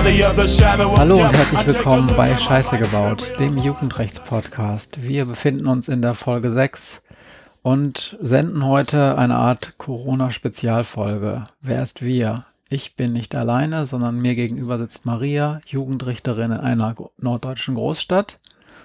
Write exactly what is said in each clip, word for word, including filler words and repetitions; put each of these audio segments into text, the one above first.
Hallo und herzlich willkommen bei Scheiße gebaut, dem Jugendrechts-Podcast. Wir befinden uns in der Folge sechs und senden heute eine Art Corona-Spezialfolge. Wer ist wir? Ich bin nicht alleine, sondern mir gegenüber sitzt Maria, Jugendrichterin in einer norddeutschen Großstadt.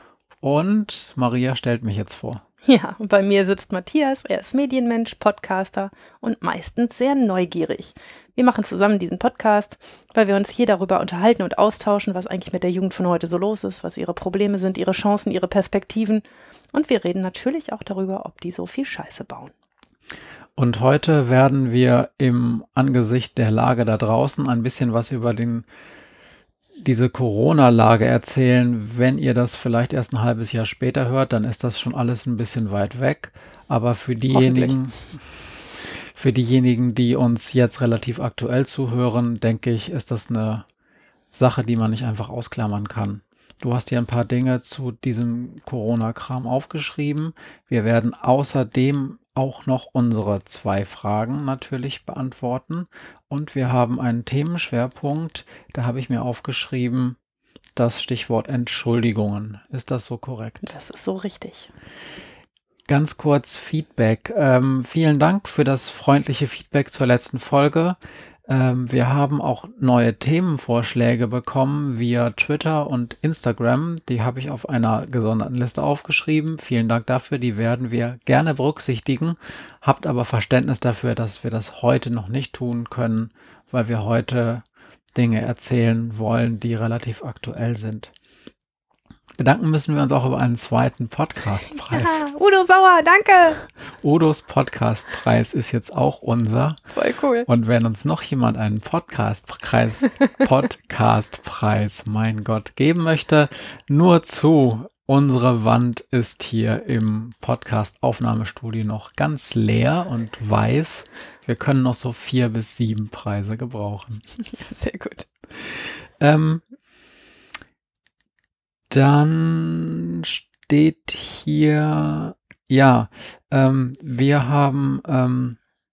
Und Maria stellt mich jetzt vor. Ja, und bei mir sitzt Matthias, er ist Medienmensch, Podcaster und meistens sehr neugierig. Wir machen zusammen diesen Podcast, weil wir uns hier darüber unterhalten und austauschen, was eigentlich mit der Jugend von heute so los ist, was ihre Probleme sind, ihre Chancen, ihre Perspektiven. Und wir reden natürlich auch darüber, ob die so viel Scheiße bauen. Und heute werden wir im Angesicht der Lage da draußen ein bisschen was über den diese Corona-Lage erzählen. Wenn ihr das vielleicht erst ein halbes Jahr später hört, dann ist das schon alles ein bisschen weit weg. Aber für diejenigen, für diejenigen, die uns jetzt relativ aktuell zuhören, denke ich, ist das eine Sache, die man nicht einfach ausklammern kann. Du hast hier ein paar Dinge zu diesem Corona-Kram aufgeschrieben. Wir werden außerdem auch noch unsere zwei Fragen natürlich beantworten. Und wir haben einen Themenschwerpunkt, da habe ich mir aufgeschrieben, das Stichwort Entschuldigungen. Ist das so korrekt? Das ist so richtig. Ganz kurz Feedback. Ähm, vielen Dank für das freundliche Feedback zur letzten Folge. Ähm, wir haben auch neue Themenvorschläge bekommen via Twitter und Instagram. Die habe ich auf einer gesonderten Liste aufgeschrieben. Vielen Dank dafür. Die werden wir gerne berücksichtigen. Habt aber Verständnis dafür, dass wir das heute noch nicht tun können, weil wir heute Dinge erzählen wollen, die relativ aktuell sind. Bedanken müssen wir uns auch über einen zweiten Podcastpreis. Ja, Udo Sauer, danke! Udos Podcastpreis ist jetzt auch unser. Voll cool. Und wenn uns noch jemand einen Podcastpreis, Podcastpreis, mein Gott, geben möchte, nur zu, unsere Wand ist hier im Podcast-Aufnahmestudio noch ganz leer und weiß. Wir können noch so vier bis sieben Preise gebrauchen. Sehr gut. Ähm, Dann steht hier, ja, ähm, wir haben ähm,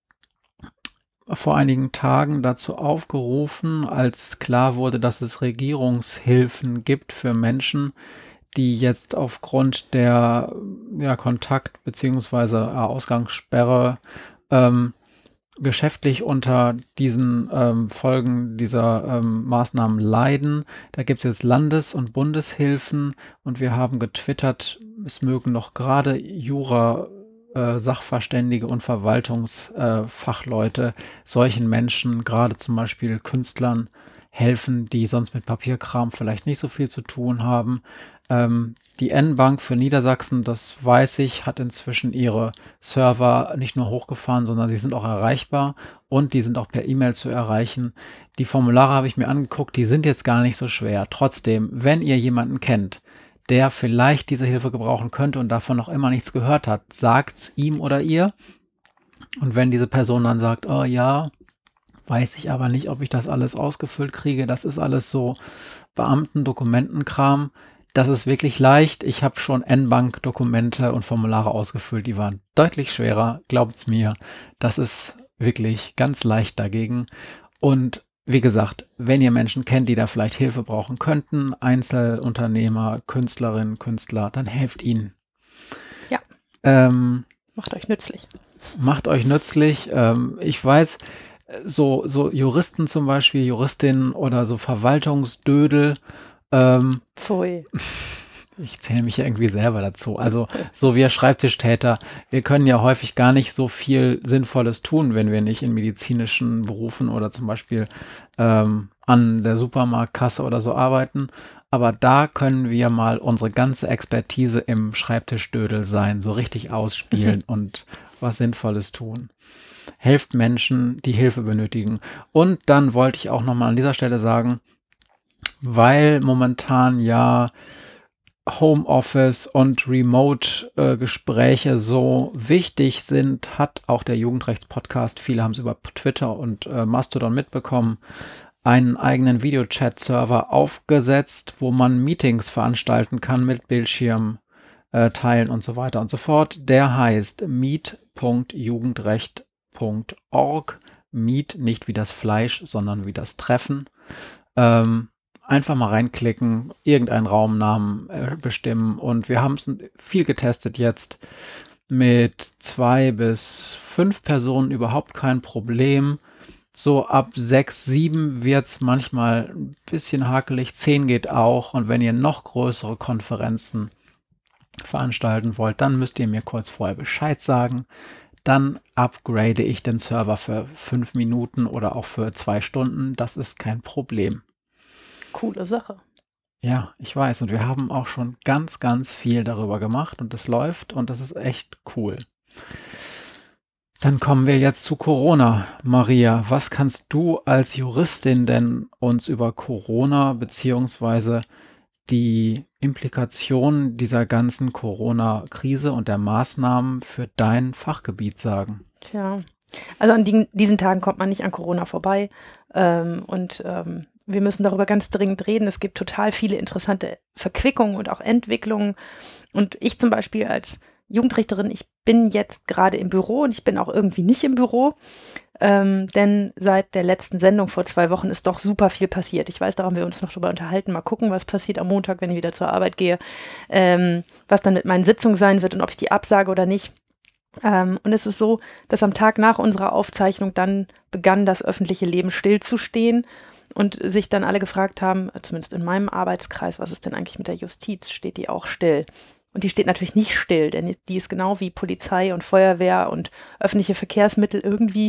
vor einigen Tagen dazu aufgerufen, als klar wurde, dass es Regierungshilfen gibt für Menschen, die jetzt aufgrund der ja, Kontakt- bzw. Ausgangssperre ähm, geschäftlich unter diesen ähm, Folgen dieser ähm, Maßnahmen leiden. Da gibt es jetzt Landes- und Bundeshilfen und wir haben getwittert, es mögen noch gerade Jura, äh, Sachverständige und Verwaltungsfachleute äh, solchen Menschen, gerade zum Beispiel Künstlern, helfen, die sonst mit Papierkram vielleicht nicht so viel zu tun haben. Ähm, die N-Bank für Niedersachsen, das weiß ich, hat inzwischen ihre Server nicht nur hochgefahren, sondern die sind auch erreichbar und die sind auch per E-Mail zu erreichen. Die Formulare habe ich mir angeguckt, die sind jetzt gar nicht so schwer. Trotzdem, wenn ihr jemanden kennt, der vielleicht diese Hilfe gebrauchen könnte und davon noch immer nichts gehört hat, sagt's ihm oder ihr. Und wenn diese Person dann sagt, oh ja, weiß ich aber nicht, ob ich das alles ausgefüllt kriege, das ist alles so Beamten-Dokumentenkram. Das ist wirklich leicht. Ich habe schon N-Bank-Dokumente und Formulare ausgefüllt, die waren deutlich schwerer, glaubt's mir. Das ist wirklich ganz leicht dagegen. Und wie gesagt, wenn ihr Menschen kennt, die da vielleicht Hilfe brauchen könnten, Einzelunternehmer, Künstlerinnen, Künstler, dann helft ihnen. Ja. Ähm, macht euch nützlich. Macht euch nützlich. Ähm, ich weiß, so, so Juristen zum Beispiel, Juristinnen oder so Verwaltungsdödel, Ähm, Pfui. Ich zähle mich ja irgendwie selber dazu. Also so wir Schreibtischtäter, wir können ja häufig gar nicht so viel Sinnvolles tun, wenn wir nicht in medizinischen Berufen oder zum Beispiel ähm, an der Supermarktkasse oder so arbeiten. Aber da können wir mal unsere ganze Expertise im Schreibtischdödel sein, so richtig ausspielen und was Sinnvolles tun. Helft Menschen, die Hilfe benötigen. Und dann wollte ich auch nochmal an dieser Stelle sagen, weil momentan ja Homeoffice und Remote-Gespräche äh, so wichtig sind, hat auch der Jugendrechts-Podcast, viele haben es über Twitter und äh, Mastodon mitbekommen, einen eigenen Videochat-Server aufgesetzt, wo man Meetings veranstalten kann mit Bildschirm äh, teilen und so weiter und so fort. Der heißt meet punkt jugendrecht punkt org. Meet nicht wie das Fleisch, sondern wie das Treffen. Ähm, einfach mal reinklicken, irgendeinen Raumnamen äh, bestimmen. Und wir haben es viel getestet jetzt mit zwei bis fünf Personen, überhaupt kein Problem. So ab sechs, sieben wird's manchmal ein bisschen hakelig, zehn geht auch. Und wenn ihr noch größere Konferenzen veranstalten wollt, dann müsst ihr mir kurz vorher Bescheid sagen. Dann upgrade ich den Server für fünf Minuten oder auch für zwei Stunden. Das ist kein Problem. Coole Sache. Ja, ich weiß. Und wir haben auch schon ganz, ganz viel darüber gemacht und es läuft und das ist echt cool. Dann kommen wir jetzt zu Corona. Maria, was kannst du als Juristin denn uns über Corona beziehungsweise die Implikationen dieser ganzen Corona-Krise und der Maßnahmen für dein Fachgebiet sagen? Tja, also an die, diesen Tagen kommt man nicht an Corona vorbei ähm, und ähm, wir müssen darüber ganz dringend reden. Es gibt total viele interessante Verquickungen und auch Entwicklungen. Und ich zum Beispiel als Jugendrichterin, ich bin jetzt gerade im Büro und ich bin auch irgendwie nicht im Büro, ähm, denn seit der letzten Sendung vor zwei Wochen ist doch super viel passiert. Ich weiß, da haben wir uns noch drüber unterhalten. Mal gucken, was passiert am Montag, wenn ich wieder zur Arbeit gehe, ähm, was dann mit meinen Sitzungen sein wird und ob ich die absage oder nicht. Ähm, und es ist so, dass am Tag nach unserer Aufzeichnung dann begann das öffentliche Leben stillzustehen. Und sich dann alle gefragt haben, zumindest in meinem Arbeitskreis, was ist denn eigentlich mit der Justiz? Steht die auch still? Und die steht natürlich nicht still, denn die ist genau wie Polizei und Feuerwehr und öffentliche Verkehrsmittel irgendwie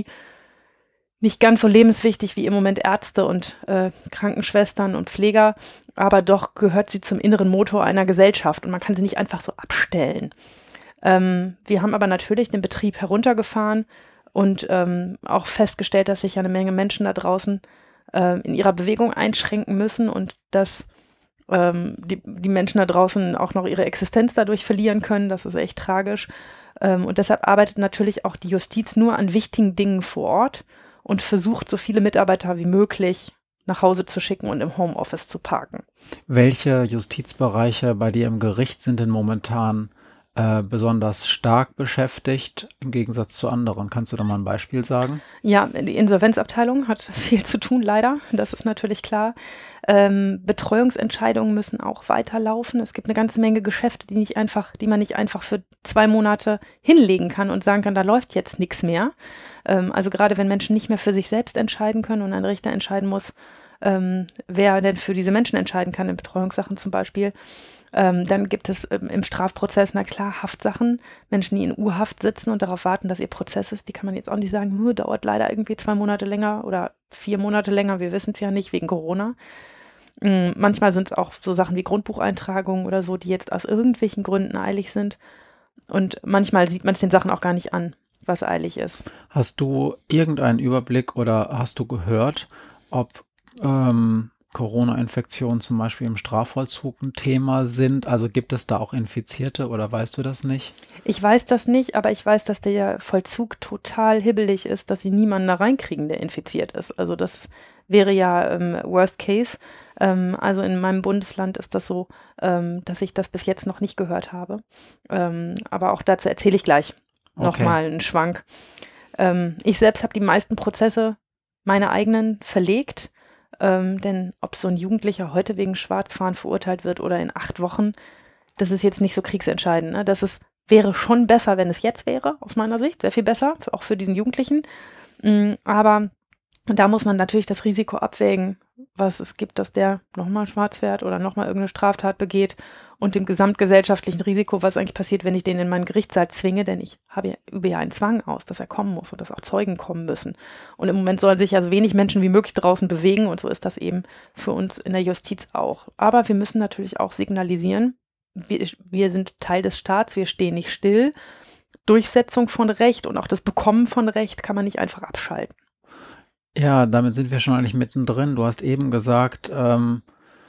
nicht ganz so lebenswichtig wie im Moment Ärzte und äh, Krankenschwestern und Pfleger, aber doch gehört sie zum inneren Motor einer Gesellschaft und man kann sie nicht einfach so abstellen. Ähm, wir haben aber natürlich den Betrieb heruntergefahren und ähm, auch festgestellt, dass sich eine Menge Menschen da draußen in ihrer Bewegung einschränken müssen und dass ähm, die, die Menschen da draußen auch noch ihre Existenz dadurch verlieren können. Das ist echt tragisch. Ähm, und deshalb arbeitet natürlich auch die Justiz nur an wichtigen Dingen vor Ort und versucht, so viele Mitarbeiter wie möglich nach Hause zu schicken und im Homeoffice zu parken. Welche Justizbereiche bei dir im Gericht sind denn momentan äh, besonders stark beschäftigt im Gegensatz zu anderen? Kannst du da mal ein Beispiel sagen? Ja, die Insolvenzabteilung hat viel zu tun, leider. Das ist natürlich klar. Ähm, Betreuungsentscheidungen müssen auch weiterlaufen. Es gibt eine ganze Menge Geschäfte, die nicht einfach, die man nicht einfach für zwei Monate hinlegen kann und sagen kann, da läuft jetzt nichts mehr. Ähm, also gerade wenn Menschen nicht mehr für sich selbst entscheiden können und ein Richter entscheiden muss, ähm, wer denn für diese Menschen entscheiden kann, in Betreuungssachen zum Beispiel. Ähm, dann gibt es ähm, im Strafprozess, na klar, Haftsachen, Menschen, die in U-Haft sitzen und darauf warten, dass ihr Prozess ist, die kann man jetzt auch nicht sagen, hm, dauert leider irgendwie zwei Monate länger oder vier Monate länger, wir wissen es ja nicht, wegen Corona. Ähm, manchmal sind es auch so Sachen wie Grundbucheintragungen oder so, die jetzt aus irgendwelchen Gründen eilig sind und manchmal sieht man es den Sachen auch gar nicht an, was eilig ist. Hast du irgendeinen Überblick oder hast du gehört, ob ähm, Corona-Infektionen zum Beispiel im Strafvollzug ein Thema sind? Also gibt es da auch Infizierte oder weißt du das nicht? Ich weiß das nicht, aber ich weiß, dass der Vollzug total hibbelig ist, dass sie niemanden da reinkriegen, der infiziert ist. Also das wäre ja ähm, Worst Case. Ähm, also in meinem Bundesland ist das so, ähm, dass ich das bis jetzt noch nicht gehört habe. Ähm, aber auch dazu erzähle ich gleich Okay. nochmal einen Schwank. Ähm, ich selbst habe die meisten Prozesse, meine eigenen, verlegt. Ähm, denn ob so ein Jugendlicher heute wegen Schwarzfahren verurteilt wird oder in acht Wochen, das ist jetzt nicht so kriegsentscheidend. Ne? Das ist, wäre schon besser, wenn es jetzt wäre, aus meiner Sicht. Sehr viel besser, für, auch für diesen Jugendlichen. Mhm, aber da muss man natürlich das Risiko abwägen, was es gibt, dass der nochmal schwarz fährt oder nochmal irgendeine Straftat begeht und dem gesamtgesellschaftlichen Risiko, was eigentlich passiert, wenn ich den in meinen Gerichtssaal zwinge, denn ich habe ja, übe ja einen Zwang aus, dass er kommen muss und dass auch Zeugen kommen müssen. Und im Moment sollen sich ja so wenig Menschen wie möglich draußen bewegen und so ist das eben für uns in der Justiz auch. Aber wir müssen natürlich auch signalisieren, wir, wir sind Teil des Staats, wir stehen nicht still. Durchsetzung von Recht und auch das Bekommen von Recht kann man nicht einfach abschalten. Ja, damit sind wir schon eigentlich mittendrin. Du hast eben gesagt, ähm,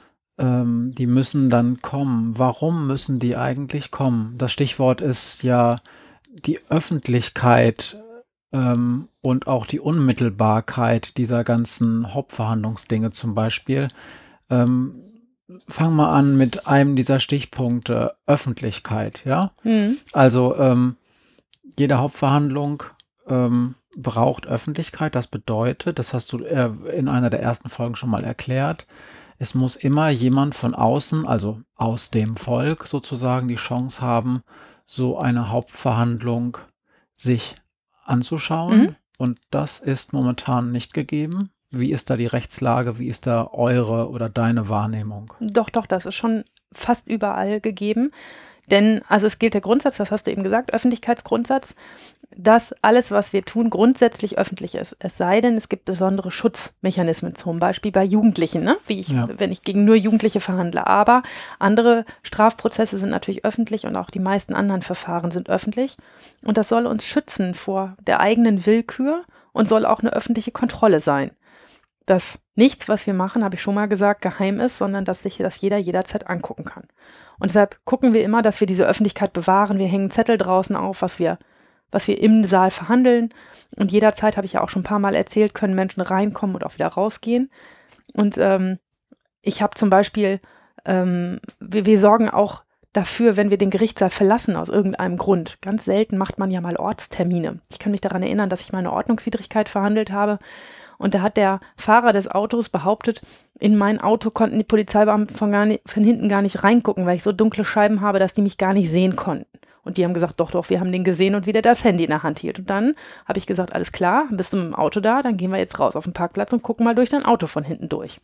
ähm, die müssen dann kommen. Warum müssen die eigentlich kommen? Das Stichwort ist ja die Öffentlichkeit ähm, und auch die Unmittelbarkeit dieser ganzen Hauptverhandlungsdinge zum Beispiel. Ähm, fang mal an mit einem dieser Stichpunkte, Öffentlichkeit, ja? Mhm. Also ähm, jede Hauptverhandlung ähm, braucht Öffentlichkeit. Das bedeutet, das hast du äh, in einer der ersten Folgen schon mal erklärt, es muss immer jemand von außen, also aus dem Volk sozusagen, die Chance haben, so eine Hauptverhandlung sich anzuschauen. Mhm. Und das ist momentan nicht gegeben. Wie ist da die Rechtslage? Wie ist da eure oder deine Wahrnehmung? Doch, doch, das ist schon fast überall gegeben. Denn, also es gilt der Grundsatz, das hast du eben gesagt, Öffentlichkeitsgrundsatz, dass alles, was wir tun, grundsätzlich öffentlich ist. Es sei denn, es gibt besondere Schutzmechanismen, zum Beispiel bei Jugendlichen, ne? Wie ich, Ja. wenn ich gegen nur Jugendliche verhandle. Aber andere Strafprozesse sind natürlich öffentlich und auch die meisten anderen Verfahren sind öffentlich. Und das soll uns schützen vor der eigenen Willkür und soll auch eine öffentliche Kontrolle sein. Dass nichts, was wir machen, habe ich schon mal gesagt, geheim ist, sondern dass sich das jeder jederzeit angucken kann. Und deshalb gucken wir immer, dass wir diese Öffentlichkeit bewahren. Wir hängen Zettel draußen auf, was wir, was wir im Saal verhandeln. Und jederzeit, habe ich ja auch schon ein paar Mal erzählt, können Menschen reinkommen und auch wieder rausgehen. Und ähm, ich habe zum Beispiel, ähm, wir, wir sorgen auch dafür, wenn wir den Gerichtssaal verlassen aus irgendeinem Grund. Ganz selten macht man ja mal Ortstermine. Ich kann mich daran erinnern, dass ich mal eine Ordnungswidrigkeit verhandelt habe. Und da hat der Fahrer des Autos behauptet, in mein Auto konnten die Polizeibeamten von, gar nicht, von hinten gar nicht reingucken, weil ich so dunkle Scheiben habe, dass die mich gar nicht sehen konnten. Und die haben gesagt, doch, doch, wir haben den gesehen und wie der das Handy in der Hand hielt. Und dann habe ich gesagt, alles klar, bist du mit dem Auto da, dann gehen wir jetzt raus auf den Parkplatz und gucken mal durch dein Auto von hinten durch.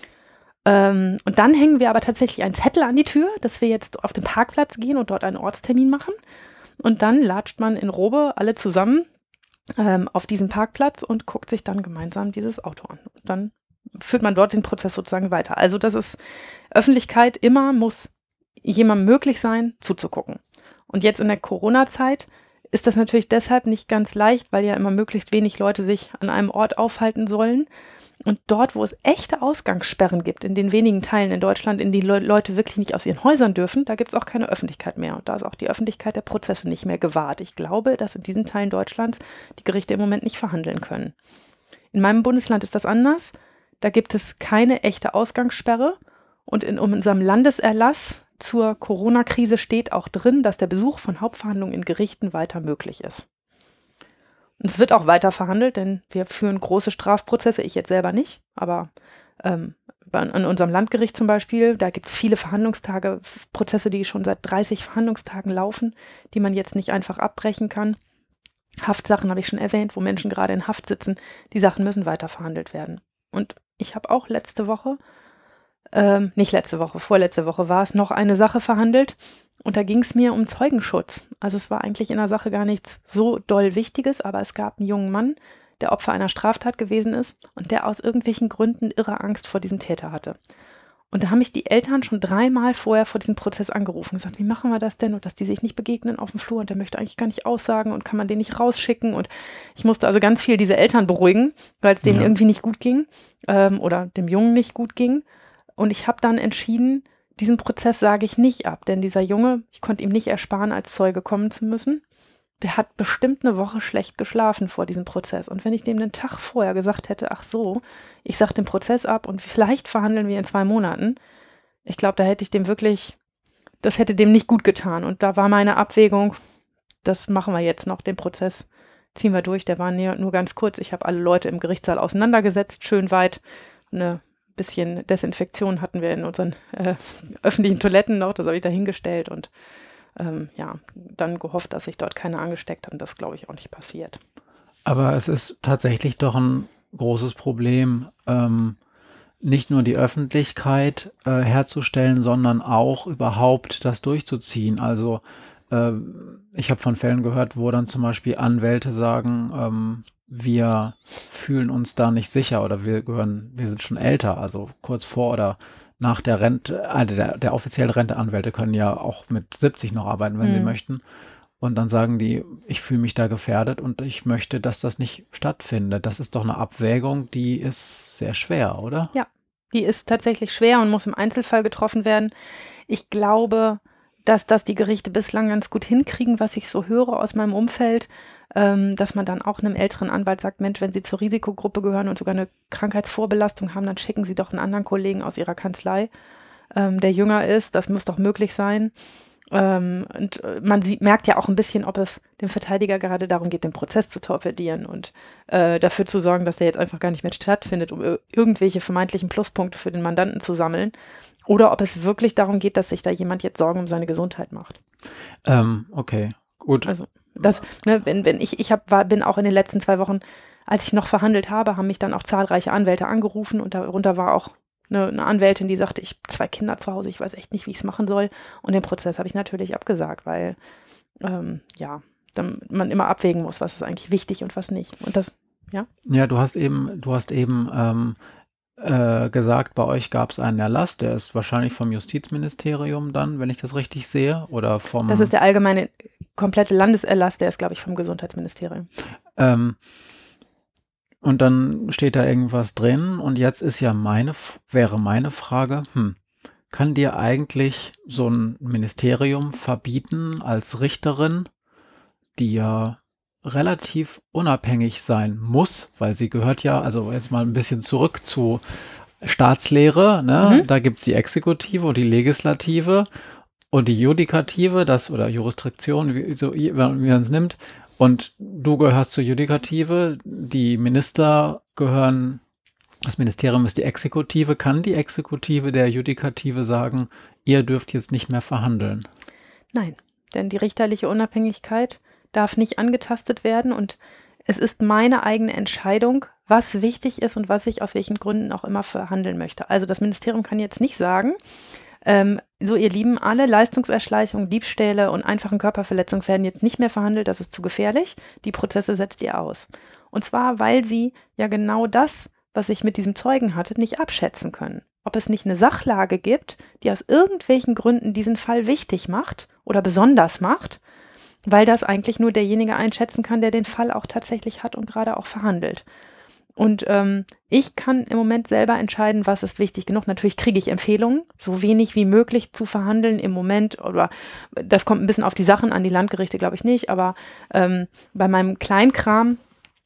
Ähm, und dann hängen wir aber tatsächlich einen Zettel an die Tür, dass wir jetzt auf den Parkplatz gehen und dort einen Ortstermin machen. Und dann latscht man in Robe alle zusammen ähm, auf diesen Parkplatz und guckt sich dann gemeinsam dieses Auto an. Und dann führt man dort den Prozess sozusagen weiter. Also das ist Öffentlichkeit, immer muss jemandem möglich sein, zuzugucken. Und jetzt in der Corona-Zeit ist das natürlich deshalb nicht ganz leicht, weil ja immer möglichst wenig Leute sich an einem Ort aufhalten sollen. Und dort, wo es echte Ausgangssperren gibt, in den wenigen Teilen in Deutschland, in denen Le- Leute wirklich nicht aus ihren Häusern dürfen, da gibt es auch keine Öffentlichkeit mehr. Und da ist auch die Öffentlichkeit der Prozesse nicht mehr gewahrt. Ich glaube, dass in diesen Teilen Deutschlands die Gerichte im Moment nicht verhandeln können. In meinem Bundesland ist das anders. Da gibt es keine echte Ausgangssperre. Und in unserem Landeserlass zur Corona-Krise steht auch drin, dass der Besuch von Hauptverhandlungen in Gerichten weiter möglich ist. Und es wird auch weiter verhandelt, denn wir führen große Strafprozesse, ich jetzt selber nicht, aber ähm, bei, an unserem Landgericht zum Beispiel, da gibt es viele Verhandlungstage, Prozesse, die schon seit dreißig Verhandlungstagen laufen, die man jetzt nicht einfach abbrechen kann. Haftsachen habe ich schon erwähnt, wo Menschen gerade in Haft sitzen, die Sachen müssen weiter verhandelt werden. Und ich habe auch letzte Woche, ähm, nicht letzte Woche, vorletzte Woche war es, noch eine Sache verhandelt. Und da ging es mir um Zeugenschutz. Also es war eigentlich in der Sache gar nichts so doll Wichtiges, aber es gab einen jungen Mann, der Opfer einer Straftat gewesen ist und der aus irgendwelchen Gründen irre Angst vor diesem Täter hatte. Und da haben mich die Eltern schon dreimal vorher vor diesem Prozess angerufen und gesagt, wie machen wir das denn? Und dass die sich nicht begegnen auf dem Flur und der möchte eigentlich gar nicht aussagen und kann man den nicht rausschicken. Und ich musste also ganz viel diese Eltern beruhigen, weil es denen Ja. irgendwie nicht gut ging ähm, oder dem Jungen nicht gut ging. Und ich habe dann entschieden, diesen Prozess sage ich nicht ab, denn dieser Junge, ich konnte ihm nicht ersparen, als Zeuge kommen zu müssen. Der hat bestimmt eine Woche schlecht geschlafen vor diesem Prozess. Und wenn ich dem den Tag vorher gesagt hätte, ach so, ich sag den Prozess ab und vielleicht verhandeln wir in zwei Monaten, ich glaube, da hätte ich dem wirklich, das hätte dem nicht gut getan. Und da war meine Abwägung, das machen wir jetzt noch, den Prozess ziehen wir durch. Der war nur ganz kurz. Ich habe alle Leute im Gerichtssaal auseinandergesetzt, schön weit. Eine bisschen Desinfektion hatten wir in unseren äh, öffentlichen Toiletten noch, das habe ich da hingestellt und ähm, ja, dann gehofft, dass sich dort keiner angesteckt hat und das glaube ich auch nicht passiert. Aber es ist tatsächlich doch ein großes Problem, ähm, nicht nur die Öffentlichkeit äh, herzustellen, sondern auch überhaupt das durchzuziehen. Also äh, ich habe von Fällen gehört, wo dann zum Beispiel Anwälte sagen, ähm, wir fühlen uns da nicht sicher oder wir gehören, wir sind schon älter, also kurz vor oder nach der Rente, also der, der offiziellen Renteanwälte können ja auch mit siebzig noch arbeiten, wenn Mhm. sie möchten. Und dann sagen die, ich fühle mich da gefährdet und ich möchte, dass das nicht stattfindet. Das ist doch eine Abwägung, die ist sehr schwer, oder? Ja, die ist tatsächlich schwer und muss im Einzelfall getroffen werden. Ich glaube, dass das die Gerichte bislang ganz gut hinkriegen, was ich so höre aus meinem Umfeld, ähm, dass man dann auch einem älteren Anwalt sagt, Mensch, wenn Sie zur Risikogruppe gehören und sogar eine Krankheitsvorbelastung haben, dann schicken Sie doch einen anderen Kollegen aus Ihrer Kanzlei, ähm, der jünger ist. Das muss doch möglich sein. Ähm, und man sieht, merkt ja auch ein bisschen, ob es dem Verteidiger gerade darum geht, den Prozess zu torpedieren und äh, dafür zu sorgen, dass der jetzt einfach gar nicht mehr stattfindet, um ir- irgendwelche vermeintlichen Pluspunkte für den Mandanten zu sammeln. Oder ob es wirklich darum geht, dass sich da jemand jetzt Sorgen um seine Gesundheit macht. Ähm, okay, gut. Also das, ne, wenn, wenn ich, ich hab, war, bin auch in den letzten zwei Wochen, als ich noch verhandelt habe, haben mich dann auch zahlreiche Anwälte angerufen und darunter war auch eine, eine Anwältin, die sagte, ich habe zwei Kinder zu Hause, ich weiß echt nicht, wie ich es machen soll. Und den Prozess habe ich natürlich abgesagt, weil ähm, ja, dann man immer abwägen muss, was ist eigentlich wichtig und was nicht. Und das, ja. Ja, du hast eben, du hast eben ähm, äh, gesagt, bei euch gab es einen Erlass, der ist wahrscheinlich vom Justizministerium dann, wenn ich das richtig sehe, oder vom Das ist der allgemeine, komplette Landeserlass, der ist, glaube ich, vom Gesundheitsministerium. ähm, und dann steht da irgendwas drin und jetzt ist ja meine, F- wäre meine Frage, hm, kann dir eigentlich so ein Ministerium verbieten als Richterin, die ja relativ unabhängig sein muss, weil sie gehört ja, also jetzt mal ein bisschen zurück zu Staatslehre, ne? Mhm. Da gibt es die Exekutive und die Legislative und die Judikative, das oder Jurisdiktion, wie, so, wie man es nimmt. Und du gehörst zur Judikative, die Minister gehören, das Ministerium ist die Exekutive. Kann die Exekutive der Judikative sagen, ihr dürft jetzt nicht mehr verhandeln? Nein, denn die richterliche Unabhängigkeit darf nicht angetastet werden und es ist meine eigene Entscheidung, was wichtig ist und was ich aus welchen Gründen auch immer verhandeln möchte. Also das Ministerium kann jetzt nicht sagen, ähm, so ihr Lieben, alle Leistungserschleichungen, Diebstähle und einfachen Körperverletzungen werden jetzt nicht mehr verhandelt, das ist zu gefährlich, die Prozesse setzt ihr aus. Und zwar, weil sie ja genau das, was ich mit diesem Zeugen hatte, nicht abschätzen können. Ob es nicht eine Sachlage gibt, die aus irgendwelchen Gründen diesen Fall wichtig macht oder besonders macht, weil das eigentlich nur derjenige einschätzen kann, der den Fall auch tatsächlich hat und gerade auch verhandelt. Und ähm, ich kann im Moment selber entscheiden, was ist wichtig genug. Natürlich kriege ich Empfehlungen, so wenig wie möglich zu verhandeln im Moment. Oder das kommt ein bisschen auf die Sachen an, die Landgerichte glaube ich nicht. Aber ähm, bei meinem Kleinkram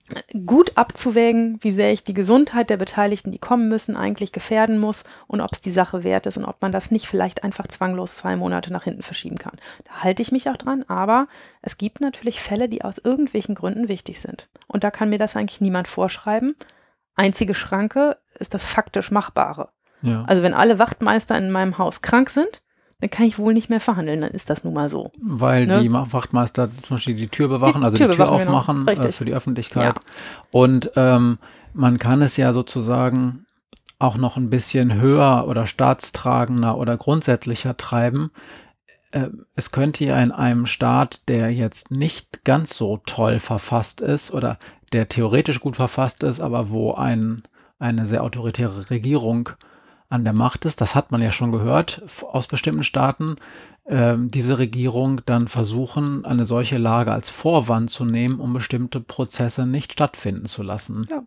gut abzuwägen, wie sehr ich die Gesundheit der Beteiligten, die kommen müssen, eigentlich gefährden muss und ob es die Sache wert ist und ob man das nicht vielleicht einfach zwanglos zwei Monate nach hinten verschieben kann. Da halte ich mich auch dran, aber es gibt natürlich Fälle, die aus irgendwelchen Gründen wichtig sind. Und da kann mir das eigentlich niemand vorschreiben. Einzige Schranke ist das faktisch Machbare. Ja. Also wenn alle Wachtmeister in meinem Haus krank sind, dann kann ich wohl nicht mehr verhandeln, dann ist das nun mal so. Weil ne? die Wachtmeister zum Beispiel die Tür bewachen, Die also Tür die Tür bewachen, genau. aufmachen äh, Richtig. für die Öffentlichkeit. Ja. Und ähm, man kann es ja sozusagen auch noch ein bisschen höher oder staatstragender oder grundsätzlicher treiben. Äh, es könnte ja in einem Staat, der jetzt nicht ganz so toll verfasst ist oder der theoretisch gut verfasst ist, aber wo ein, eine sehr autoritäre Regierung an der Macht ist, das hat man ja schon gehört f- aus bestimmten Staaten, ähm, diese Regierung dann versuchen, eine solche Lage als Vorwand zu nehmen, um bestimmte Prozesse nicht stattfinden zu lassen. Ja.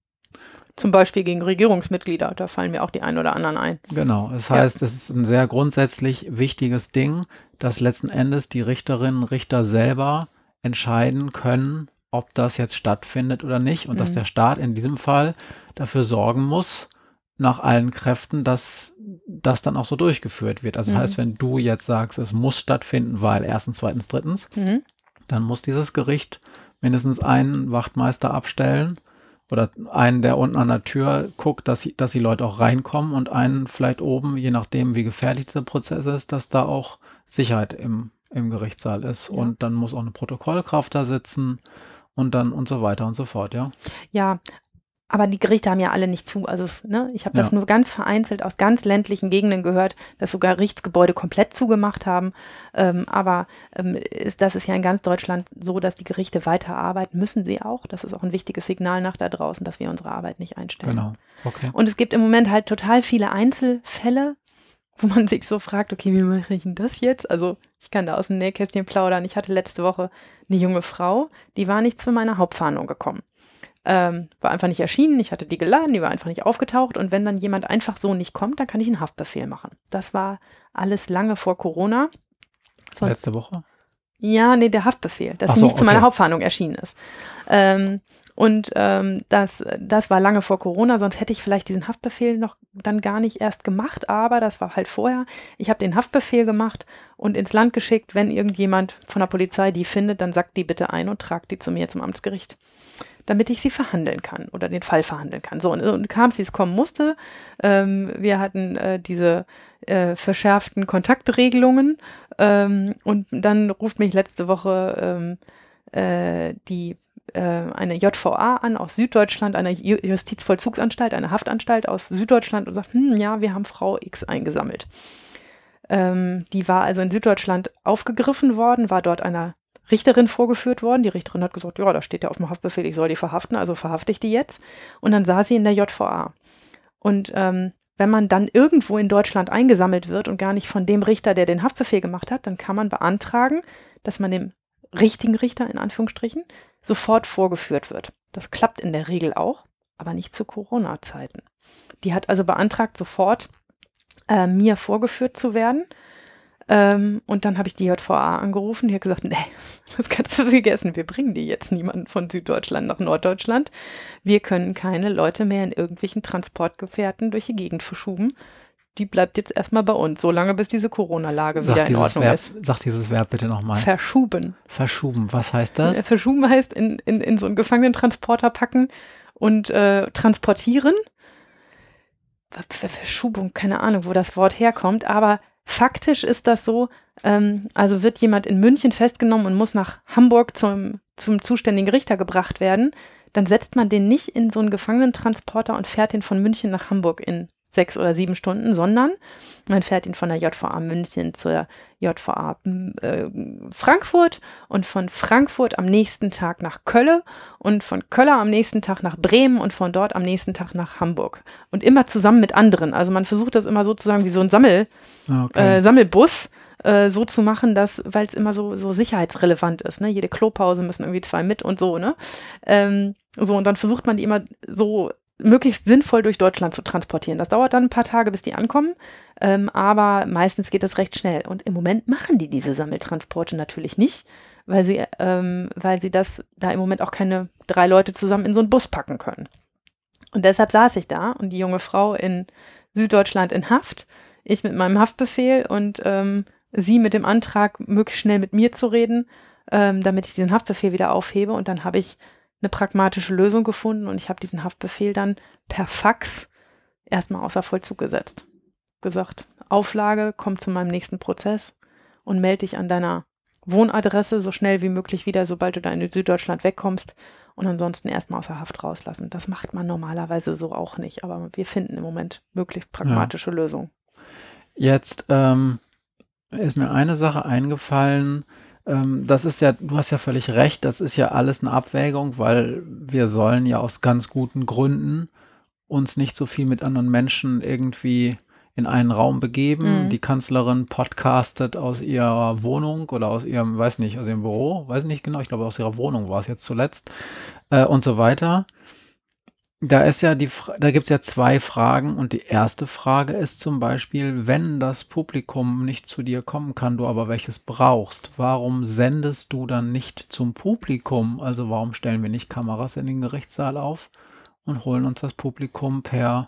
Zum Beispiel gegen Regierungsmitglieder, da fallen mir auch die ein oder anderen ein. Genau, das Ja. heißt, es ist ein sehr grundsätzlich wichtiges Ding, dass letzten Endes die Richterinnen und Richter selber entscheiden können, ob das jetzt stattfindet oder nicht und dass Mhm. der Staat in diesem Fall dafür sorgen muss, nach allen Kräften, dass das dann auch so durchgeführt wird. Also das Mhm. heißt, wenn du jetzt sagst, es muss stattfinden, weil erstens, zweitens, drittens, Mhm. dann muss dieses Gericht mindestens einen Wachtmeister abstellen oder einen, der unten an der Tür guckt, dass, die- dass die Leute auch reinkommen und einen vielleicht oben, je nachdem, wie gefährlich dieser Prozess ist, dass da auch Sicherheit im, im Gerichtssaal ist. Ja. Und dann muss auch eine Protokollkraft da sitzen und dann und so weiter und so fort, ja. Ja, aber die Gerichte haben ja alle nicht zu. Also es, ne, ich habe das Ja. nur ganz vereinzelt aus ganz ländlichen Gegenden gehört, dass sogar Gerichtsgebäude komplett zugemacht haben. Ähm, aber ähm, ist, das ist ja in ganz Deutschland so, dass die Gerichte weiterarbeiten, müssen sie auch. Das ist auch ein wichtiges Signal nach da draußen, dass wir unsere Arbeit nicht einstellen. Genau. Okay. Und es gibt im Moment halt total viele Einzelfälle, wo man sich so fragt, okay, wie mache ich denn das jetzt? Also ich kann da aus dem Nähkästchen plaudern. Ich hatte letzte Woche eine junge Frau, die war nicht zu meiner Hauptverhandlung gekommen. Ähm, war einfach nicht erschienen, ich hatte die geladen, die war einfach nicht aufgetaucht und wenn dann jemand einfach so nicht kommt, dann kann ich einen Haftbefehl machen. Das war alles lange vor Corona. Sonst, Letzte Woche? ja, nee, der Haftbefehl, dass Ach sie so, nicht zu meiner okay. Hauptverhandlung erschienen ist. Ähm, Und ähm, das, das war lange vor Corona, sonst hätte ich vielleicht diesen Haftbefehl noch dann gar nicht erst gemacht, aber das war halt vorher. Ich habe den Haftbefehl gemacht und ins Land geschickt, wenn irgendjemand von der Polizei die findet, dann sagt die bitte ein und tragt die zu mir zum Amtsgericht, damit ich sie verhandeln kann oder den Fall verhandeln kann. So, und, und kam es, wie es kommen musste. Ähm, wir hatten äh, diese äh, verschärften Kontaktregelungen ähm, und dann ruft mich letzte Woche ähm, äh, die eine J V A an aus Süddeutschland, eine Justizvollzugsanstalt, eine Haftanstalt aus Süddeutschland und sagt, hm, ja, wir haben Frau X eingesammelt. Ähm, die war also in Süddeutschland aufgegriffen worden, war dort einer Richterin vorgeführt worden. Die Richterin hat gesagt, ja, da steht ja auf dem Haftbefehl, ich soll die verhaften, also verhafte ich die jetzt. Und dann saß sie in der J V A. Und ähm, wenn man dann irgendwo in Deutschland eingesammelt wird und gar nicht von dem Richter, der den Haftbefehl gemacht hat, dann kann man beantragen, dass man dem richtigen Richter, in Anführungsstrichen, sofort vorgeführt wird. Das klappt in der Regel auch, aber nicht zu Corona-Zeiten. Die hat also beantragt, sofort äh, mir vorgeführt zu werden. Ähm, und dann habe ich die J V A angerufen, die hat gesagt, nee, das kannst du vergessen, wir bringen die jetzt niemanden von Süddeutschland nach Norddeutschland. Wir können keine Leute mehr in irgendwelchen Transportgefährten durch die Gegend verschuben. Die bleibt jetzt erstmal bei uns, solange bis diese Corona-Lage wieder in Ordnung Verb, ist. Sag dieses Verb bitte nochmal. Verschuben. Verschuben, was heißt das? Verschuben heißt in, in, in so einen Gefangenentransporter packen und äh, transportieren. Verschubung, keine Ahnung, wo das Wort herkommt, aber faktisch ist das so, ähm, also wird jemand in München festgenommen und muss nach Hamburg zum, zum zuständigen Richter gebracht werden, dann setzt man den nicht in so einen Gefangenentransporter und fährt ihn von München nach Hamburg in sechs oder sieben Stunden, sondern man fährt ihn von der J V A München zur J V A äh, Frankfurt und von Frankfurt am nächsten Tag nach Kölle und von Kölle am nächsten Tag nach Bremen und von dort am nächsten Tag nach Hamburg. Und immer zusammen mit anderen. Also man versucht das immer sozusagen wie so ein Sammel, okay. äh, Sammelbus äh, so zu machen, dass, weil es immer so, so sicherheitsrelevant ist. Ne? Jede Klopause müssen irgendwie zwei mit und so. Ne? Ähm, so, und dann versucht man die immer so möglichst sinnvoll durch Deutschland zu transportieren. Das dauert dann ein paar Tage, bis die ankommen, ähm, aber meistens geht das recht schnell. Und im Moment machen die diese Sammeltransporte natürlich nicht, weil sie, ähm, weil sie das da im Moment auch keine drei Leute zusammen in so einen Bus packen können. Und deshalb saß ich da und die junge Frau in Süddeutschland in Haft, ich mit meinem Haftbefehl und ähm, sie mit dem Antrag, möglichst schnell mit mir zu reden, ähm, damit ich diesen Haftbefehl wieder aufhebe. Und dann habe ich eine pragmatische Lösung gefunden und ich habe diesen Haftbefehl dann per Fax erstmal außer Vollzug gesetzt. Gesagt, Auflage, komm zu meinem nächsten Prozess und melde dich an deiner Wohnadresse so schnell wie möglich wieder, sobald du da in Süddeutschland wegkommst und ansonsten erstmal außer Haft rauslassen. Das macht man normalerweise so auch nicht, aber wir finden im Moment möglichst pragmatische ja. Lösungen. Jetzt ähm, ist mir eine Sache eingefallen. Das ist ja, du hast ja völlig recht, das ist ja alles eine Abwägung, weil wir sollen ja aus ganz guten Gründen uns nicht so viel mit anderen Menschen irgendwie in einen Raum begeben. Mhm. Die Kanzlerin podcastet aus ihrer Wohnung oder aus ihrem, weiß nicht, aus ihrem Büro, weiß nicht genau, ich glaube aus ihrer Wohnung war es jetzt zuletzt äh, und so weiter. Da ist ja die, da gibt es ja zwei Fragen und die erste Frage ist zum Beispiel, wenn das Publikum nicht zu dir kommen kann, du aber welches brauchst, warum sendest du dann nicht zum Publikum? Also warum stellen wir nicht Kameras in den Gerichtssaal auf und holen uns das Publikum per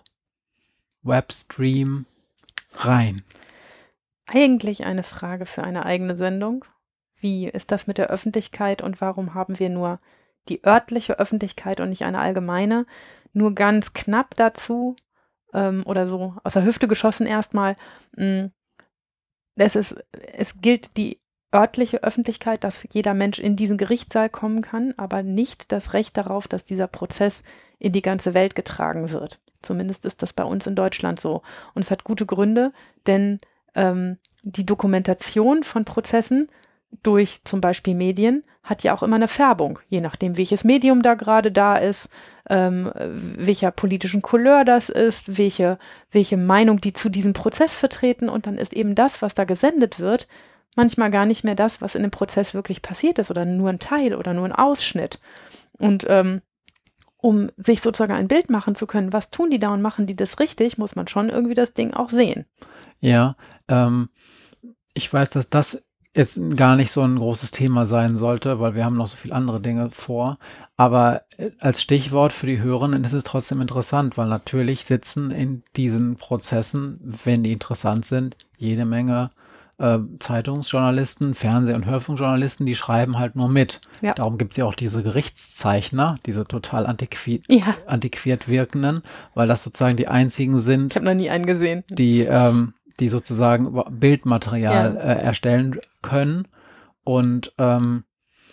Webstream rein? Eigentlich eine Frage für eine eigene Sendung. Wie ist das mit der Öffentlichkeit und warum haben wir nur die örtliche Öffentlichkeit und nicht eine allgemeine? Nur ganz knapp dazu ähm, oder so aus der Hüfte geschossen erstmal. Mh, es ist, es gilt die örtliche Öffentlichkeit, dass jeder Mensch in diesen Gerichtssaal kommen kann, aber nicht das Recht darauf, dass dieser Prozess in die ganze Welt getragen wird. Zumindest ist das bei uns in Deutschland so. Und es hat gute Gründe, denn ähm, die Dokumentation von Prozessen durch zum Beispiel Medien hat ja auch immer eine Färbung, je nachdem, welches Medium da gerade da ist, ähm, welcher politischen Couleur das ist, welche, welche Meinung die zu diesem Prozess vertreten. Und dann ist eben das, was da gesendet wird, manchmal gar nicht mehr das, was in dem Prozess wirklich passiert ist oder nur ein Teil oder nur ein Ausschnitt. Und ähm, um sich sozusagen ein Bild machen zu können, was tun die da und machen die das richtig, muss man schon irgendwie das Ding auch sehen. Ja, ähm, ich weiß, dass das jetzt gar nicht so ein großes Thema sein sollte, weil wir haben noch so viele andere Dinge vor. Aber äh, als Stichwort für die Hörenden ist es trotzdem interessant, weil natürlich sitzen in diesen Prozessen, wenn die interessant sind, jede Menge äh, Zeitungsjournalisten, Fernseh- und Hörfunkjournalisten, die schreiben halt nur mit. Ja. Darum gibt es ja auch diese Gerichtszeichner, diese total antiqui Ja. antiquiert wirkenden, weil das sozusagen die einzigen sind, Ich habe noch nie einen gesehen. die, ähm, die sozusagen über- Bildmaterial Ja. äh, erstellen können. Und ähm,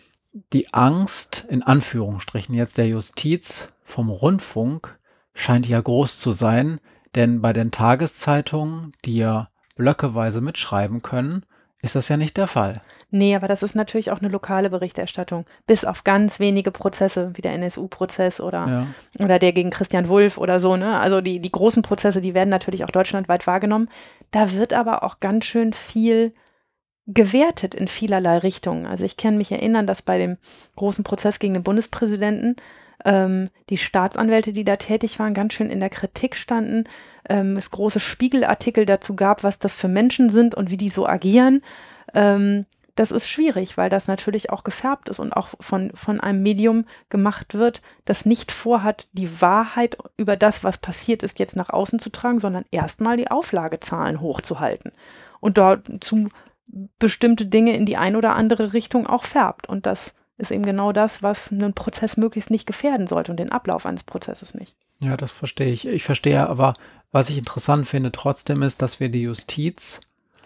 die Angst, in Anführungsstrichen jetzt der Justiz vom Rundfunk, scheint ja groß zu sein, denn bei den Tageszeitungen, die ja blöckeweise mitschreiben können, ist das ja nicht der Fall. Nee, aber das ist natürlich auch eine lokale Berichterstattung, bis auf ganz wenige Prozesse, wie der N S U-Prozess oder, Ja. oder der gegen Christian Wulff oder so, ne? Also die, die großen Prozesse, die werden natürlich auch deutschlandweit wahrgenommen. Da wird aber auch ganz schön viel gewertet in vielerlei Richtungen. Also ich kann mich erinnern, dass bei dem großen Prozess gegen den Bundespräsidenten ähm, die Staatsanwälte, die da tätig waren, ganz schön in der Kritik standen. Ähm, es große Spiegelartikel dazu gab, was das für Menschen sind und wie die so agieren. Ähm, das ist schwierig, weil das natürlich auch gefärbt ist und auch von, von einem Medium gemacht wird, das nicht vorhat, die Wahrheit über das, was passiert ist, jetzt nach außen zu tragen, sondern erstmal die Auflagezahlen hochzuhalten und dazu bestimmte Dinge in die ein oder andere Richtung auch färbt. Und das ist eben genau das, was einen Prozess möglichst nicht gefährden sollte und den Ablauf eines Prozesses nicht. Ja, das verstehe ich. Ich verstehe aber, was ich interessant finde trotzdem ist, dass wir die Justiz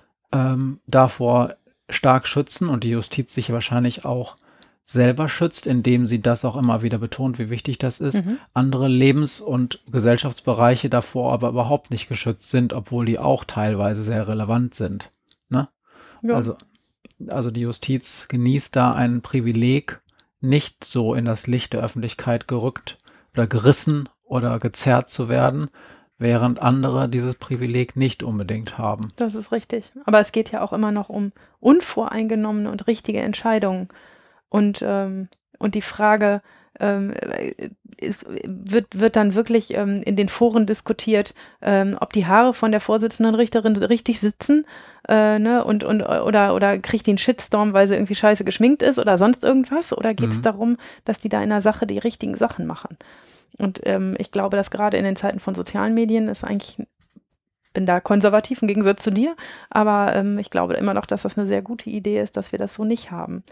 ähm, davor stark schützen und die Justiz sich wahrscheinlich auch selber schützt, indem sie das auch immer wieder betont, wie wichtig das ist. Mhm. Andere Lebens- und Gesellschaftsbereiche davor aber überhaupt nicht geschützt sind, obwohl die auch teilweise sehr relevant sind. Ne? Ja. Also, also die Justiz genießt da ein Privileg, nicht so in das Licht der Öffentlichkeit gerückt oder gerissen oder gezerrt zu werden, während andere dieses Privileg nicht unbedingt haben. Das ist richtig. Aber es geht ja auch immer noch um unvoreingenommene und richtige Entscheidungen. Und, ähm, und die Frage ähm, ist, wird, wird dann wirklich ähm, in den Foren diskutiert, ähm, ob die Haare von der Vorsitzenden Richterin richtig sitzen, äh, ne, und, und, oder, oder kriegt die einen Shitstorm, weil sie irgendwie scheiße geschminkt ist oder sonst irgendwas? Oder geht es Mhm. darum, dass die da in der Sache die richtigen Sachen machen? Und ähm, ich glaube, dass gerade in den Zeiten von sozialen Medien ist eigentlich, bin da konservativ im Gegensatz zu dir, aber ähm, ich glaube immer noch, dass das eine sehr gute Idee ist, dass wir das so nicht haben.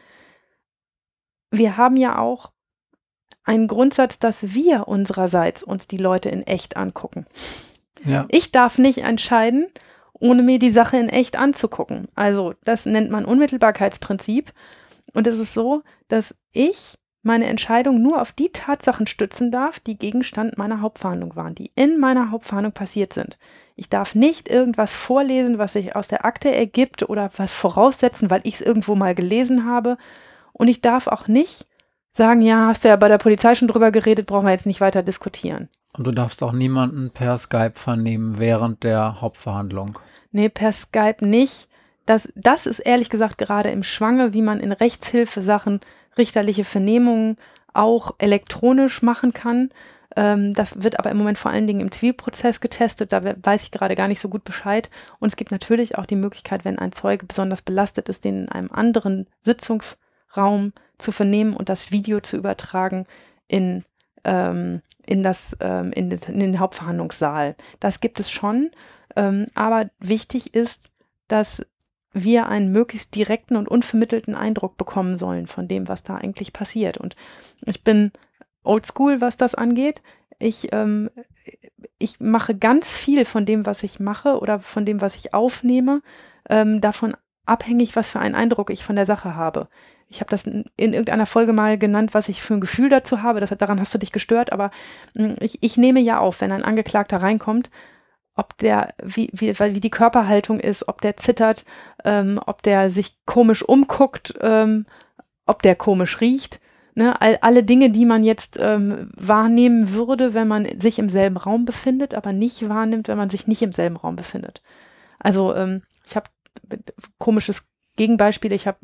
Wir haben ja auch einen Grundsatz, dass wir unsererseits uns die Leute in echt angucken. Ja. Ich darf nicht entscheiden, ohne mir die Sache in echt anzugucken. Also das nennt man Unmittelbarkeitsprinzip. Und es ist so, dass ich meine Entscheidung nur auf die Tatsachen stützen darf, die Gegenstand meiner Hauptverhandlung waren, die in meiner Hauptverhandlung passiert sind. Ich darf nicht irgendwas vorlesen, was sich aus der Akte ergibt oder was voraussetzen, weil ich es irgendwo mal gelesen habe. Und ich darf auch nicht sagen, ja, hast du ja bei der Polizei schon drüber geredet, brauchen wir jetzt nicht weiter diskutieren. Und du darfst auch niemanden per Skype vernehmen während der Hauptverhandlung. Nee, per Skype nicht. Das, das ist ehrlich gesagt gerade im Schwange, wie man in Rechtshilfesachen richterliche Vernehmungen auch elektronisch machen kann. Ähm, das wird aber im Moment vor allen Dingen im Zivilprozess getestet. Da weiß ich gerade gar nicht so gut Bescheid. Und es gibt natürlich auch die Möglichkeit, wenn ein Zeuge besonders belastet ist, den in einem anderen Sitzungsraum zu vernehmen und das Video zu übertragen in, ähm, in, das, ähm, in, den, in den Hauptverhandlungssaal. Das gibt es schon. Ähm, aber wichtig ist, dass wir einen möglichst direkten und unvermittelten Eindruck bekommen sollen von dem, was da eigentlich passiert. Und ich bin oldschool, was das angeht. Ich, ähm, ich mache ganz viel von dem, was ich mache oder von dem, was ich aufnehme, ähm, davon abhängig, was für einen Eindruck ich von der Sache habe. Ich habe das in, in irgendeiner Folge mal genannt, was ich für ein Gefühl dazu habe. Das, daran hast du dich gestört, aber mh, ich, ich nehme ja auf, wenn ein Angeklagter reinkommt, ob der, wie, wie, wie die Körperhaltung ist, ob der zittert, ähm, ob der sich komisch umguckt, ähm, ob der komisch riecht. Ne? All, alle Dinge, die man jetzt ähm, wahrnehmen würde, wenn man sich im selben Raum befindet, aber nicht wahrnimmt, wenn man sich nicht im selben Raum befindet. Also ähm, ich habe komisches Gegenbeispiel. Ich habe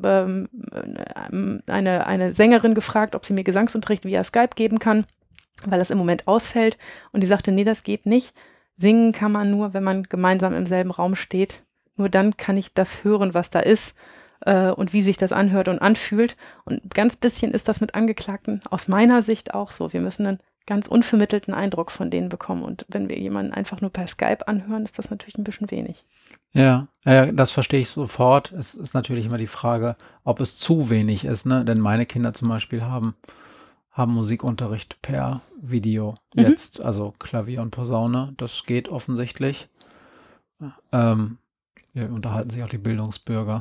ähm, eine, eine Sängerin gefragt, ob sie mir Gesangsunterricht via Skype geben kann, weil das im Moment ausfällt. Und die sagte, nee, das geht nicht. Singen kann man nur, wenn man gemeinsam im selben Raum steht. Nur dann kann ich das hören, was da ist. äh, und wie sich das anhört und anfühlt. Und ganz bisschen ist das mit Angeklagten aus meiner Sicht auch so. Wir müssen einen ganz unvermittelten Eindruck von denen bekommen. Und wenn wir jemanden einfach nur per Skype anhören, ist das natürlich ein bisschen wenig. Ja, ja, das verstehe ich sofort. Es ist natürlich immer die Frage, ob es zu wenig ist, ne? Denn meine Kinder zum Beispiel haben, haben Musikunterricht per Video Mhm. jetzt, also Klavier und Posaune. Das geht offensichtlich. Ähm, hier unterhalten sich auch die Bildungsbürger.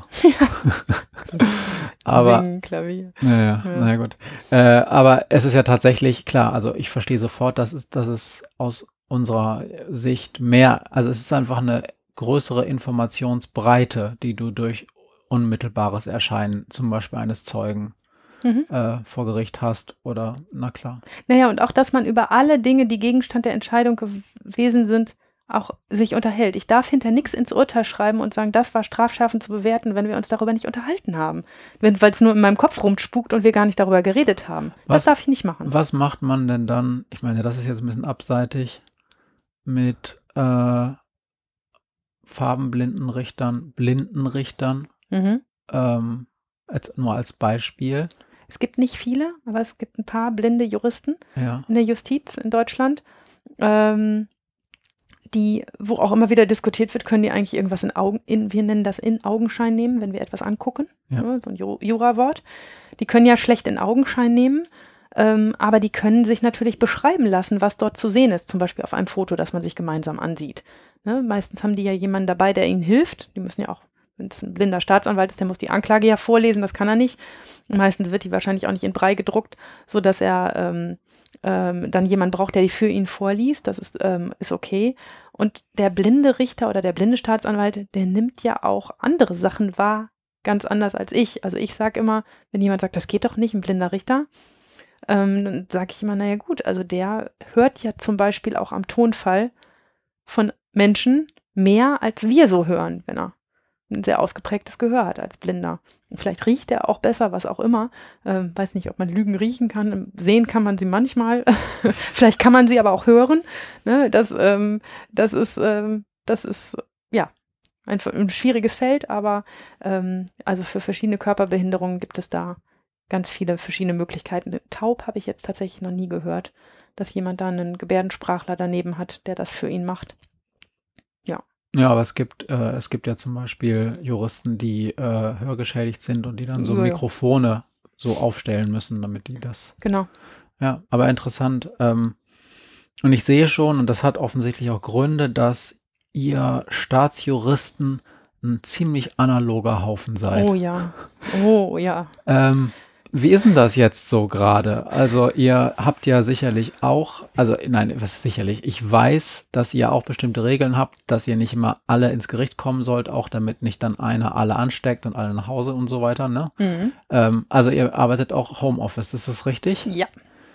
Aber Singen, Klavier. ja, Ja. na ja, gut. Äh, aber es ist ja tatsächlich klar, also ich verstehe sofort, dass es, dass es aus unserer Sicht mehr, also es ist einfach eine größere Informationsbreite, die du durch unmittelbares Erscheinen, zum Beispiel eines Zeugen, Mhm. äh, vor Gericht hast oder, na klar. Naja, und auch, dass man über alle Dinge, die Gegenstand der Entscheidung gewesen sind, auch sich unterhält. Ich darf hinter nichts ins Urteil schreiben und sagen, das war strafschärfend zu bewerten, wenn wir uns darüber nicht unterhalten haben. Weil es nur in meinem Kopf rumspukt und wir gar nicht darüber geredet haben. Was- Das darf ich nicht machen. Was macht man denn dann, ich meine, das ist jetzt ein bisschen abseitig, mit äh, farbenblinden Richtern, blinden Richtern, Mhm. ähm, als, nur als Beispiel. Es gibt nicht viele, aber es gibt ein paar blinde Juristen Ja, in der Justiz in Deutschland, ähm, die, wo auch immer wieder diskutiert wird, können die eigentlich irgendwas in Augen, in, wir nennen das in Augenschein nehmen, wenn wir etwas angucken, Ja. ne, so ein Ju- Jurawort. Die können ja schlecht in Augenschein nehmen, ähm, aber die können sich natürlich beschreiben lassen, was dort zu sehen ist, zum Beispiel auf einem Foto, das man sich gemeinsam ansieht. Ne, meistens haben die ja jemanden dabei, der ihnen hilft. Die müssen ja auch, wenn es ein blinder Staatsanwalt ist, der muss die Anklage ja vorlesen, das kann er nicht. Meistens wird die wahrscheinlich auch nicht in Brei gedruckt, sodass er ähm, ähm, dann jemand braucht, der die für ihn vorliest. Das ist, ähm, ist okay. Und der blinde Richter oder der blinde Staatsanwalt, der nimmt ja auch andere Sachen wahr, ganz anders als ich. Also ich sage immer, wenn jemand sagt, das geht doch nicht, ein blinder Richter, ähm, dann sage ich immer, naja gut, also der hört ja zum Beispiel auch am Tonfall von Menschen mehr, als wir so hören, wenn er ein sehr ausgeprägtes Gehör hat als Blinder. Und vielleicht riecht er auch besser, was auch immer. Ähm, weiß nicht, ob man Lügen riechen kann. Sehen kann man sie manchmal. Vielleicht kann man sie aber auch hören. Ne? Das, ähm, das ist, ähm, das ist, ja, ein, ein schwieriges Feld, aber ähm, also für verschiedene Körperbehinderungen gibt es da ganz viele verschiedene Möglichkeiten. Taub habe ich jetzt tatsächlich noch nie gehört, dass jemand da einen Gebärdensprachler daneben hat, der das für ihn macht. ja, aber es gibt, äh, es gibt ja zum Beispiel Juristen, die äh, hörgeschädigt sind und die dann so Ja, ja. Mikrofone so aufstellen müssen, damit die das. Genau. Ja, aber interessant. Ähm, und ich sehe schon, und das hat offensichtlich auch Gründe, dass ihr Staatsjuristen ein ziemlich analoger Haufen seid. Oh ja. Oh ja. Ähm, wie ist denn das jetzt so gerade? Also ihr habt ja sicherlich auch, also nein, was ist sicherlich, ich weiß, dass ihr auch bestimmte Regeln habt, dass ihr nicht immer alle ins Gericht kommen sollt, auch damit nicht dann einer alle ansteckt und alle nach Hause und so weiter, ne? Mhm. Ähm, also ihr arbeitet auch Homeoffice, ist das richtig? Ja.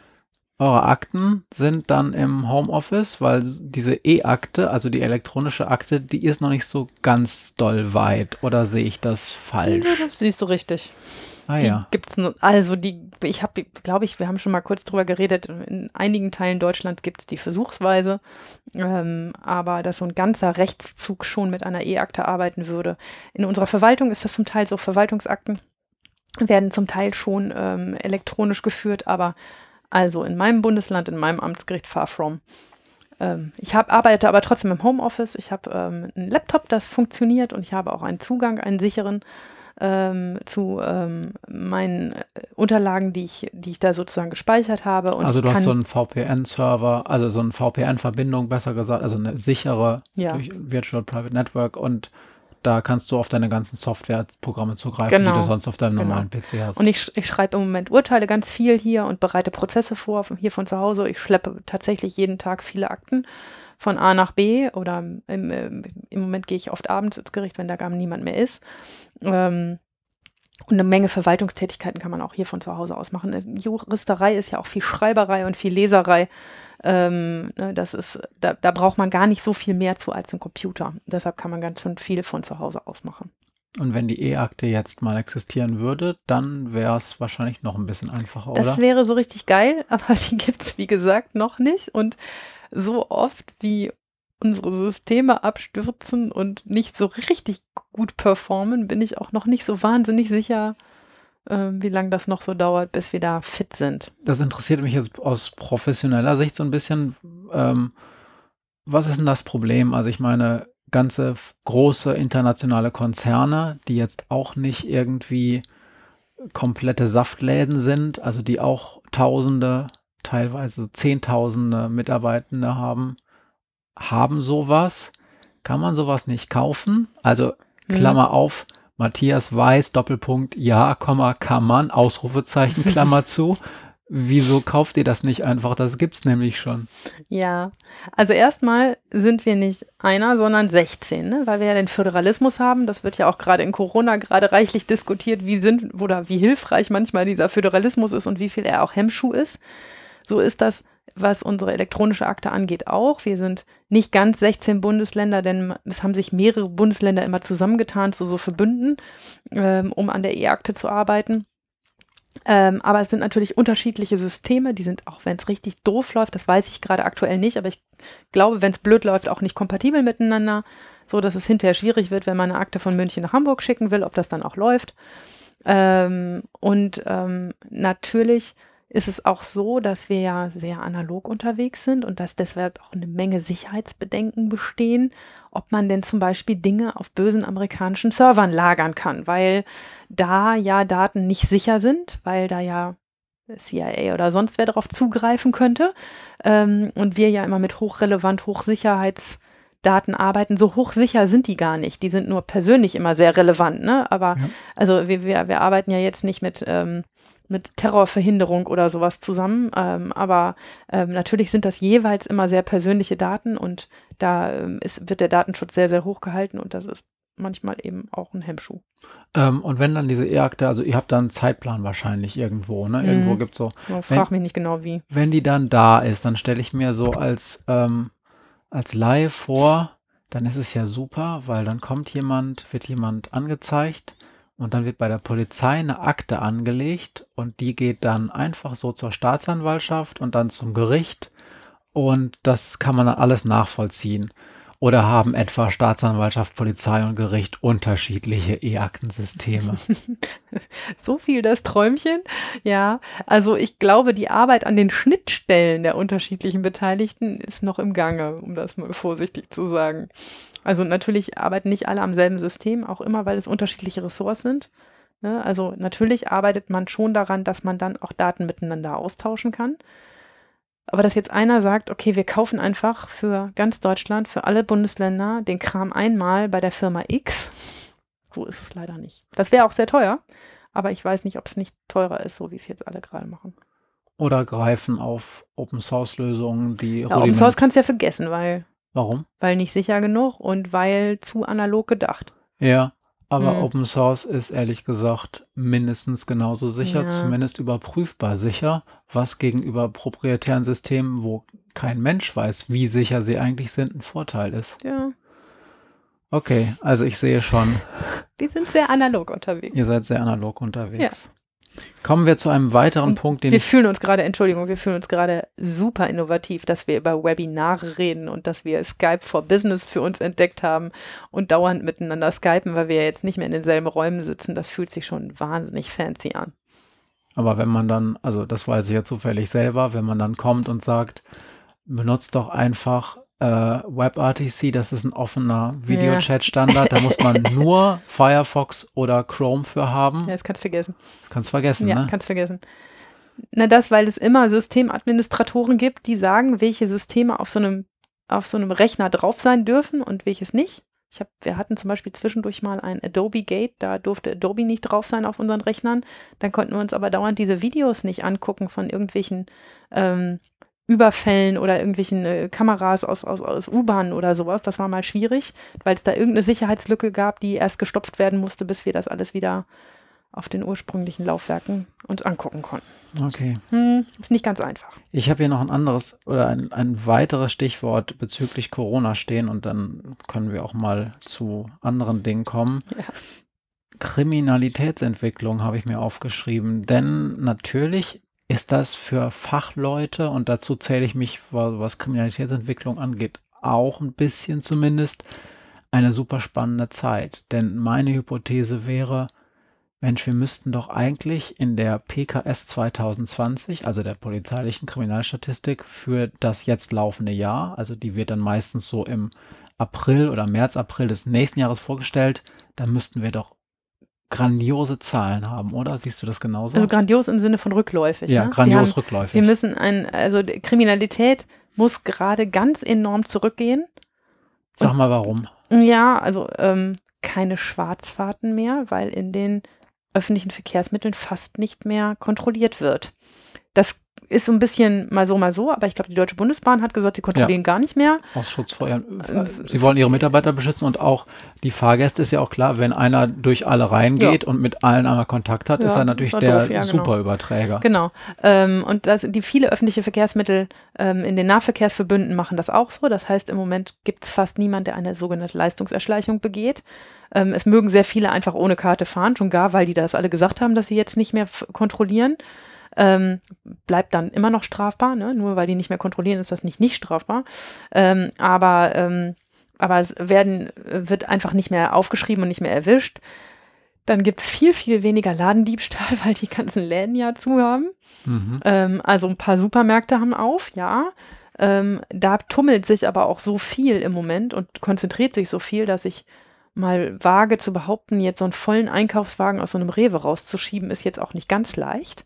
Eure Akten sind dann im Homeoffice, weil diese E-Akte, also die elektronische Akte, die ist noch nicht so ganz doll weit. Oder sehe ich das falsch? Ja, das siehst du richtig. Ah Die ja. gibt's nur, also die, ich habe, glaube ich, wir haben schon mal kurz drüber geredet, in einigen Teilen Deutschlands gibt es die versuchsweise, ähm, aber dass so ein ganzer Rechtszug schon mit einer E-Akte arbeiten würde. In unserer Verwaltung ist das zum Teil so, Verwaltungsakten werden zum Teil schon ähm, elektronisch geführt, aber also in meinem Bundesland, in meinem Amtsgericht far from. Ähm, ich hab, arbeite aber trotzdem im Homeoffice, ich habe ähm, einen Laptop, das funktioniert und ich habe auch einen Zugang, einen sicheren, Ähm, zu ähm, meinen äh, Unterlagen, die ich, die ich da sozusagen gespeichert habe. Und Also ich du kann, hast so einen V P N-Server, also so eine V P N-Verbindung, besser gesagt, also eine sichere Ja. durch Virtual Private Network und da kannst du auf deine ganzen Softwareprogramme zugreifen, Genau. die du sonst auf deinem Genau. normalen P C hast. Und ich, ich schreibe im Moment Urteile ganz viel hier und bereite Prozesse vor, von hier von zu Hause. Ich schleppe tatsächlich jeden Tag viele Akten von A nach B oder im, im, im Moment gehe ich oft abends ins Gericht, wenn da gar niemand mehr ist. Ähm, und eine Menge Verwaltungstätigkeiten kann man auch hier von zu Hause aus machen. Eine Juristerei ist ja auch viel Schreiberei und viel Leserei. Ähm, ne, das ist, da, da braucht man gar nicht so viel mehr zu als ein Computer. Deshalb kann man ganz schön viel von zu Hause aus machen. Und wenn die E-Akte jetzt mal existieren würde, dann wäre es wahrscheinlich noch ein bisschen einfacher, Das oder? wäre so richtig geil, aber die gibt es, wie gesagt, noch nicht. Und so oft wie unsere Systeme abstürzen und nicht so richtig gut performen, bin ich auch noch nicht so wahnsinnig sicher, äh, wie lange das noch so dauert, bis wir da fit sind. Das interessiert mich jetzt aus professioneller Sicht so ein bisschen. Ähm, was ist denn das Problem? Also ich meine, ganze f- große internationale Konzerne, die jetzt auch nicht irgendwie komplette Saftläden sind, also die auch Tausende, teilweise Zehntausende Mitarbeitende haben, haben sowas. Kann man sowas nicht kaufen? Also Hm. Klammer auf, Matthias Weiß, Doppelpunkt, ja, Komma, kann man, Ausrufezeichen, Klammer zu. Wieso kauft ihr das nicht einfach? Das gibt's nämlich schon. Ja, also erstmal sind wir nicht einer, sondern sechzehn, ne? Weil wir ja den Föderalismus haben. Das wird ja auch gerade in Corona gerade reichlich diskutiert, wie sind oder wie hilfreich manchmal dieser Föderalismus ist und wie viel er auch Hemmschuh ist. So ist das, was unsere elektronische Akte angeht, auch. Wir sind nicht ganz sechzehn Bundesländer, denn es haben sich mehrere Bundesländer immer zusammengetan zu so Verbünden, ähm, um an der E-Akte zu arbeiten. Ähm, aber es sind natürlich unterschiedliche Systeme, die sind, auch wenn es richtig doof läuft, das weiß ich gerade aktuell nicht, aber ich glaube, wenn es blöd läuft, auch nicht kompatibel miteinander, so dass es hinterher schwierig wird, wenn man eine Akte von München nach Hamburg schicken will, ob das dann auch läuft. Ähm, und ähm, natürlich ist es auch so, dass wir ja sehr analog unterwegs sind und dass deshalb auch eine Menge Sicherheitsbedenken bestehen, ob man denn zum Beispiel Dinge auf bösen amerikanischen Servern lagern kann, weil da ja Daten nicht sicher sind, weil da ja C I A oder sonst wer darauf zugreifen könnte, ähm, und wir ja immer mit hochrelevant, Hochsicherheitsdaten arbeiten. So hochsicher sind die gar nicht. Die sind nur persönlich immer sehr relevant, ne? Aber Ja. also wir, wir, wir arbeiten ja jetzt nicht mit, ähm, mit Terrorverhinderung oder sowas zusammen, ähm, aber ähm, natürlich sind das jeweils immer sehr persönliche Daten und da ähm, ist, wird der Datenschutz sehr, sehr hoch gehalten und das ist manchmal eben auch ein Hemmschuh. Ähm, und wenn dann diese E-Akte, also ihr habt dann einen Zeitplan wahrscheinlich irgendwo, ne? Irgendwo Mhm. gibt's so, Ja, frag mich nicht genau wie. wenn die dann da ist, dann stelle ich mir so als, ähm, als Laie vor, dann ist es ja super, weil dann kommt jemand, wird jemand angezeigt und dann wird bei der Polizei eine Akte angelegt und die geht dann einfach so zur Staatsanwaltschaft und dann zum Gericht und das kann man dann alles nachvollziehen. Oder haben etwa Staatsanwaltschaft, Polizei und Gericht unterschiedliche E-Aktensysteme? So viel das Träumchen. Ja, also ich glaube, die Arbeit an den Schnittstellen der unterschiedlichen Beteiligten ist noch im Gange, um das mal vorsichtig zu sagen. Also natürlich arbeiten nicht alle am selben System, auch immer, weil es unterschiedliche Ressorts sind. Ne? Also natürlich arbeitet man schon daran, dass man dann auch Daten miteinander austauschen kann. Aber dass jetzt einer sagt, okay, wir kaufen einfach für ganz Deutschland, für alle Bundesländer den Kram einmal bei der Firma X, so ist es leider nicht. Das wäre auch sehr teuer, aber ich weiß nicht, ob es nicht teurer ist, so wie es jetzt alle gerade machen. Oder greifen auf Open-Source-Lösungen, die Ja, Open Rudiment- Source kannst du ja vergessen, weil, Warum? weil nicht sicher genug und weil zu analog gedacht. Ja, aber Hm. Open Source ist ehrlich gesagt mindestens genauso sicher, Ja. zumindest überprüfbar sicher, was gegenüber proprietären Systemen, wo kein Mensch weiß, wie sicher sie eigentlich sind, ein Vorteil ist. Ja, Okay, also ich sehe schon, wir sind sehr analog unterwegs. ihr seid sehr analog unterwegs. Kommen wir zu einem weiteren Und Punkt, den Wir ich fühlen uns gerade, Entschuldigung, wir fühlen uns gerade super innovativ, dass wir über Webinare reden und dass wir Skype for Business für uns entdeckt haben und dauernd miteinander skypen, weil wir ja jetzt nicht mehr in denselben Räumen sitzen. Das fühlt sich schon wahnsinnig fancy an. Aber wenn man dann, also das weiß ich ja zufällig selber, wenn man dann kommt und sagt, benutzt doch einfach äh, WebRTC, das ist ein offener Videochat-Standard, da muss man nur Firefox oder Chrome für haben. Ja, das kannst du vergessen. Kannst vergessen, Ja, ne? kannst vergessen. Na, das, weil es immer Systemadministratoren gibt, die sagen, welche Systeme auf so einem, auf so einem Rechner drauf sein dürfen und welches nicht. Ich hab, wir hatten zum Beispiel zwischendurch mal ein Adobe Gate, da durfte Adobe nicht drauf sein auf unseren Rechnern. Dann konnten wir uns aber dauernd diese Videos nicht angucken von irgendwelchen ähm, Überfällen oder irgendwelchen äh, Kameras aus, aus, aus U-Bahnen oder sowas. Das war mal schwierig, weil es da irgendeine Sicherheitslücke gab, die erst gestopft werden musste, bis wir das alles wieder auf den ursprünglichen Laufwerken uns angucken konnten. Okay. Hm, ist nicht ganz einfach. Ich habe hier noch ein anderes oder ein, ein weiteres Stichwort bezüglich Corona stehen und dann können wir auch mal zu anderen Dingen kommen. Ja. Kriminalitätsentwicklung habe ich mir aufgeschrieben, denn natürlich ist das für Fachleute und dazu zähle ich mich, was Kriminalitätsentwicklung angeht, auch ein bisschen zumindest eine super spannende Zeit. Denn meine Hypothese wäre, Mensch, wir müssten doch eigentlich in der P K S zwanzig zwanzig, also der polizeilichen Kriminalstatistik, für das jetzt laufende Jahr, also die wird dann meistens so im April oder März, April des nächsten Jahres vorgestellt, da müssten wir doch grandiose Zahlen haben, oder? Siehst du das genauso? Also grandios im Sinne von rückläufig. Ja, ne? grandios wir haben, rückläufig. Wir müssen ein, also die Kriminalität muss gerade ganz enorm zurückgehen. Sag mal, warum? Ja, also ähm, keine Schwarzfahrten mehr, weil in den öffentlichen Verkehrsmitteln fast nicht mehr kontrolliert wird. Das ist so ein bisschen mal so, mal so, aber ich glaube, die Deutsche Bundesbahn hat gesagt, sie kontrollieren ja. gar nicht mehr. Aus Schutz vor ihren, äh, sie wollen ihre Mitarbeiter beschützen und auch die Fahrgäste ist ja auch klar, wenn einer durch alle reingeht ja. und mit allen einmal Kontakt hat, ja, ist er natürlich der doof, ja, Superüberträger. Genau. Ähm, und das, die viele öffentliche Verkehrsmittel ähm, in den Nahverkehrsverbünden machen das auch so. Das heißt, im Moment gibt es fast niemanden, der eine sogenannte Leistungserschleichung begeht. Ähm, es mögen sehr viele einfach ohne Karte fahren, schon gar, weil die das alle gesagt haben, dass sie jetzt nicht mehr f- kontrollieren. Ähm, bleibt dann immer noch strafbar, ne? Nur weil die nicht mehr kontrollieren, ist das nicht nicht strafbar. Ähm, aber, ähm, aber es werden, wird einfach nicht mehr aufgeschrieben und nicht mehr erwischt. Dann gibt es viel, viel weniger Ladendiebstahl, weil die ganzen Läden ja zu haben. Mhm. Ähm, also ein paar Supermärkte haben auf, ja. Ähm, da tummelt sich aber auch so viel im Moment und konzentriert sich so viel, dass ich mal wage zu behaupten, jetzt so einen vollen Einkaufswagen aus so einem Rewe rauszuschieben, ist jetzt auch nicht ganz leicht.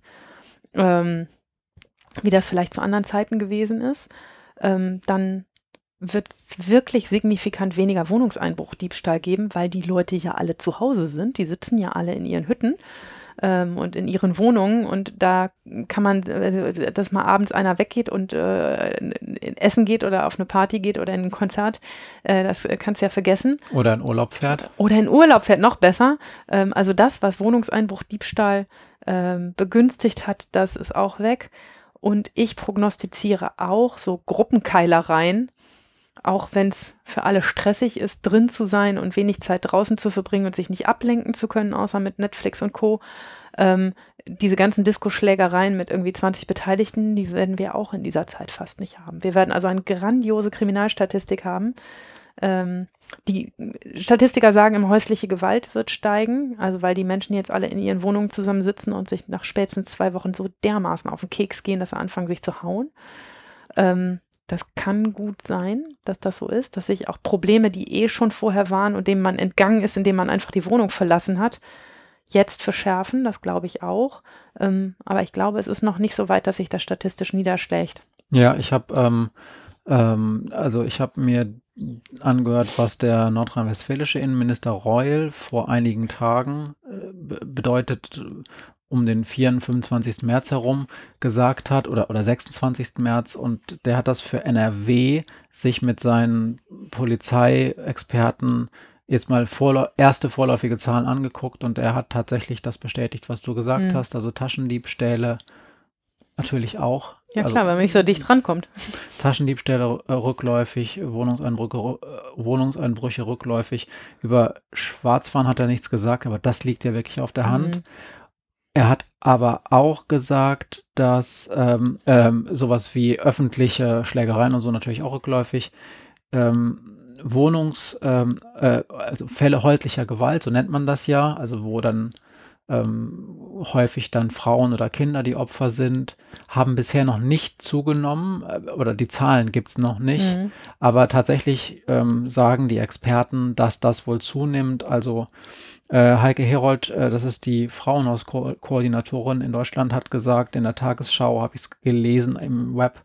Ähm, wie das vielleicht zu anderen Zeiten gewesen ist, ähm, dann wird es wirklich signifikant weniger Wohnungseinbruchdiebstahl geben, weil die Leute ja alle zu Hause sind. Die sitzen ja alle in ihren Hütten ähm, und in ihren Wohnungen und da kann man, also, dass mal abends einer weggeht und äh, essen geht oder auf eine Party geht oder in ein Konzert, äh, das kannst du ja vergessen. Oder in Urlaub fährt. Oder in Urlaub fährt, noch besser. Ähm, also das, was Wohnungseinbruchdiebstahl ähm, begünstigt hat, das ist auch weg. Und ich prognostiziere auch so Gruppenkeilereien, auch wenn es für alle stressig ist, drin zu sein und wenig Zeit draußen zu verbringen und sich nicht ablenken zu können, außer mit Netflix und Co. Ähm, diese ganzen Disco-Schlägereien mit irgendwie zwanzig Beteiligten, die werden wir auch in dieser Zeit fast nicht haben. Wir werden also eine grandiose Kriminalstatistik haben. Ähm, die Statistiker sagen, im häusliche Gewalt wird steigen, also weil die Menschen jetzt alle in ihren Wohnungen zusammensitzen und sich nach spätestens zwei Wochen so dermaßen auf den Keks gehen, dass sie anfangen, sich zu hauen. Ähm, das kann gut sein, dass das so ist, dass sich auch Probleme, die eh schon vorher waren und denen man entgangen ist, indem man einfach die Wohnung verlassen hat, jetzt verschärfen. Das glaube ich auch. Ähm, aber ich glaube, es ist noch nicht so weit, dass sich das statistisch niederschlägt. Ja, ich habe ähm, ähm, also ich habe mir angehört, was der nordrhein-westfälische Innenminister Reul vor einigen Tagen äh, be- bedeutet um den vierundzwanzigsten, fünfundzwanzigsten März herum gesagt hat oder, oder sechsundzwanzigsten März und der hat das für N R W sich mit seinen Polizeiexperten jetzt mal vorläu- erste vorläufige Zahlen angeguckt und er hat tatsächlich das bestätigt, was du gesagt Mhm. hast, also Taschendiebstähle natürlich auch. Ja Also, klar, wenn man nicht so dicht rankommt. Taschendiebstähle äh, rückläufig, Wohnungseinbrüche, rü- äh, Wohnungseinbrüche rückläufig. Über Schwarzfahren hat er nichts gesagt, aber das liegt ja wirklich auf der Hand. Mhm. Er hat aber auch gesagt, dass ähm, ähm, sowas wie öffentliche Schlägereien und so natürlich auch rückläufig, ähm, Wohnungs, ähm, äh, also Fälle häuslicher Gewalt, so nennt man das ja, also wo dann ähm, häufig dann Frauen oder Kinder die Opfer sind, haben bisher noch nicht zugenommen äh, oder die Zahlen gibt es noch nicht, Mhm. aber tatsächlich ähm, sagen die Experten, dass das wohl zunimmt, also äh, Heike Herold, äh, das ist die Frauenhauskoordinatorin in Deutschland, hat gesagt, in der Tagesschau habe ich es gelesen im Web,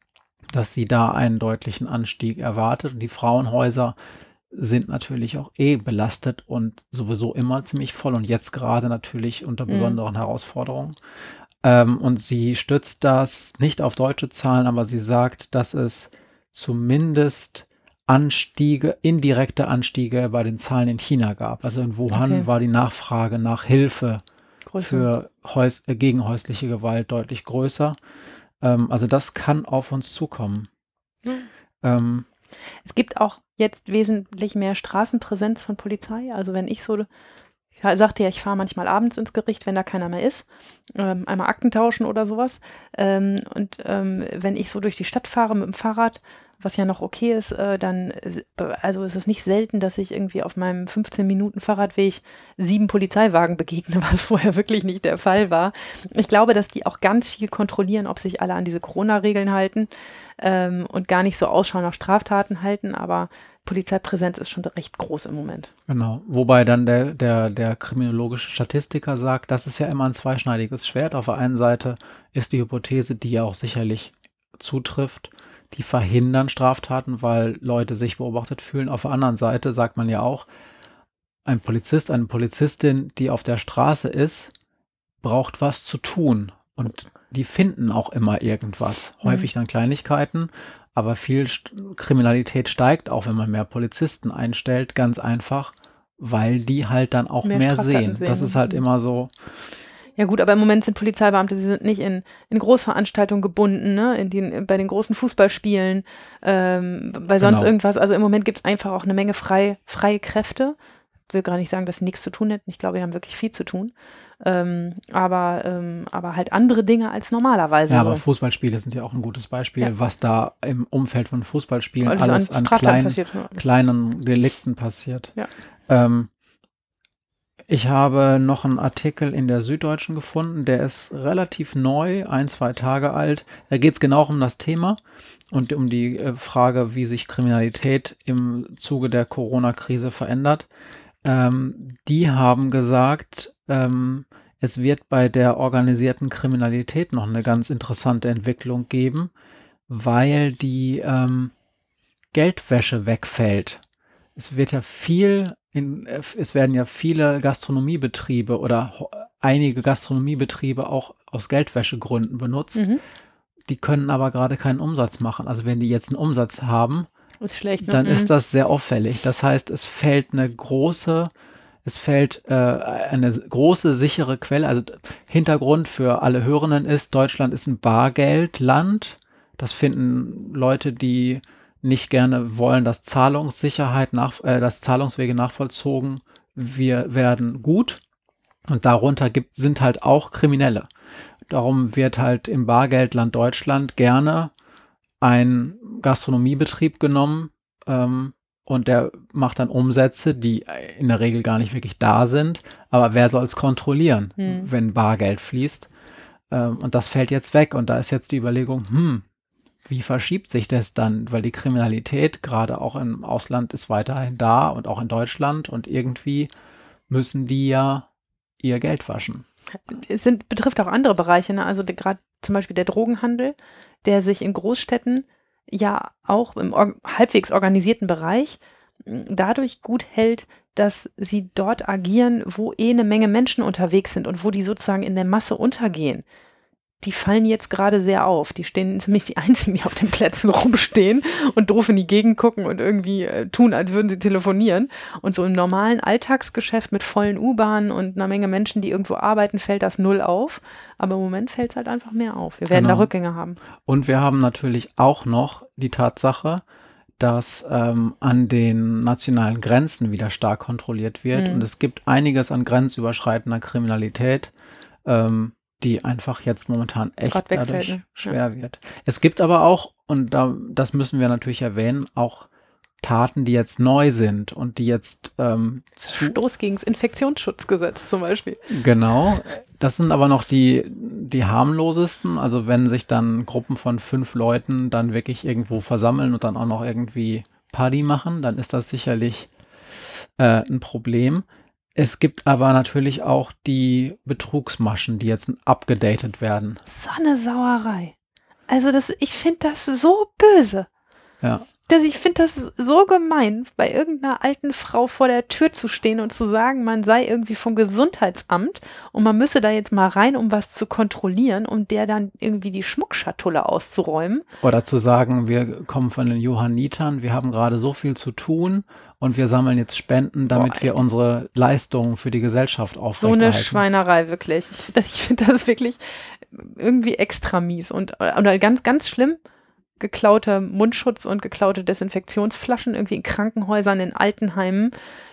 dass sie da einen deutlichen Anstieg erwartet. Und die Frauenhäuser sind natürlich auch eh belastet und sowieso immer ziemlich voll und jetzt gerade natürlich unter Mhm. besonderen Herausforderungen. Ähm, und sie stützt das nicht auf deutsche Zahlen, aber sie sagt, dass es zumindest Anstiege, indirekte Anstiege bei den Zahlen in China gab. Also in Wuhan Okay. war die Nachfrage nach Hilfe Größer. für Häus äh, gegen häusliche Gewalt deutlich größer. Ähm, also das kann auf uns zukommen. Mhm. Ähm, Es gibt auch jetzt wesentlich mehr Straßenpräsenz von Polizei. Also wenn ich so, ich sagte ja, ich fahre manchmal abends ins Gericht, wenn da keiner mehr ist, ähm, einmal Akten tauschen oder sowas. Ähm, und ähm, wenn ich so durch die Stadt fahre mit dem Fahrrad was ja noch okay ist, äh, dann, also es ist nicht selten, dass ich irgendwie auf meinem fünfzehn Minuten Fahrradweg sieben Polizeiwagen begegne, was vorher wirklich nicht der Fall war. Ich glaube, dass die auch ganz viel kontrollieren, ob sich alle an diese Corona-Regeln halten ähm, und gar nicht so Ausschau nach Straftaten halten, aber Polizeipräsenz ist schon recht groß im Moment. Genau, wobei dann der, der, der kriminologische Statistiker sagt, das ist ja immer ein zweischneidiges Schwert. Auf der einen Seite ist die Hypothese, die ja auch sicherlich zutrifft, die verhindern Straftaten, weil Leute sich beobachtet fühlen. Auf der anderen Seite sagt man ja auch, ein Polizist, eine Polizistin, die auf der Straße ist, braucht was zu tun. Und die finden auch immer irgendwas. Mhm. Häufig dann Kleinigkeiten, aber viel St- Kriminalität steigt, auch wenn man mehr Polizisten einstellt, ganz einfach, weil die halt dann auch mehr, mehr sehen. sehen. Das ist halt mhm. immer so. Ja gut, aber im Moment sind Polizeibeamte, sie sind nicht in, in Großveranstaltungen gebunden, ne? in den, bei den großen Fußballspielen, ähm, bei sonst genau. irgendwas. Also im Moment gibt es einfach auch eine Menge frei, freie Kräfte. Ich will gar nicht sagen, dass sie nichts zu tun hätten. Ich glaube, die haben wirklich viel zu tun. Ähm, aber, ähm, aber halt andere Dinge als normalerweise. Ja, so. aber Fußballspiele sind ja auch ein gutes Beispiel, ja. was da im Umfeld von Fußballspielen also alles an, an klein, kleinen Delikten passiert. Ja. Ähm, ich habe noch einen Artikel in der Süddeutschen gefunden, der ist relativ neu, ein, zwei Tage alt. Da geht es genau um das Thema und um die äh, Frage, wie sich Kriminalität im Zuge der Corona-Krise verändert. Ähm, die haben gesagt, ähm, es wird bei der organisierten Kriminalität noch eine ganz interessante Entwicklung geben, weil die ähm, Geldwäsche wegfällt. Es wird ja viel, in, es werden ja viele Gastronomiebetriebe oder einige Gastronomiebetriebe auch aus Geldwäschegründen benutzt. Mhm. Die können aber gerade keinen Umsatz machen. Also wenn die jetzt einen Umsatz haben, ist schlecht, ne? dann mhm. ist das sehr auffällig. Das heißt, es fällt eine große, es fällt äh, eine große sichere Quelle. Also Hintergrund für alle Hörenden ist, Deutschland ist ein Bargeldland. Das finden Leute, die nicht gerne wollen, dass Zahlungssicherheit, nach, äh, dass Zahlungswege nachvollzogen wir werden gut. Und darunter gibt, sind halt auch Kriminelle. Darum wird halt im Bargeldland Deutschland gerne ein Gastronomiebetrieb genommen ähm, und der macht dann Umsätze, die in der Regel gar nicht wirklich da sind. Aber wer soll es kontrollieren, hm. wenn Bargeld fließt? Ähm, und das fällt jetzt weg. Und da ist jetzt die Überlegung, hm, wie verschiebt sich das dann? Weil die Kriminalität gerade auch im Ausland ist weiterhin da und auch in Deutschland. Und irgendwie müssen die ja ihr Geld waschen. Es sind, betrifft auch andere Bereiche, ne? Also gerade zum Beispiel der Drogenhandel, der sich in Großstädten ja auch im or- halbwegs organisierten Bereich dadurch gut hält, dass sie dort agieren, wo eh eine Menge Menschen unterwegs sind und wo die sozusagen in der Masse untergehen. Die fallen jetzt gerade sehr auf. Die stehen ziemlich die Einzigen, die auf den Plätzen rumstehen und doof in die Gegend gucken und irgendwie äh, tun, als würden sie telefonieren. Und so im normalen Alltagsgeschäft mit vollen U-Bahnen und einer Menge Menschen, die irgendwo arbeiten, fällt das null auf. Aber im Moment fällt es halt einfach mehr auf. Wir werden genau. da Rückgänge haben. Und wir haben natürlich auch noch die Tatsache, dass ähm, an den nationalen Grenzen wieder stark kontrolliert wird. Mhm. Und es gibt einiges an grenzüberschreitender Kriminalität, ähm, die einfach jetzt momentan echt wegfällt, dadurch ne? schwer ja. wird. Es gibt aber auch, und da, das müssen wir natürlich erwähnen, auch Taten, die jetzt neu sind und die jetzt ähm, Stoß gegen das Infektionsschutzgesetz zum Beispiel. Genau, das sind aber noch die, die harmlosesten. Also wenn sich dann Gruppen von fünf Leuten dann wirklich irgendwo versammeln und dann auch noch irgendwie Party machen, dann ist das sicherlich äh, ein Problem. Es gibt aber natürlich auch die Betrugsmaschen, die jetzt abgedatet werden. So eine Sauerei. Also das, ich finde das so böse. Ja. Das, ich finde das so gemein, bei irgendeiner alten Frau vor der Tür zu stehen und zu sagen, man sei irgendwie vom Gesundheitsamt und man müsse da jetzt mal rein, um was zu kontrollieren, um der dann irgendwie die Schmuckschatulle auszuräumen. Oder zu sagen, wir kommen von den Johannitern, wir haben gerade so viel zu tun und wir sammeln jetzt Spenden, damit Boah, wir unsere Leistungen für die Gesellschaft aufrechterhalten. So eine Schweinerei, wirklich. Ich, ich finde das wirklich irgendwie extra mies und oder ganz, ganz schlimm. Geklaute Mundschutz und geklaute Desinfektionsflaschen irgendwie in Krankenhäusern, in Altenheimen.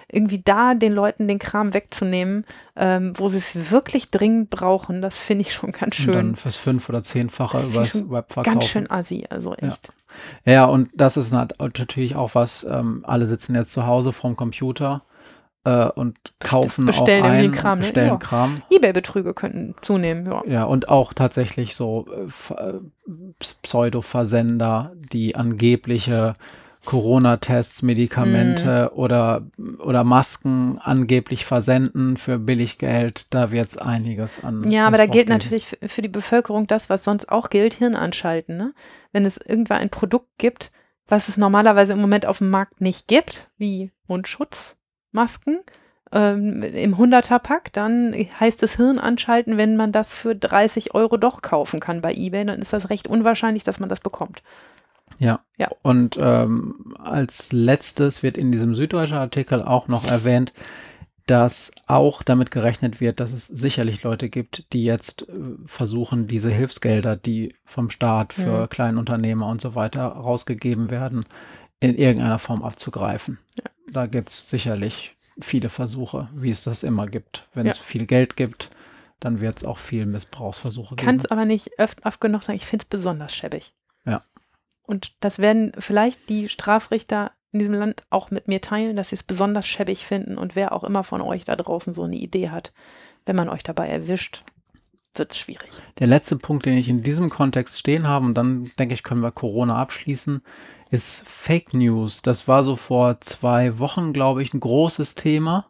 irgendwie da den Leuten den Kram wegzunehmen, ähm, wo sie es wirklich dringend brauchen, das finde ich schon ganz schön. Und dann fürs fünf- oder zehnfache Das übers schon Web verkaufen. Ganz schön assi, also echt. Ja, ja, und das ist nat- natürlich auch was, ähm, alle sitzen jetzt zu Hause vorm Computer äh, und kaufen Bestellen auch irgendwie ein, Kram, und ne? bestellen Ja. Kram. eBay-Betrüge könnten zunehmen, ja. Ja, und auch tatsächlich so äh, F- äh, Pseudo-Versender, die angebliche Corona-Tests, Medikamente oder, oder Masken angeblich versenden für Billiggeld. Da wird es einiges an Ja, aber da Missbrauch gilt geben. natürlich für, für die Bevölkerung das, was sonst auch gilt, Hirn anschalten. Ne? Wenn es irgendwann ein Produkt gibt, was es normalerweise im Moment auf dem Markt nicht gibt, wie Mundschutzmasken ähm, im Hunderter-Pack, dann heißt es Hirn anschalten, wenn man das für dreißig Euro doch kaufen kann bei eBay, dann ist das recht unwahrscheinlich, dass man das bekommt. Ja. Ja. Und ähm, als letztes wird in diesem Süddeutschen Artikel auch noch erwähnt, dass auch damit gerechnet wird, dass es sicherlich Leute gibt, die jetzt äh, versuchen, diese Hilfsgelder, die vom Staat für Mhm. Kleinunternehmer und so weiter rausgegeben werden, in irgendeiner Form abzugreifen. Ja. Da gibt es sicherlich viele Versuche, wie es das immer gibt. Wenn Ja. es viel Geld gibt, dann wird es auch viel Missbrauchsversuche Kann geben. es aber nicht oft, oft genug sagen, ich finde es besonders schäbig. Ja. Und das werden vielleicht die Strafrichter in diesem Land auch mit mir teilen, dass sie es besonders schäbig finden und wer auch immer von euch da draußen so eine Idee hat, wenn man euch dabei erwischt, wird es schwierig. Der letzte Punkt, den ich in diesem Kontext stehen habe, und dann denke ich, können wir Corona abschließen, ist Fake News. Das war so vor zwei Wochen, glaube ich, ein großes Thema.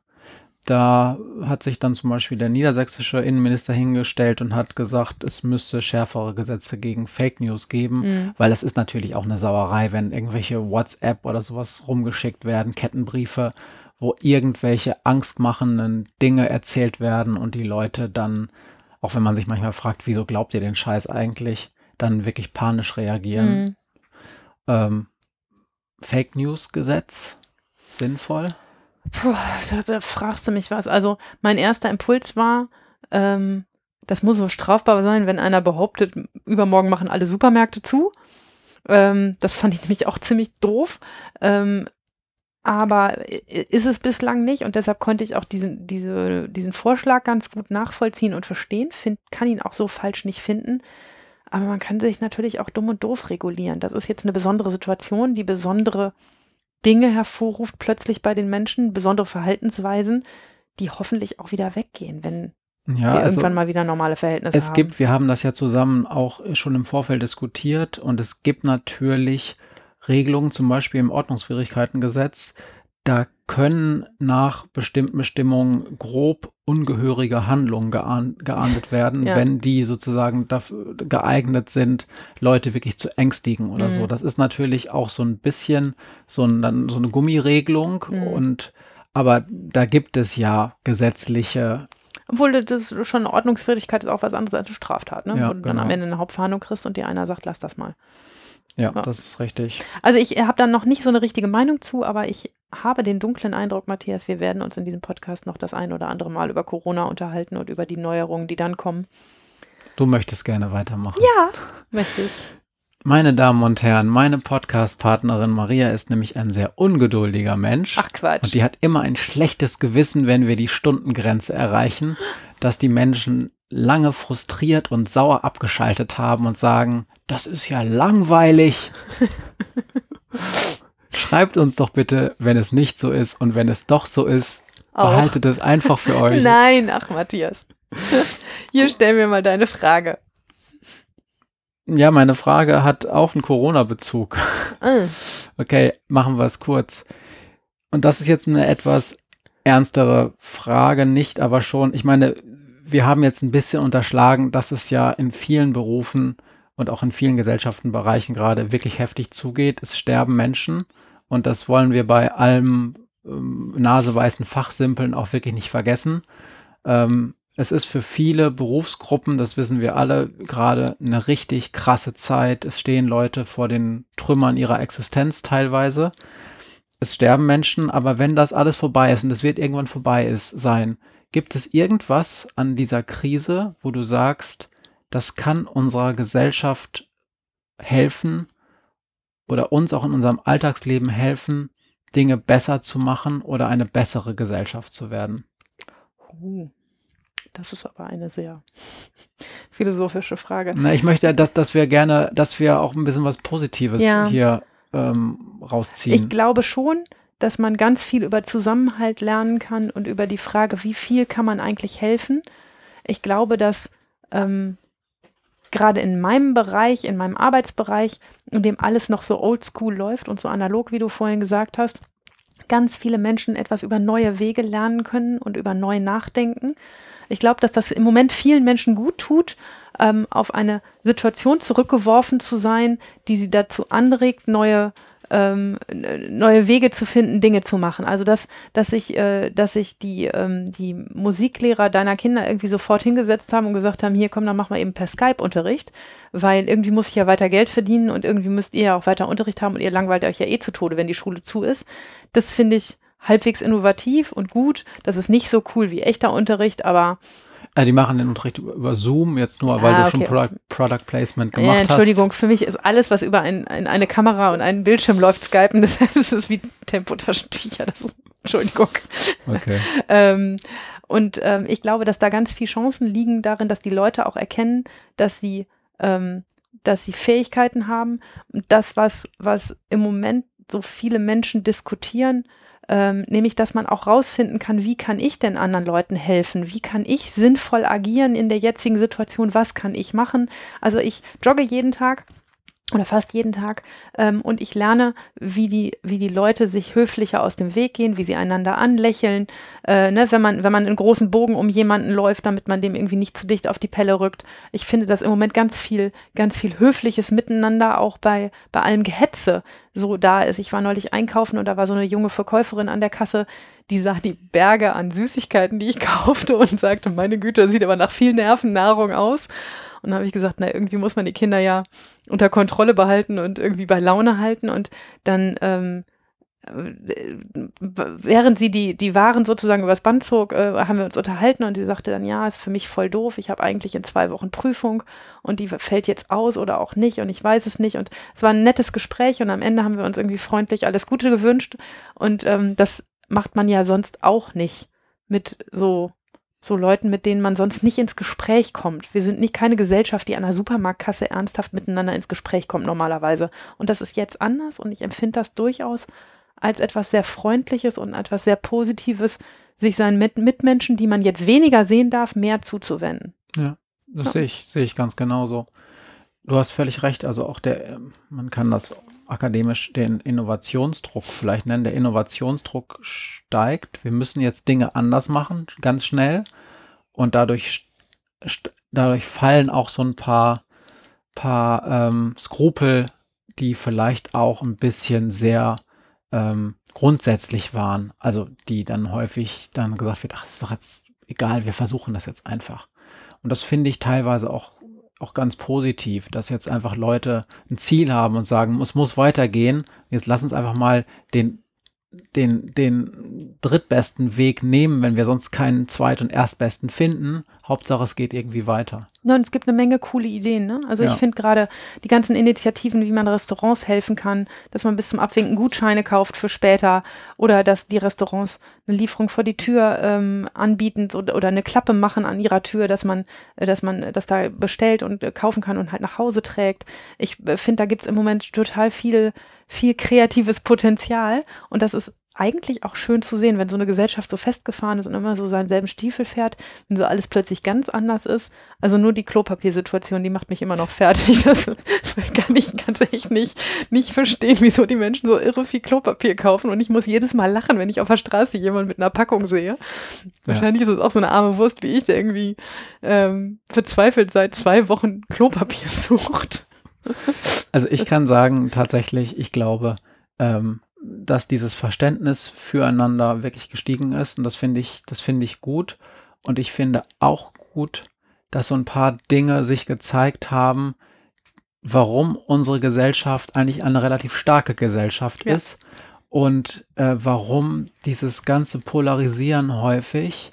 Da hat sich dann zum Beispiel der niedersächsische Innenminister hingestellt und hat gesagt, es müsste schärfere Gesetze gegen Fake News geben, Mhm. weil es ist natürlich auch eine Sauerei, wenn irgendwelche WhatsApp oder sowas rumgeschickt werden, Kettenbriefe, wo irgendwelche angstmachenden Dinge erzählt werden und die Leute dann, auch wenn man sich manchmal fragt, wieso glaubt ihr den Scheiß eigentlich, dann wirklich panisch reagieren. Mhm. Ähm, Fake News Gesetz, sinnvoll? Puh, da, da fragst du mich was. Also mein erster Impuls war, ähm, das muss so strafbar sein, wenn einer behauptet, übermorgen machen alle Supermärkte zu. Ähm, das fand ich nämlich auch ziemlich doof. Ähm, aber ist es bislang nicht und deshalb konnte ich auch diesen, diese, diesen Vorschlag ganz gut nachvollziehen und verstehen, find, kann ihn auch so falsch nicht finden. Aber man kann sich natürlich auch dumm und doof regulieren. Das ist jetzt eine besondere Situation, die besondere Dinge hervorruft plötzlich bei den Menschen, besondere Verhaltensweisen, die hoffentlich auch wieder weggehen, wenn Ja, wir also irgendwann mal wieder normale Verhältnisse es haben. gibt, wir haben das ja zusammen auch schon im Vorfeld diskutiert und es gibt natürlich Regelungen, zum Beispiel im Ordnungswidrigkeitengesetz, da können nach bestimmten Bestimmungen grob ungehörige Handlungen geahn- geahndet werden, Ja. wenn die sozusagen dafür geeignet sind, Leute wirklich zu ängstigen oder Mhm. so. Das ist natürlich auch so ein bisschen so, ein, dann so eine Gummiregelung Mhm. und aber da gibt es ja gesetzliche. Obwohl das schon eine Ordnungswidrigkeit ist auch was anderes als eine Straftat, ne? Ja, Wo du dann am genau. Ende eine Hauptverhandlung kriegst und dir einer sagt, lass das mal. Ja, Ja. das ist richtig. Also ich habe da noch nicht so eine richtige Meinung zu, aber ich habe den dunklen Eindruck, Matthias, wir werden uns in diesem Podcast noch das ein oder andere Mal über Corona unterhalten und über die Neuerungen, die dann kommen. Du möchtest gerne weitermachen. Ja, möchte ich. Meine Damen und Herren, meine Podcast-Partnerin Maria ist nämlich ein sehr ungeduldiger Mensch. Ach Quatsch. Und die hat immer ein schlechtes Gewissen, wenn wir die Stundengrenze erreichen, dass die Menschen lange frustriert und sauer abgeschaltet haben und sagen, das ist ja langweilig. Schreibt uns doch bitte, wenn es nicht so ist und wenn es doch so ist, Auch. behaltet es einfach für euch. Nein, ach Matthias. Hier stellen wir mal deine Frage. Ja, meine Frage hat auch einen Corona-Bezug. Mm. Okay, machen wir es kurz. Und das ist jetzt eine etwas ernstere Frage, nicht aber schon. Ich meine, wir haben jetzt ein bisschen unterschlagen, dass es ja in vielen Berufen und auch in vielen Gesellschaftenbereichen gerade wirklich heftig zugeht. Es sterben Menschen und das wollen wir bei allem ähm, naseweißen Fachsimpeln auch wirklich nicht vergessen. Ähm, es ist für viele Berufsgruppen, das wissen wir alle, gerade eine richtig krasse Zeit. Es stehen Leute vor den Trümmern ihrer Existenz teilweise. Es sterben Menschen, aber wenn das alles vorbei ist und es wird irgendwann vorbei ist, sein, gibt es irgendwas an dieser Krise, wo du sagst, das kann unserer Gesellschaft helfen oder uns auch in unserem Alltagsleben helfen, Dinge besser zu machen oder eine bessere Gesellschaft zu werden? Uh, das ist aber eine sehr philosophische Frage. Na, ich möchte, dass, dass wir gerne, dass wir auch ein bisschen was Positives Ja. hier ähm, rausziehen. Ich glaube schon, dass man ganz viel über Zusammenhalt lernen kann und über die Frage, wie viel kann man eigentlich helfen. Ich glaube, dass ähm, gerade in meinem Bereich, in meinem Arbeitsbereich, in dem alles noch so oldschool läuft und so analog, wie du vorhin gesagt hast, ganz viele Menschen etwas über neue Wege lernen können und über neu nachdenken. Ich glaube, dass das im Moment vielen Menschen gut tut, ähm, auf eine Situation zurückgeworfen zu sein, die sie dazu anregt, neue Ähm, neue Wege zu finden, Dinge zu machen. Also dass, dass sich, äh, dass sich die, ähm, die Musiklehrer deiner Kinder irgendwie sofort hingesetzt haben und gesagt haben, hier komm, dann machen wir eben per Skype Unterricht, weil irgendwie muss ich ja weiter Geld verdienen und irgendwie müsst ihr ja auch weiter Unterricht haben und ihr langweilt euch ja eh zu Tode, wenn die Schule zu ist. Das finde ich halbwegs innovativ und gut. Das ist nicht so cool wie echter Unterricht, aber Äh, die machen den Unterricht über, über Zoom, jetzt nur, weil Ah, du schon okay. Product, Product Placement gemacht Ja, hast. Entschuldigung, für mich ist alles, was über ein, ein, eine Kamera und einen Bildschirm läuft, Skypen, das, das ist wie Tempotaschentücher. Das ist, Entschuldigung. Okay. ähm, und ähm, ich glaube, dass da ganz viele Chancen liegen darin, dass die Leute auch erkennen, dass sie, ähm, dass sie Fähigkeiten haben. Und das, was, was im Moment so viele Menschen diskutieren, Ähm, nämlich, dass man auch rausfinden kann, wie kann ich denn anderen Leuten helfen? Wie kann ich sinnvoll agieren in der jetzigen Situation? Was kann ich machen? Also ich jogge jeden Tag oder fast jeden Tag ähm, und ich lerne, wie die, wie die Leute sich höflicher aus dem Weg gehen, wie sie einander anlächeln, äh, ne, wenn man, wenn man einen großen Bogen um jemanden läuft, damit man dem irgendwie nicht zu dicht auf die Pelle rückt. Ich finde, dass im Moment ganz viel, ganz viel höfliches Miteinander auch bei, bei allem Gehetze so da ist. Ich war neulich einkaufen und da war so eine junge Verkäuferin an der Kasse, die sah die Berge an Süßigkeiten, die ich kaufte und sagte, meine Güte, das sieht aber nach viel Nervennahrung aus. Und dann habe ich gesagt, na, irgendwie muss man die Kinder ja unter Kontrolle behalten und irgendwie bei Laune halten. Und dann, ähm, während sie die, die Waren sozusagen übers Band zog, äh, haben wir uns unterhalten und sie sagte dann, ja, ist für mich voll doof. Ich habe eigentlich in zwei Wochen Prüfung und die fällt jetzt aus oder auch nicht und ich weiß es nicht. Und es war ein nettes Gespräch und am Ende haben wir uns irgendwie freundlich alles Gute gewünscht. Und ähm, das macht man ja sonst auch nicht mit so so Leuten, mit denen man sonst nicht ins Gespräch kommt. Wir sind nicht keine Gesellschaft, die an einer Supermarktkasse ernsthaft miteinander ins Gespräch kommt normalerweise. Und das ist jetzt anders und ich empfinde das durchaus als etwas sehr Freundliches und etwas sehr Positives, sich seinen Mit- Mitmenschen, die man jetzt weniger sehen darf, mehr zuzuwenden. Ja, das Ja. sehe ich, sehe ich ganz genauso. Du hast völlig recht, also auch der, man kann das akademisch den Innovationsdruck vielleicht nennen. Der Innovationsdruck steigt. Wir müssen jetzt Dinge anders machen, ganz schnell. Und dadurch, st- dadurch fallen auch so ein paar, paar ähm, Skrupel, die vielleicht auch ein bisschen sehr ähm, grundsätzlich waren. Also die dann häufig dann gesagt wird, ach, das ist doch jetzt egal, wir versuchen das jetzt einfach. Und das finde ich teilweise auch auch ganz positiv, dass jetzt einfach Leute ein Ziel haben und sagen, es muss weitergehen. Jetzt lass uns einfach mal den, den, den drittbesten Weg nehmen, wenn wir sonst keinen zweit- und erstbesten finden. Hauptsache, es geht irgendwie weiter. Ja, und es gibt eine Menge coole Ideen, ne? Also Ja. ich finde gerade die ganzen Initiativen, wie man Restaurants helfen kann, dass man bis zum Abwinken Gutscheine kauft für später oder dass die Restaurants eine Lieferung vor die Tür ähm, anbieten oder, oder eine Klappe machen an ihrer Tür, dass man, äh, dass man das da bestellt und äh, kaufen kann und halt nach Hause trägt. Ich äh, finde, da gibt es im Moment total viel, viel kreatives Potenzial und das ist eigentlich auch schön zu sehen, wenn so eine Gesellschaft so festgefahren ist und immer so seinen selben Stiefel fährt, wenn so alles plötzlich ganz anders ist. Also nur die Klopapiersituation, die macht mich immer noch fertig. Das kann ich ganz echt nicht, nicht verstehen, wieso die Menschen so irre viel Klopapier kaufen und ich muss jedes Mal lachen, wenn ich auf der Straße jemanden mit einer Packung sehe. Wahrscheinlich ist es auch so eine arme Wurst wie ich, der irgendwie ähm, verzweifelt seit zwei Wochen Klopapier sucht. Also ich kann sagen, tatsächlich, ich glaube, ähm, dass dieses Verständnis füreinander wirklich gestiegen ist und das finde ich, das finde ich gut und ich finde auch gut, dass so ein paar Dinge sich gezeigt haben, warum unsere Gesellschaft eigentlich eine relativ starke Gesellschaft Ja. ist und äh, warum dieses ganze Polarisieren häufig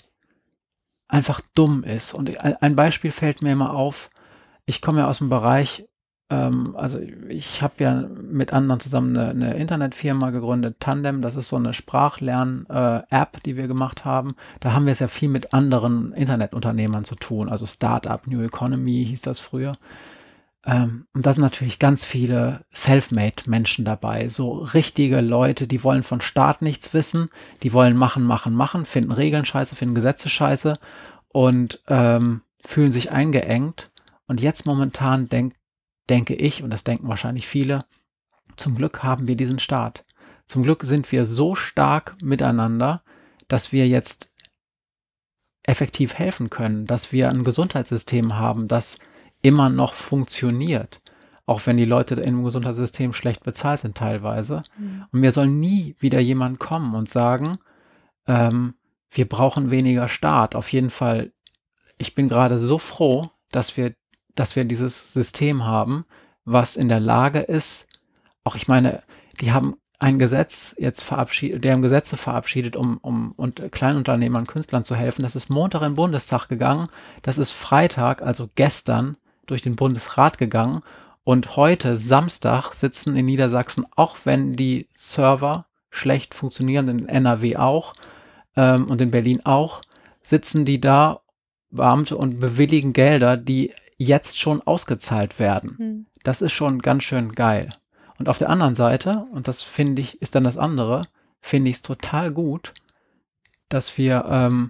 einfach dumm ist. Und ein ein Beispiel fällt mir immer auf, ich komme ja aus dem Bereich ähm, also ich habe ja mit anderen zusammen eine, eine Internetfirma gegründet, Tandem, das ist so eine Sprachlern-App, die wir gemacht haben. Da haben wir es ja viel mit anderen Internetunternehmern zu tun, also Startup, New Economy hieß das früher. Ähm, und da sind natürlich ganz viele Selfmade-Menschen dabei, so richtige Leute, die wollen von Staat nichts wissen, die wollen machen, machen, machen, finden Regeln scheiße, finden Gesetze scheiße und ähm, fühlen sich eingeengt. Und jetzt momentan denk, denke ich, und das denken wahrscheinlich viele, zum Glück haben wir diesen Staat. Zum Glück sind wir so stark miteinander, dass wir jetzt effektiv helfen können, dass wir ein Gesundheitssystem haben, das immer noch funktioniert, auch wenn die Leute im Gesundheitssystem schlecht bezahlt sind teilweise. Mhm. Und mir soll nie wieder jemand kommen und sagen, ähm, wir brauchen weniger Staat. Auf jeden Fall, ich bin gerade so froh, dass wir, dass wir dieses System haben, was in der Lage ist, auch ich meine, die haben ein Gesetz jetzt verabschiedet, der haben Gesetze verabschiedet, um, um und Kleinunternehmern, Künstlern zu helfen. Das ist Montag in den Bundestag gegangen, das ist Freitag, also gestern, durch den Bundesrat gegangen und heute, Samstag, sitzen in Niedersachsen, auch wenn die Server schlecht funktionieren, in N R W auch ähm, und in Berlin auch, sitzen die da, Beamte, und bewilligen Gelder, die jetzt schon ausgezahlt werden. Hm. Das ist schon ganz schön geil. Und auf der anderen Seite, und das finde ich, ist dann das andere, finde ich es total gut, dass wir ähm,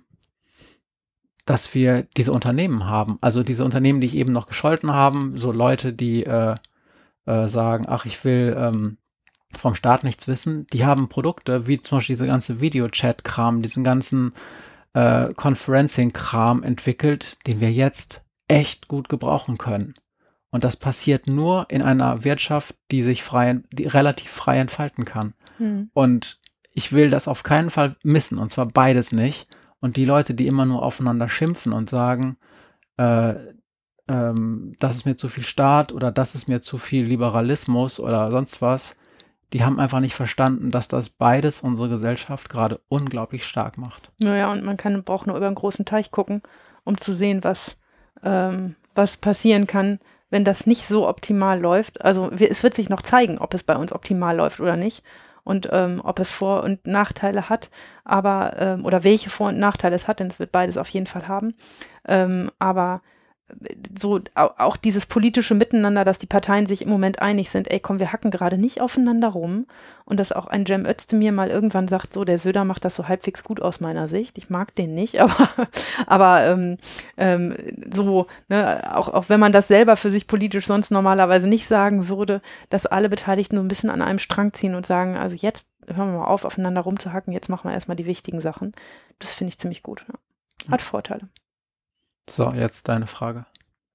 dass wir diese Unternehmen haben. Also diese Unternehmen, die ich eben noch gescholten habe, so Leute, die äh, äh, sagen, ach, ich will ähm, vom Staat nichts wissen, die haben Produkte, wie zum Beispiel diese ganze Videochat-Kram, diesen ganzen äh, Conferencing-Kram entwickelt, den wir jetzt echt gut gebrauchen können. Und das passiert nur in einer Wirtschaft, die sich frei, die relativ frei entfalten kann. Hm. Und ich will das auf keinen Fall missen, und zwar beides nicht. Und die Leute, die immer nur aufeinander schimpfen und sagen, äh, ähm, das ist mir zu viel Staat oder das ist mir zu viel Liberalismus oder sonst was, die haben einfach nicht verstanden, dass das beides unsere Gesellschaft gerade unglaublich stark macht. Naja, und man kann, braucht nur über einen großen Teich gucken, um zu sehen, was, ähm, was passieren kann, wenn das nicht so optimal läuft. Also wir, es wird sich noch zeigen, ob es bei uns optimal läuft oder nicht. Und ähm, ob es Vor- und Nachteile hat, aber ähm, oder welche Vor- und Nachteile es hat, denn es wird beides auf jeden Fall haben. Ähm, aber so auch dieses politische Miteinander, dass die Parteien sich im Moment einig sind, ey komm, wir hacken gerade nicht aufeinander rum, und dass auch ein Cem Özdemir mal irgendwann sagt, so, der Söder macht das so halbwegs gut aus meiner Sicht, ich mag den nicht, aber, aber ähm, ähm, so, ne, auch, auch wenn man das selber für sich politisch sonst normalerweise nicht sagen würde, dass alle Beteiligten so ein bisschen an einem Strang ziehen und sagen, also jetzt hören wir mal auf, aufeinander rumzuhacken, jetzt machen wir erstmal die wichtigen Sachen. Das finde ich ziemlich gut. Ja. Hat Vorteile. So, jetzt deine Frage.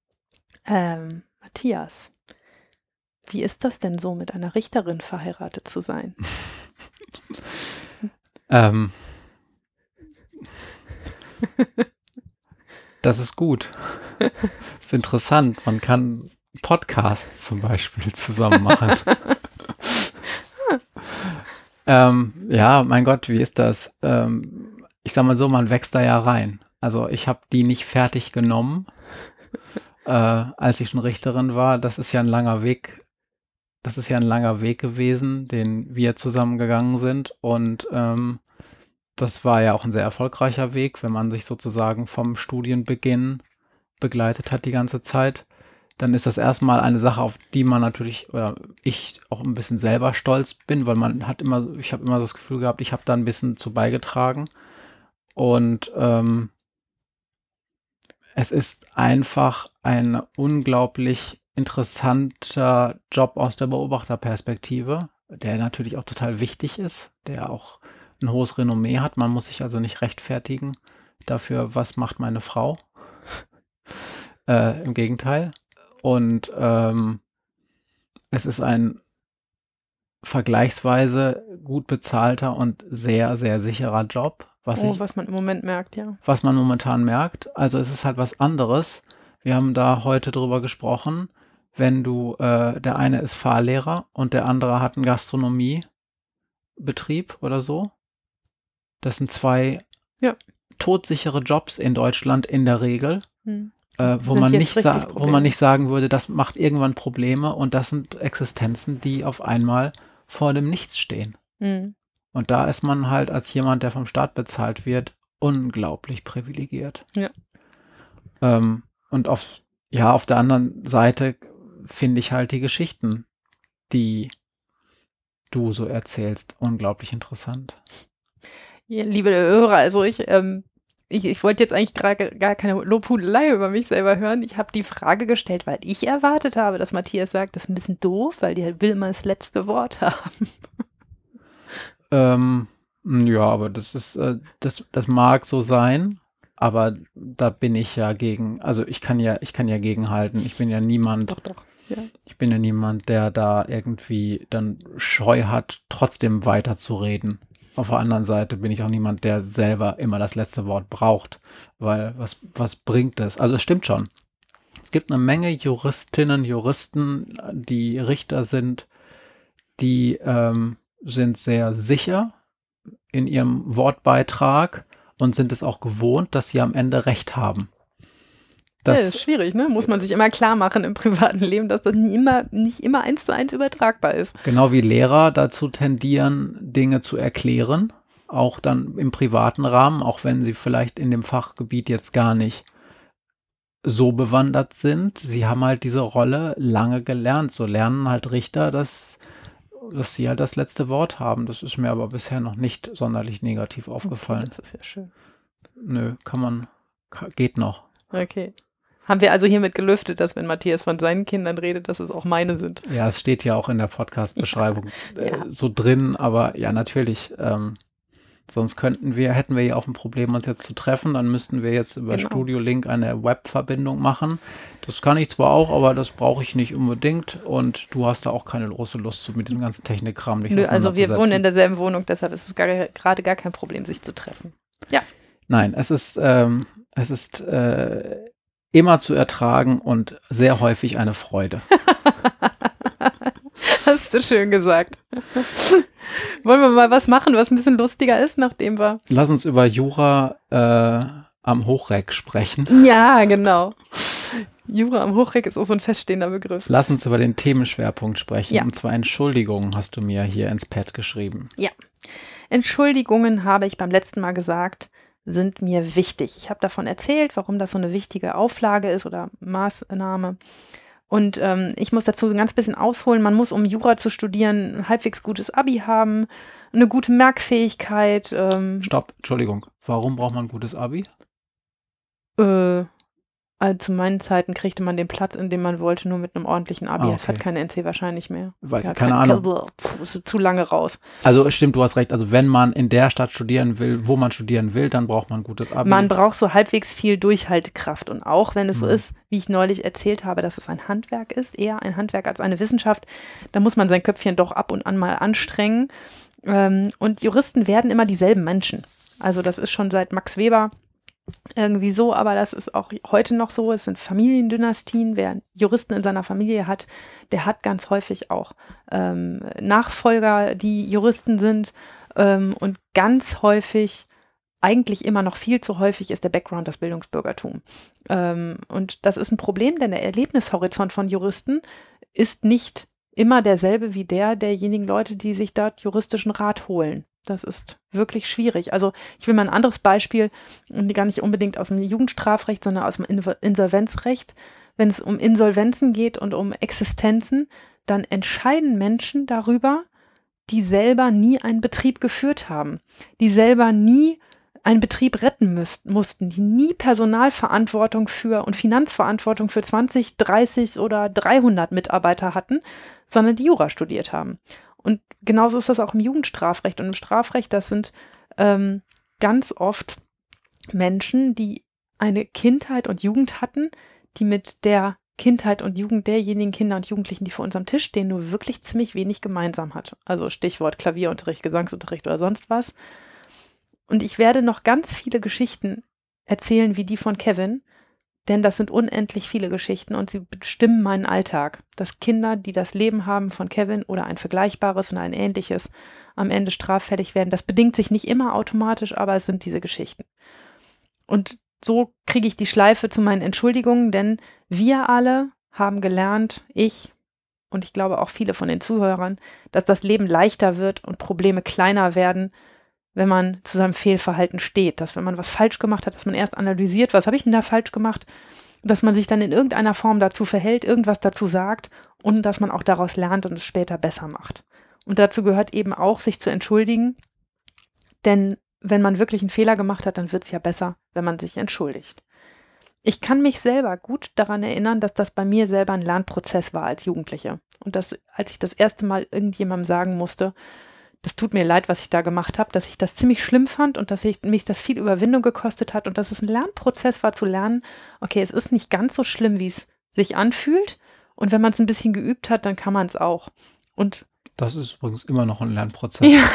Ähm, Matthias, wie ist das denn so, mit einer Richterin verheiratet zu sein? ähm, das ist gut. Das ist interessant. Man kann Podcasts zum Beispiel zusammen machen. ähm, ja, mein Gott, wie ist das? Ähm, ich sag mal so, man wächst da ja rein. Also ich habe die nicht fertig genommen, äh, als ich schon Richterin war. Das ist ja ein langer Weg. Das ist ja ein langer Weg gewesen, den wir zusammen gegangen sind. Und ähm, das war ja auch ein sehr erfolgreicher Weg, wenn man sich sozusagen vom Studienbeginn begleitet hat die ganze Zeit. Dann ist das erstmal eine Sache, auf die man natürlich, oder ich auch ein bisschen selber stolz bin, weil man hat immer, ich habe immer das Gefühl gehabt, ich habe da ein bisschen zu beigetragen. Und ähm, es ist einfach ein unglaublich interessanter Job aus der Beobachterperspektive, der natürlich auch total wichtig ist, der auch ein hohes Renommee hat. Man muss sich also nicht rechtfertigen dafür, was macht meine Frau. äh, Im Gegenteil. Und ähm, es ist ein vergleichsweise gut bezahlter und sehr, sehr sicherer Job. Was oh, ich, was man im Moment merkt, ja. Was man momentan merkt. Also es ist halt was anderes. Wir haben da heute drüber gesprochen, wenn du, äh, der eine ist Fahrlehrer und der andere hat einen Gastronomiebetrieb oder so. Das sind zwei ja. todsichere Jobs in Deutschland in der Regel. Hm. äh, wo, Sind man jetzt nicht richtig sa- wo Probleme. man nicht sagen würde, das macht irgendwann Probleme und das sind Existenzen, die auf einmal vor dem Nichts stehen. Mhm. Und da ist man halt als jemand, der vom Staat bezahlt wird, unglaublich privilegiert. Ja. Ähm, und auf, ja, auf der anderen Seite finde ich halt die Geschichten, die du so erzählst, unglaublich interessant. Ja, liebe Hörer, also ich, ähm, ich, ich wollte jetzt eigentlich gerade gar keine Lobhudelei über mich selber hören. Ich habe die Frage gestellt, weil ich erwartet habe, dass Matthias sagt, das ist ein bisschen doof, weil die halt will immer das letzte Wort haben. Ähm, ja, aber das ist, äh, das, das mag so sein, aber da bin ich ja gegen, also ich kann ja, ich kann ja gegenhalten. Ich bin ja niemand, Doch, doch. Ja. ich bin ja niemand, der da irgendwie dann Scheu hat, trotzdem weiterzureden. Auf der anderen Seite bin ich auch niemand, der selber immer das letzte Wort braucht, weil was, was bringt es? Also es stimmt schon. Es gibt eine Menge Juristinnen, Juristen, die Richter sind, die ähm, sind sehr sicher in ihrem Wortbeitrag und sind es auch gewohnt, dass sie am Ende Recht haben. Das Das, ist schwierig, ne? Muss man sich immer klar machen im privaten Leben, dass das nie immer, nicht immer eins zu eins übertragbar ist. genau wie Lehrer dazu tendieren, Dinge zu erklären, auch dann im privaten Rahmen, auch wenn sie vielleicht in dem Fachgebiet jetzt gar nicht so bewandert sind. Sie haben halt diese Rolle lange gelernt. So lernen halt Richter, dass, dass sie halt das letzte Wort haben. Das ist mir aber bisher noch nicht sonderlich negativ aufgefallen. Okay, das ist ja schön. Nö, kann man, ka- geht noch. Okay. Haben wir also hiermit gelüftet, dass wenn Matthias von seinen Kindern redet, dass es auch meine sind. Ja, es steht ja auch in der Podcast-Beschreibung Ja, äh, ja. so drin, aber ja, natürlich. Ähm, sonst könnten wir, hätten wir ja auch ein Problem, uns jetzt zu treffen. Dann müssten wir jetzt über Genau. Studio Link eine Webverbindung machen. Das kann ich zwar auch, aber das brauche ich nicht unbedingt. Und du hast da auch keine große Lust zu, mit diesem ganzen Technikkram dich Nö, also wir wohnen in auseinanderzusetzen. derselben Wohnung, deshalb ist es gar- gerade gar kein Problem, sich zu treffen. Nein, es ist, ähm, es ist äh, immer zu ertragen und sehr häufig eine Freude. Hast du schön gesagt. Wollen wir mal was machen, was ein bisschen lustiger ist, nachdem wir... Lass uns über Jura äh, am Hochreck sprechen. Ja, genau. Jura am Hochreck ist auch so ein feststehender Begriff. Lass uns über den Themenschwerpunkt sprechen. Ja. Und zwar Entschuldigungen hast du mir hier ins Pad geschrieben. Entschuldigungen, habe ich beim letzten Mal gesagt, sind mir wichtig. Ich habe davon erzählt, warum das so eine wichtige Auflage ist oder Maßnahme. Und ähm, ich muss dazu ein ganz bisschen ausholen. Man muss, um Jura zu studieren, ein halbwegs gutes Abi haben, eine gute Merkfähigkeit. Ähm, Stopp, Entschuldigung. Warum braucht man ein gutes Abi? äh, also zu meinen Zeiten kriegte man den Platz, in dem man wollte, nur mit einem ordentlichen Abi. Ah, Es okay. hat keine N C wahrscheinlich mehr. Weiß, Ja, keine kein- Ahnung. Pff, ist zu lange raus. Also stimmt, du hast recht. Also wenn man in der Stadt studieren will, wo man studieren will, dann braucht man ein gutes Abi. Man braucht so halbwegs viel Durchhaltekraft. Und auch wenn es so Mhm. ist, wie ich neulich erzählt habe, dass es ein Handwerk ist, eher ein Handwerk als eine Wissenschaft, da muss man sein Köpfchen doch ab und an mal anstrengen. Ähm, und Juristen werden immer dieselben Menschen. Also das ist schon seit Max irgendwie so, aber das ist auch heute noch so. Es sind Familiendynastien. Wer einen Juristen in seiner Familie hat, der hat ganz häufig auch ähm, Nachfolger, die Juristen sind. Ähm, und ganz häufig, eigentlich immer noch viel zu häufig, ist der Background das Bildungsbürgertum. Ähm, und das ist ein Problem, denn der Erlebnishorizont von Juristen ist nicht immer derselbe wie der derjenigen Leute, die sich dort juristischen Rat holen. Das ist wirklich schwierig. Also ich will mal ein anderes Beispiel, gar nicht unbedingt aus dem Jugendstrafrecht, sondern aus dem Insolvenzrecht. Wenn es um Insolvenzen geht und um Existenzen, dann entscheiden Menschen darüber, die selber nie einen Betrieb geführt haben, die selber nie einen Betrieb retten müsst, mussten, die nie Personalverantwortung für und Finanzverantwortung für zwanzig, dreißig oder dreihundert Mitarbeiter hatten, sondern die Jura studiert haben. Und genauso ist das auch im Jugendstrafrecht und im Strafrecht. Das sind ähm, ganz oft Menschen, die eine Kindheit und Jugend hatten, die mit der Kindheit und Jugend derjenigen Kinder und Jugendlichen, die vor uns am Tisch stehen, nur wirklich ziemlich wenig gemeinsam hat. Also Stichwort Klavierunterricht, Gesangsunterricht oder sonst was. Und ich werde noch ganz viele Geschichten erzählen wie die von Kevin, denn das sind unendlich viele Geschichten und sie bestimmen meinen Alltag. Dass Kinder, die das Leben haben von Kevin oder ein vergleichbares und ein ähnliches, am Ende straffällig werden. Das bedingt sich nicht immer automatisch, aber es sind diese Geschichten. Und so kriege ich die Schleife zu meinen Entschuldigungen, denn wir alle haben gelernt, ich und ich glaube auch viele von den Zuhörern, dass das Leben leichter wird und Probleme kleiner werden, wenn man zu seinem Fehlverhalten steht. Dass wenn man was falsch gemacht hat, dass man erst analysiert, was habe ich denn da falsch gemacht, dass man sich dann in irgendeiner Form dazu verhält, irgendwas dazu sagt und dass man auch daraus lernt und es später besser macht. Und dazu gehört eben auch, sich zu entschuldigen, denn wenn man wirklich einen Fehler gemacht hat, dann wird es ja besser, wenn man sich entschuldigt. Ich kann mich selber gut daran erinnern, dass das bei mir selber ein Lernprozess war als Jugendliche. Und dass, als ich das erste Mal irgendjemandem sagen musste, das tut mir leid, was ich da gemacht habe, dass ich das ziemlich schlimm fand und dass ich, mich das viel Überwindung gekostet hat und dass es ein Lernprozess war zu lernen, okay, es ist nicht ganz so schlimm, wie es sich anfühlt und wenn man es ein bisschen geübt hat, dann kann man es auch. Und das ist übrigens immer noch ein Lernprozess. Ja.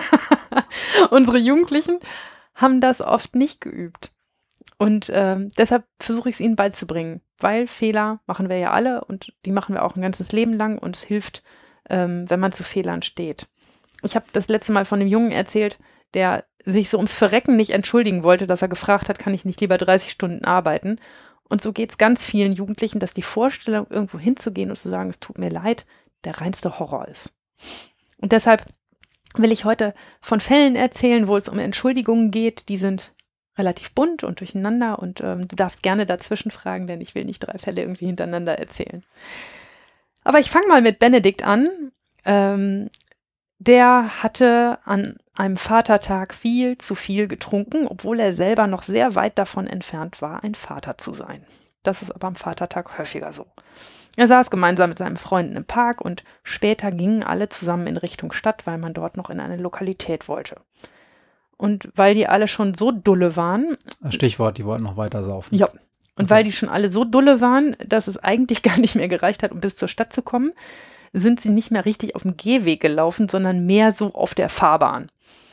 Unsere Jugendlichen haben das oft nicht geübt. Und ähm, deshalb versuche ich es ihnen beizubringen, weil Fehler machen wir ja alle und die machen wir auch ein ganzes Leben lang und es hilft, ähm, wenn man zu Fehlern steht. Ich habe das letzte Mal von einem Jungen erzählt, der sich so ums Verrecken nicht entschuldigen wollte, dass er gefragt hat, kann ich nicht lieber dreißig Stunden arbeiten? Und so geht es ganz vielen Jugendlichen, dass die Vorstellung, irgendwo hinzugehen und zu sagen, es tut mir leid, der reinste Horror ist. Und deshalb will ich heute von Fällen erzählen, wo es um Entschuldigungen geht. Die sind relativ bunt und durcheinander und ähm, du darfst gerne dazwischen fragen, denn ich will nicht drei Fälle irgendwie hintereinander erzählen. Aber ich fange mal mit Benedikt an. Ähm, der hatte an einem Vatertag viel zu viel getrunken, obwohl er selber noch sehr weit davon entfernt war, ein Vater zu sein. Das ist aber am Vatertag häufiger so. Er saß gemeinsam mit seinen Freunden im Park und später gingen alle zusammen in Richtung Stadt, weil man dort noch in eine Lokalität wollte. Und weil die alle schon so dulle waren. Stichwort, die wollten noch weiter saufen. Ja. Und okay. Weil die schon alle so dulle waren, dass es eigentlich gar nicht mehr gereicht hat, um bis zur Stadt zu kommen, sind sie nicht mehr richtig auf dem Gehweg gelaufen, sondern mehr so auf der Fahrbahn.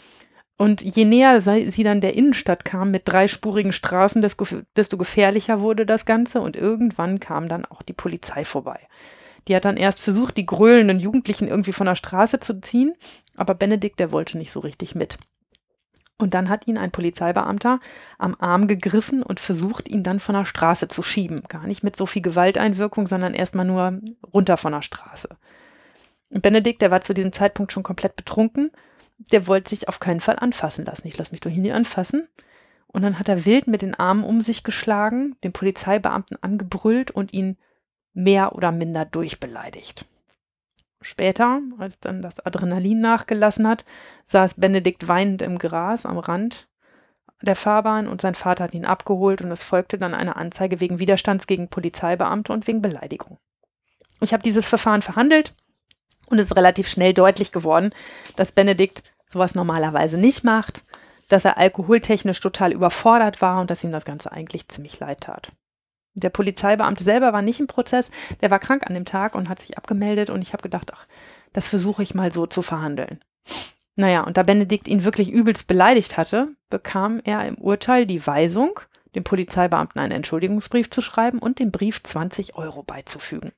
Und je näher sie dann der Innenstadt kam mit dreispurigen Straßen, desto gefährlicher wurde das Ganze und irgendwann kam dann auch die Polizei vorbei. Die hat dann erst versucht, die gröhlenden Jugendlichen irgendwie von der Straße zu ziehen, aber Benedikt, der wollte nicht so richtig mit. Und dann hat ihn ein Polizeibeamter am Arm gegriffen und versucht, ihn dann von der Straße zu schieben. Gar nicht mit so viel Gewalteinwirkung, sondern erstmal nur runter von der Straße. Und Benedikt, der war zu diesem Zeitpunkt schon komplett betrunken, der wollte sich auf keinen Fall anfassen lassen. Ich lass mich doch hier nie anfassen. Und dann hat er wild mit den Armen um sich geschlagen, den Polizeibeamten angebrüllt und ihn mehr oder minder durchbeleidigt. Später, als dann das Adrenalin nachgelassen hat, saß Benedikt weinend im Gras am Rand der Fahrbahn und sein Vater hat ihn abgeholt und es folgte dann eine Anzeige wegen Widerstands gegen Polizeibeamte und wegen Beleidigung. Ich habe dieses Verfahren verhandelt und es ist relativ schnell deutlich geworden, dass Benedikt sowas normalerweise nicht macht, dass er alkoholtechnisch total überfordert war und dass ihm das Ganze eigentlich ziemlich leid tat. Der Polizeibeamte selber war nicht im Prozess, der war krank an dem Tag und hat sich abgemeldet und ich habe gedacht, ach, das versuche ich mal so zu verhandeln. Naja, und da Benedikt ihn wirklich übelst beleidigt hatte, bekam er im Urteil die Weisung, dem Polizeibeamten einen Entschuldigungsbrief zu schreiben und dem Brief zwanzig Euro beizufügen.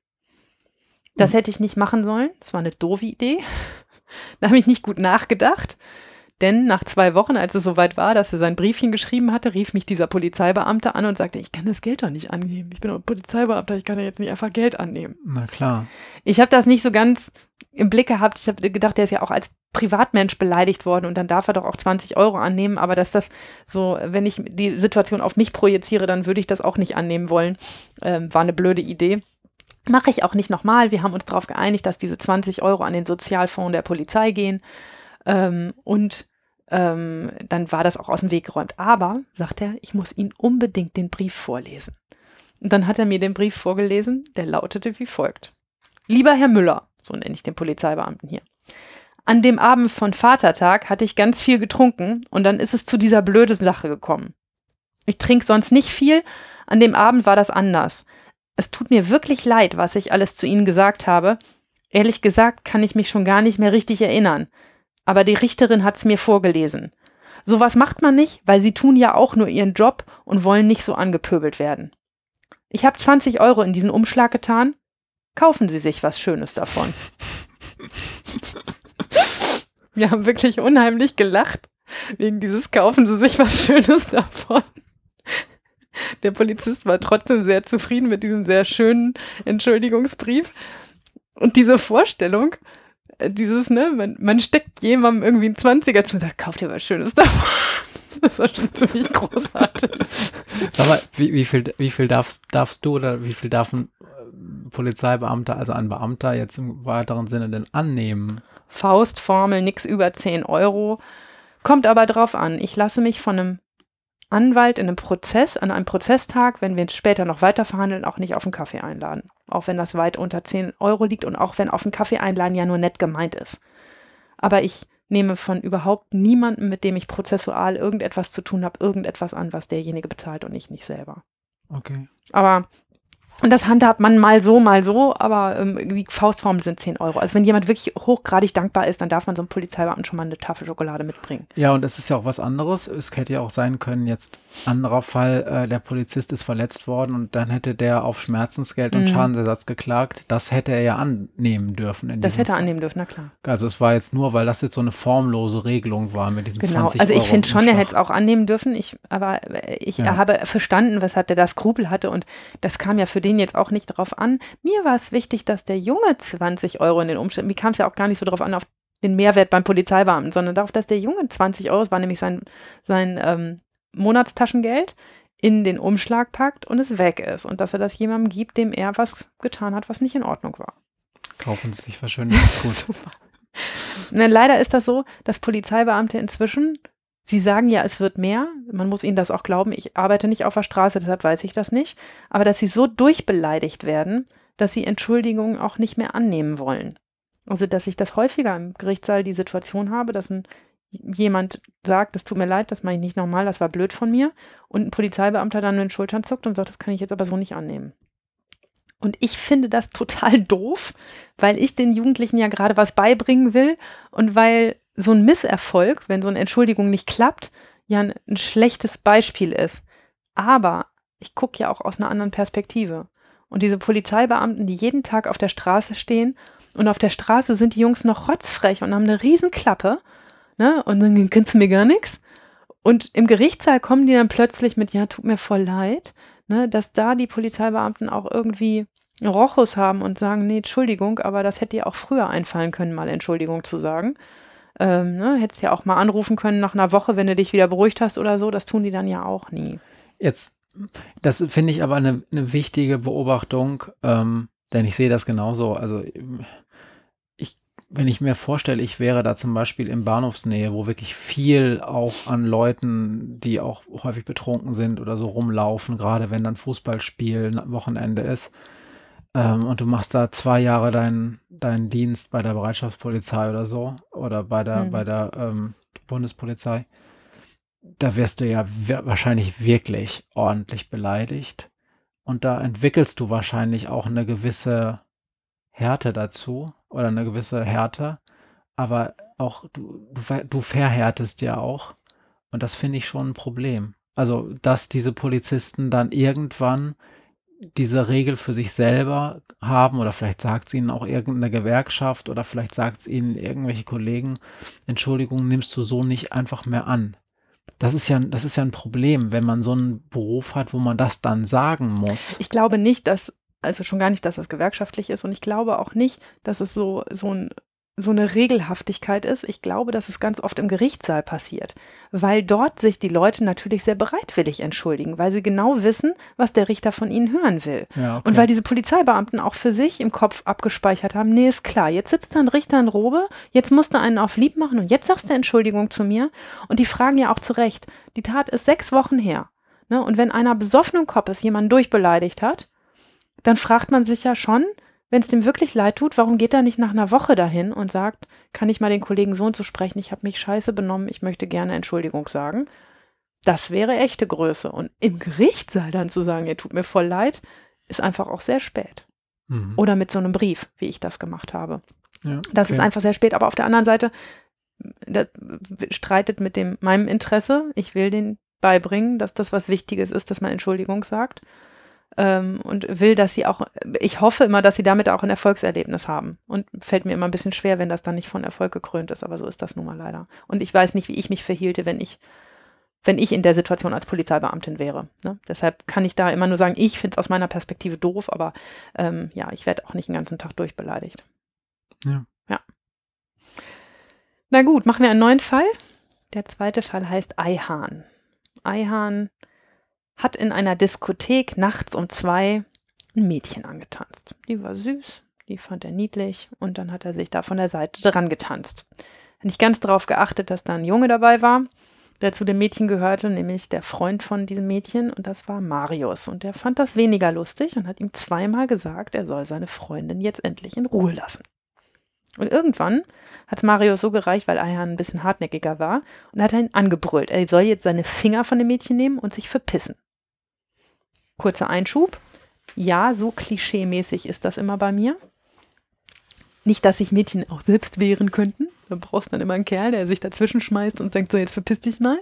Das hätte ich nicht machen sollen, das war eine doofe Idee, da habe ich nicht gut nachgedacht. Denn nach zwei Wochen, als es soweit war, dass er sein Briefchen geschrieben hatte, rief mich dieser Polizeibeamte an und sagte, ich kann das Geld doch nicht annehmen. Ich bin doch ein Polizeibeamter, ich kann ja jetzt nicht einfach Geld annehmen. Na klar. Ich habe das nicht so ganz im Blick gehabt. Ich habe gedacht, der ist ja auch als Privatmensch beleidigt worden und dann darf er doch auch zwanzig Euro annehmen. Aber dass das so, wenn ich die Situation auf mich projiziere, dann würde ich das auch nicht annehmen wollen. Ähm, war eine blöde Idee. Mache ich auch nicht nochmal. Wir haben uns darauf geeinigt, dass diese zwanzig Euro an den Sozialfonds der Polizei gehen. Ähm, und ähm, dann war das auch aus dem Weg geräumt. Aber, sagt er, ich muss Ihnen unbedingt den Brief vorlesen. Und dann hat er mir den Brief vorgelesen, der lautete wie folgt. Lieber Herr Müller, so nenne ich den Polizeibeamten hier, an dem Abend von Vatertag hatte ich ganz viel getrunken und dann ist es zu dieser blöden Sache gekommen. Ich trinke sonst nicht viel, an dem Abend war das anders. Es tut mir wirklich leid, was ich alles zu Ihnen gesagt habe. Ehrlich gesagt kann ich mich schon gar nicht mehr richtig erinnern. Aber die Richterin hat's mir vorgelesen. Sowas macht man nicht, weil sie tun ja auch nur ihren Job und wollen nicht so angepöbelt werden. Ich habe zwanzig Euro in diesen Umschlag getan. Kaufen Sie sich was Schönes davon. Wir haben wirklich unheimlich gelacht wegen dieses Kaufen Sie sich was Schönes davon. Der Polizist war trotzdem sehr zufrieden mit diesem sehr schönen Entschuldigungsbrief. Und diese Vorstellung, dieses, ne, man, man steckt jemandem irgendwie einen Zwanziger zu und sagt, kauf dir was Schönes davon. Das war schon ziemlich großartig. Sag mal, wie, wie viel, wie viel darfst, darfst du oder wie viel darf ein äh, Polizeibeamter, also ein Beamter jetzt im weiteren Sinne denn annehmen? Faustformel, nix über zehn Euro. Kommt aber drauf an. Ich lasse mich von einem Anwalt in einem Prozess, an einem Prozesstag, wenn wir später noch weiter verhandeln, auch nicht auf einen Kaffee einladen. Auch wenn das weit unter zehn Euro liegt und auch wenn auf einen Kaffee einladen ja nur nett gemeint ist. Aber ich nehme von überhaupt niemandem, mit dem ich prozessual irgendetwas zu tun habe, irgendetwas an, was derjenige bezahlt und ich nicht selber. Okay. Aber und das handhabt man mal so, mal so, aber ähm, die Faustformel sind zehn Euro. Also wenn jemand wirklich hochgradig dankbar ist, dann darf man so einem Polizeibeamten schon mal eine Tafel Schokolade mitbringen. Ja, und es ist ja auch was anderes. Es hätte ja auch sein können, jetzt anderer Fall, äh, der Polizist ist verletzt worden und dann hätte der auf Schmerzensgeld und Mhm. Schadensersatz geklagt. Das hätte er ja annehmen dürfen. In Das diesem hätte er Fall. annehmen dürfen, na klar. Also es war jetzt nur, weil das jetzt so eine formlose Regelung war mit diesen Genau, zwanzig also ich Euro finde schon, er Umschlag. hätte es auch annehmen dürfen, ich, aber ich Ja. habe verstanden, weshalb der da Skrupel hatte und das kam ja für den jetzt auch nicht darauf an. Mir war es wichtig, dass der Junge zwanzig Euro in den Umständen, mir kam es ja auch gar nicht so darauf an, auf den Mehrwert beim Polizeibeamten, sondern darauf, dass der Junge zwanzig Euro, das war nämlich sein, sein ähm, Monatstaschengeld, in den Umschlag packt und es weg ist und dass er das jemandem gibt, dem er was getan hat, was nicht in Ordnung war. Kaufen Sie sich was Schönes, ist gut. Super. Na, leider ist das so, dass Polizeibeamte inzwischen, sie sagen ja, es wird mehr, man muss ihnen das auch glauben, ich arbeite nicht auf der Straße, deshalb weiß ich das nicht, aber dass sie so durchbeleidigt werden, dass sie Entschuldigungen auch nicht mehr annehmen wollen. Also, dass ich das häufiger im Gerichtssaal die Situation habe, dass ein, jemand sagt, das tut mir leid, das mache ich nicht nochmal, das war blöd von mir und ein Polizeibeamter dann mit den Schultern zuckt und sagt, das kann ich jetzt aber so nicht annehmen. Und ich finde das total doof, weil ich den Jugendlichen ja gerade was beibringen will und weil so ein Misserfolg, wenn so eine Entschuldigung nicht klappt, ja ein, ein schlechtes Beispiel ist. Aber ich gucke ja auch aus einer anderen Perspektive. Und diese Polizeibeamten, die jeden Tag auf der Straße stehen und auf der Straße sind die Jungs noch rotzfrech und haben eine Riesenklappe, ne? Und dann kannst du mir gar nichts. Und im Gerichtssaal kommen die dann plötzlich mit, ja, tut mir voll leid, ne? Dass da die Polizeibeamten auch irgendwie Rochus haben und sagen, nee, Entschuldigung, aber das hätte dir auch früher einfallen können, mal Entschuldigung zu sagen. Ähm, ne? Hättest ja auch mal anrufen können nach einer Woche, wenn du dich wieder beruhigt hast oder so. Das tun die dann ja auch nie. Jetzt, das finde ich aber eine, eine wichtige Beobachtung, ähm, denn ich sehe das genauso. Also ich, wenn ich mir vorstelle, ich wäre da zum Beispiel in Bahnhofsnähe, wo wirklich viel auch an Leuten, die auch häufig betrunken sind oder so rumlaufen, gerade wenn dann Fußballspiel Wochenende ist, ähm, und du machst da zwei Jahre deinen deinen Dienst bei der Bereitschaftspolizei oder so oder bei der, Mhm. bei der ähm, Bundespolizei. Da wirst du ja wir- wahrscheinlich wirklich ordentlich beleidigt. Und da entwickelst du wahrscheinlich auch eine gewisse Härte dazu oder eine gewisse Härte. Aber auch du, du, ver- du verhärtest ja auch. Und das finde ich schon ein Problem. Also, dass diese Polizisten dann irgendwann diese Regel für sich selber haben oder vielleicht sagt es ihnen auch irgendeine Gewerkschaft oder vielleicht sagt es ihnen irgendwelche Kollegen, Entschuldigung, nimmst du so nicht einfach mehr an. Das ist ja, das ist ja ein Problem, wenn man so einen Beruf hat, wo man das dann sagen muss. Ich glaube nicht, dass, also schon gar nicht, dass das gewerkschaftlich ist und ich glaube auch nicht, dass es so, so, ein, so eine Regelhaftigkeit ist. Ich glaube, dass es ganz oft im Gerichtssaal passiert, weil dort sich die Leute natürlich sehr bereitwillig entschuldigen, weil sie genau wissen, was der Richter von ihnen hören will. Ja, okay. Und weil diese Polizeibeamten auch für sich im Kopf abgespeichert haben, nee, ist klar, jetzt sitzt da ein Richter in Robe, jetzt musst du einen auf lieb machen und jetzt sagst du Entschuldigung zu mir. Und die fragen ja auch zu Recht, die Tat ist sechs Wochen her. Ne? Und wenn einer besoffen im Kopf ist, jemanden durchbeleidigt hat, dann fragt man sich ja schon, wenn es dem wirklich leid tut, warum geht er nicht nach einer Woche dahin und sagt, kann ich mal den Kollegen so und so sprechen, ich habe mich scheiße benommen, ich möchte gerne Entschuldigung sagen. Das wäre echte Größe. Und im Gerichtssaal dann zu sagen, ihr tut mir voll leid, ist einfach auch sehr spät. Mhm. Oder mit so einem Brief, wie ich das gemacht habe. Ja, Das okay. ist einfach sehr spät. Aber auf der anderen Seite, das streitet mit dem, meinem Interesse. Ich will denen beibringen, dass das was Wichtiges ist, dass man Entschuldigung sagt. Ähm, und will, dass sie auch, ich hoffe immer, dass sie damit auch ein Erfolgserlebnis haben. Und fällt mir immer ein bisschen schwer, wenn das dann nicht von Erfolg gekrönt ist. Aber so ist das nun mal leider. Und ich weiß nicht, wie ich mich verhielte, wenn ich wenn ich in der Situation als Polizeibeamtin wäre. Ne? Deshalb kann ich da immer nur sagen, ich finde es aus meiner Perspektive doof, aber ähm, ja, ich werde auch nicht den ganzen Tag durchbeleidigt. Ja. Ja. Na gut, machen wir einen neuen Fall. Der zweite Fall heißt Ayhan. Ayhan hat in einer Diskothek nachts um zwei ein Mädchen angetanzt. Die war süß, die fand er niedlich und dann hat er sich da von der Seite dran getanzt. Hat nicht ganz darauf geachtet, dass da ein Junge dabei war, der zu dem Mädchen gehörte, nämlich der Freund von diesem Mädchen, und das war Marius. Und der fand das weniger lustig und hat ihm zweimal gesagt, er soll seine Freundin jetzt endlich in Ruhe lassen. Und irgendwann hat es Marius so gereicht, weil Ayhan ein bisschen hartnäckiger war, und hat ihn angebrüllt. Er soll jetzt seine Finger von dem Mädchen nehmen und sich verpissen. Kurzer Einschub. Ja, so klischeemäßig ist das immer bei mir. Nicht, dass sich Mädchen auch selbst wehren könnten. Du brauchst dann immer einen Kerl, der sich dazwischen schmeißt und sagt, so, jetzt verpiss dich mal.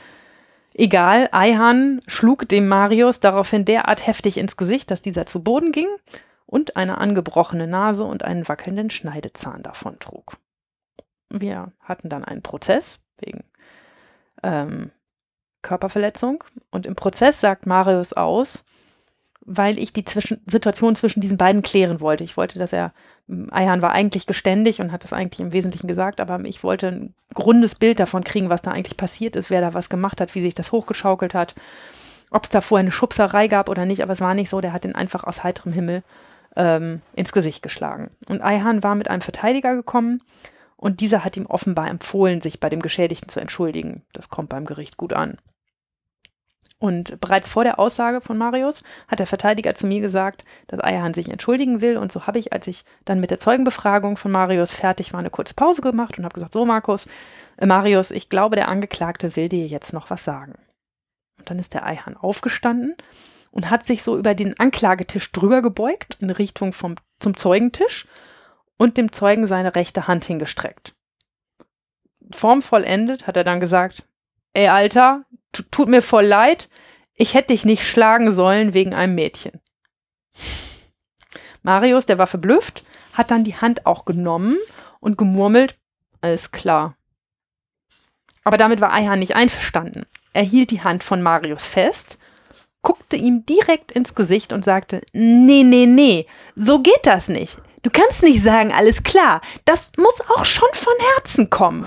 Egal, Ayhan schlug dem Marius daraufhin derart heftig ins Gesicht, dass dieser zu Boden ging und eine angebrochene Nase und einen wackelnden Schneidezahn davontrug. Wir hatten dann einen Prozess wegen ähm, Körperverletzung, und im Prozess sagt Marius aus, weil ich die zwischen, Situation zwischen diesen beiden klären wollte. Ich wollte, dass er, Ayhan war eigentlich geständig und hat das eigentlich im Wesentlichen gesagt, aber ich wollte ein rundes Bild davon kriegen, was da eigentlich passiert ist, wer da was gemacht hat, wie sich das hochgeschaukelt hat, ob es da vorher eine Schubserei gab oder nicht, aber es war nicht so, der hat ihn einfach aus heiterem Himmel ähm, ins Gesicht geschlagen. Und Ayhan war mit einem Verteidiger gekommen und dieser hat ihm offenbar empfohlen, sich bei dem Geschädigten zu entschuldigen. Das kommt beim Gericht gut an. Und bereits vor der Aussage von Marius hat der Verteidiger zu mir gesagt, dass Ayhan sich entschuldigen will. Und so habe ich, als ich dann mit der Zeugenbefragung von Marius fertig war, eine kurze Pause gemacht und habe gesagt, so Markus, äh Marius, ich glaube, der Angeklagte will dir jetzt noch was sagen. Und dann ist der Ayhan aufgestanden und hat sich so über den Anklagetisch drüber gebeugt, in Richtung vom, zum Zeugentisch, und dem Zeugen seine rechte Hand hingestreckt. Formvollendet hat er dann gesagt, ey Alter, tut mir voll leid, ich hätte dich nicht schlagen sollen wegen einem Mädchen. Marius, der war verblüfft, hat dann die Hand auch genommen und gemurmelt, alles klar. Aber damit war Ayhan nicht einverstanden. Er hielt die Hand von Marius fest, guckte ihm direkt ins Gesicht und sagte, nee, nee, nee, so geht das nicht. Du kannst nicht sagen, alles klar, das muss auch schon von Herzen kommen.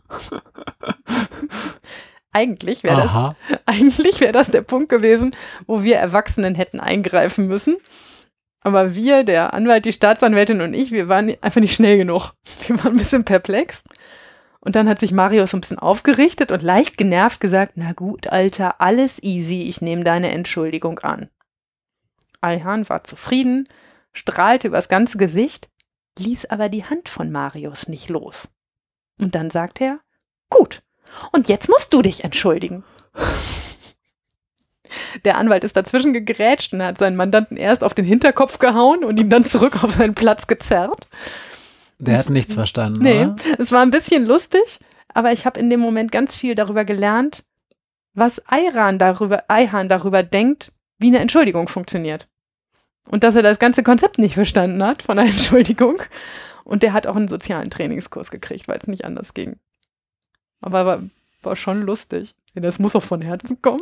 Eigentlich wäre das, eigentlich wäre das der Punkt gewesen, wo wir Erwachsenen hätten eingreifen müssen. Aber wir, der Anwalt, die Staatsanwältin und ich, wir waren einfach nicht schnell genug. Wir waren ein bisschen perplex. Und dann hat sich Marius so ein bisschen aufgerichtet und leicht genervt gesagt, na gut, Alter, alles easy, ich nehme deine Entschuldigung an. Ayhan war zufrieden, strahlte übers ganze Gesicht, ließ aber die Hand von Marius nicht los. Und dann sagte er, gut, und jetzt musst du dich entschuldigen. Der Anwalt ist dazwischen gegrätscht und hat seinen Mandanten erst auf den Hinterkopf gehauen und ihn dann zurück auf seinen Platz gezerrt. Der hat nichts verstanden, Nee, oder? Es war ein bisschen lustig, aber ich habe in dem Moment ganz viel darüber gelernt, was Ayhan darüber, Ayhan darüber denkt, wie eine Entschuldigung funktioniert. Und dass er das ganze Konzept nicht verstanden hat von einer Entschuldigung. Und der hat auch einen sozialen Trainingskurs gekriegt, weil es nicht anders ging. Aber war, war schon lustig. Das muss auch von Herzen kommen.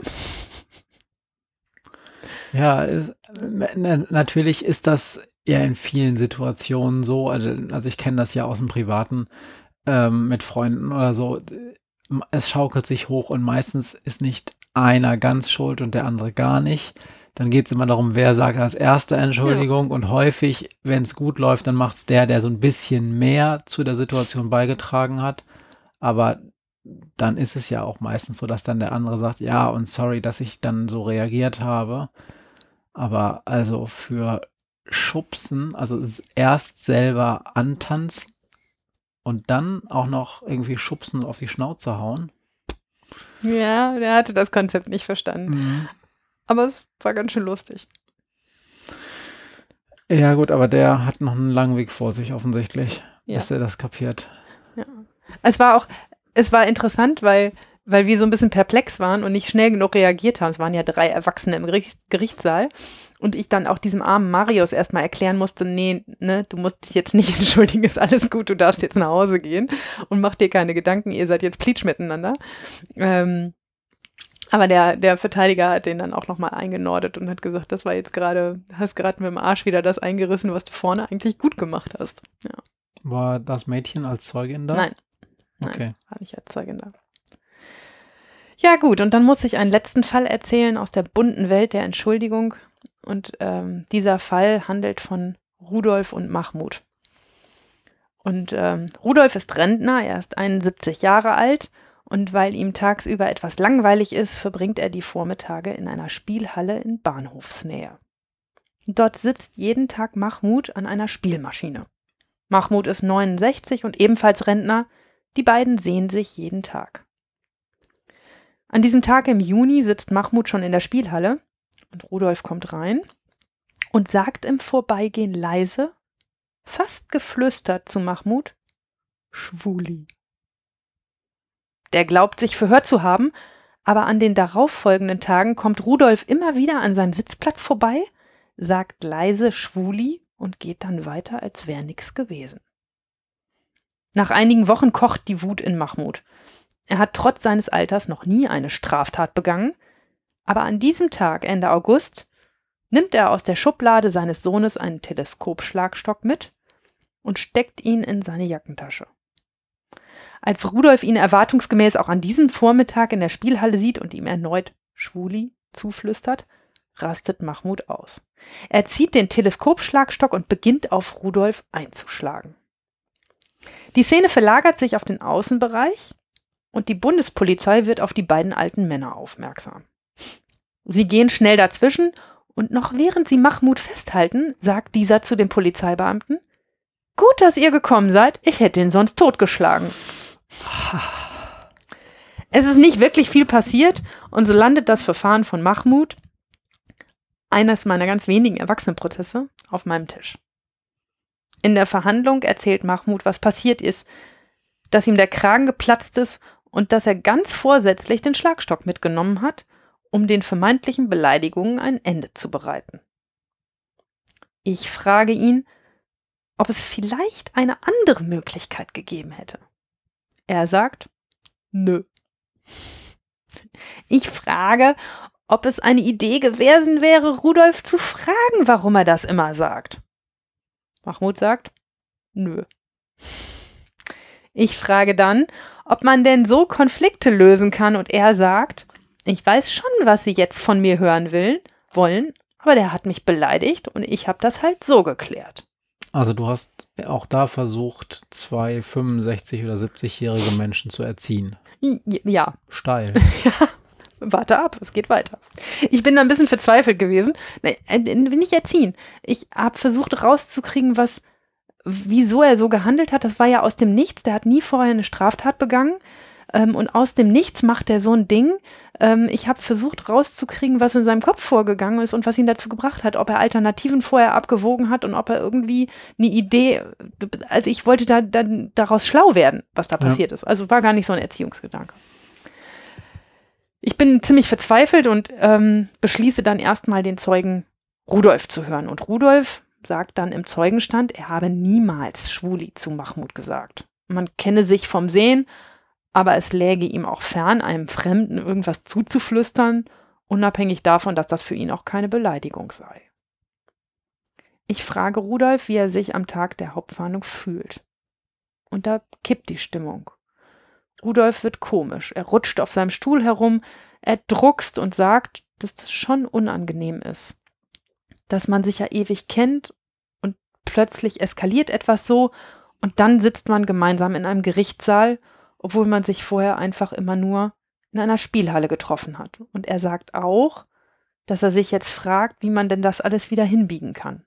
Ja, es, na, natürlich ist das ja in vielen Situationen so. Also, also ich kenne das ja aus dem Privaten ähm, mit Freunden oder so. Es schaukelt sich hoch und meistens ist nicht einer ganz schuld und der andere gar nicht. Dann geht es immer darum, wer sagt als erster Entschuldigung. Ja. Und häufig, wenn es gut läuft, dann macht es der, der so ein bisschen mehr zu der Situation beigetragen hat. Aber dann ist es ja auch meistens so, dass dann der andere sagt, ja, und sorry, dass ich dann so reagiert habe. Aber also für Schubsen, also erst selber antanzen und dann auch noch irgendwie schubsen und auf die Schnauze hauen. Ja, der hatte das Konzept nicht verstanden. Mhm. Aber es war ganz schön lustig. Ja gut, aber der hat noch einen langen Weg vor sich offensichtlich, ja. bis er das kapiert. Ja. Es war auch, es war interessant, weil, weil wir so ein bisschen perplex waren und nicht schnell genug reagiert haben. Es waren ja drei Erwachsene im Gericht, Gerichtssaal und ich dann auch diesem armen Marius erstmal erklären musste, nee, ne, du musst dich jetzt nicht entschuldigen, ist alles gut, du darfst jetzt nach Hause gehen und mach dir keine Gedanken, ihr seid jetzt pleatsch miteinander. Ähm, Aber der, der Verteidiger hat den dann auch nochmal eingenordet und hat gesagt, das war jetzt gerade, hast gerade mit dem Arsch wieder das eingerissen, was du vorne eigentlich gut gemacht hast. Ja. War das Mädchen als Zeugin da? Nein. Okay. Nein, war nicht als Zeugin da. Ja gut, und dann muss ich einen letzten Fall erzählen aus der bunten Welt der Entschuldigung. Und ähm, dieser Fall handelt von Rudolf und Mahmud. Und ähm, Rudolf ist Rentner, er ist einundsiebzig Jahre alt. Und weil ihm tagsüber etwas langweilig ist, verbringt er die Vormittage in einer Spielhalle in Bahnhofsnähe. Dort sitzt jeden Tag Mahmud an einer Spielmaschine. Mahmud ist neunundsechzig und ebenfalls Rentner. Die beiden sehen sich jeden Tag. An diesem Tag im Juni sitzt Mahmud schon in der Spielhalle und Rudolf kommt rein und sagt im Vorbeigehen leise, fast geflüstert zu Mahmud, Schwuli. Der glaubt, sich verhört zu haben, aber an den darauffolgenden Tagen kommt Rudolf immer wieder an seinem Sitzplatz vorbei, sagt leise Schwuli und geht dann weiter, als wäre nichts gewesen. Nach einigen Wochen kocht die Wut in Mahmud. Er hat trotz seines Alters noch nie eine Straftat begangen, aber an diesem Tag, Ende August, nimmt er aus der Schublade seines Sohnes einen Teleskopschlagstock mit und steckt ihn in seine Jackentasche. Als Rudolf ihn erwartungsgemäß auch an diesem Vormittag in der Spielhalle sieht und ihm erneut Schwuli zuflüstert, rastet Mahmud aus. Er zieht den Teleskopschlagstock und beginnt auf Rudolf einzuschlagen. Die Szene verlagert sich auf den Außenbereich und die Bundespolizei wird auf die beiden alten Männer aufmerksam. Sie gehen schnell dazwischen und noch während sie Mahmud festhalten, sagt dieser zu den Polizeibeamten, »Gut, dass ihr gekommen seid, ich hätte ihn sonst totgeschlagen.« Es ist nicht wirklich viel passiert und so landet das Verfahren von Mahmud, eines meiner ganz wenigen Erwachsenenprozesse, auf meinem Tisch. In der Verhandlung erzählt Mahmud, was passiert ist, dass ihm der Kragen geplatzt ist und dass er ganz vorsätzlich den Schlagstock mitgenommen hat, um den vermeintlichen Beleidigungen ein Ende zu bereiten. Ich frage ihn, ob es vielleicht eine andere Möglichkeit gegeben hätte. Er sagt, nö. Ich frage, ob es eine Idee gewesen wäre, Rudolf zu fragen, warum er das immer sagt. Mahmud sagt, nö. Ich frage dann, ob man denn so Konflikte lösen kann und er sagt, ich weiß schon, was Sie jetzt von mir hören will, wollen, aber der hat mich beleidigt und ich habe das halt so geklärt. Also du hast auch da versucht, zwei fünfundsechzig- oder siebzigjährige Menschen zu erziehen. Ja. Steil. Ja, warte ab, es geht weiter. Ich bin da ein bisschen verzweifelt gewesen. Bin ich erziehen. Ich habe versucht rauszukriegen, was, wieso er so gehandelt hat. Das war ja aus dem Nichts. Der hat nie vorher eine Straftat begangen. Ähm, und aus dem Nichts macht er so ein Ding. Ähm, ich habe versucht rauszukriegen, was in seinem Kopf vorgegangen ist und was ihn dazu gebracht hat, ob er Alternativen vorher abgewogen hat und ob er irgendwie eine Idee, also ich wollte da dann daraus schlau werden, was da passiert ja. ist. Also war gar nicht so ein Erziehungsgedanke. Ich bin ziemlich verzweifelt und ähm, beschließe dann erstmal den Zeugen Rudolf zu hören. Und Rudolf sagt dann im Zeugenstand, er habe niemals Schwuli zu Mahmud gesagt. Man kenne sich vom Sehen, aber es läge ihm auch fern, einem Fremden irgendwas zuzuflüstern, unabhängig davon, dass das für ihn auch keine Beleidigung sei. Ich frage Rudolf, wie er sich am Tag der Hauptverhandlung fühlt. Und da kippt die Stimmung. Rudolf wird komisch. Er rutscht auf seinem Stuhl herum, er druckst und sagt, dass das schon unangenehm ist. Dass man sich ja ewig kennt und plötzlich eskaliert etwas so und dann sitzt man gemeinsam in einem Gerichtssaal, obwohl man sich vorher einfach immer nur in einer Spielhalle getroffen hat. Und er sagt auch, dass er sich jetzt fragt, wie man denn das alles wieder hinbiegen kann.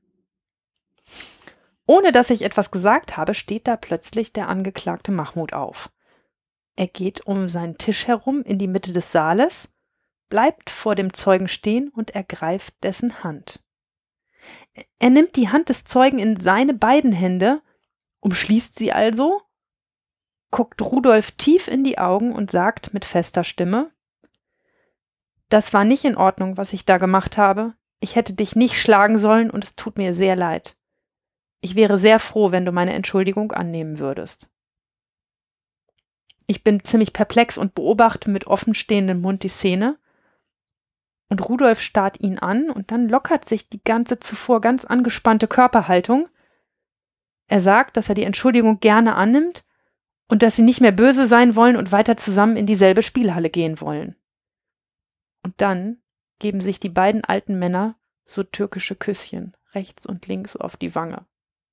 Ohne dass ich etwas gesagt habe, steht da plötzlich der Angeklagte Mahmud auf. Er geht um seinen Tisch herum in die Mitte des Saales, bleibt vor dem Zeugen stehen und ergreift dessen Hand. Er nimmt die Hand des Zeugen in seine beiden Hände, umschließt sie also, guckt Rudolf tief in die Augen und sagt mit fester Stimme, das war nicht in Ordnung, was ich da gemacht habe. Ich hätte dich nicht schlagen sollen und es tut mir sehr leid. Ich wäre sehr froh, wenn du meine Entschuldigung annehmen würdest. Ich bin ziemlich perplex und beobachte mit offenstehendem Mund die Szene Und Rudolf starrt ihn an und dann lockert sich die ganze zuvor ganz angespannte Körperhaltung. Er sagt, dass er die Entschuldigung gerne annimmt und dass sie nicht mehr böse sein wollen und weiter zusammen in dieselbe Spielhalle gehen wollen. Und dann geben sich die beiden alten Männer so türkische Küsschen, rechts und links auf die Wange.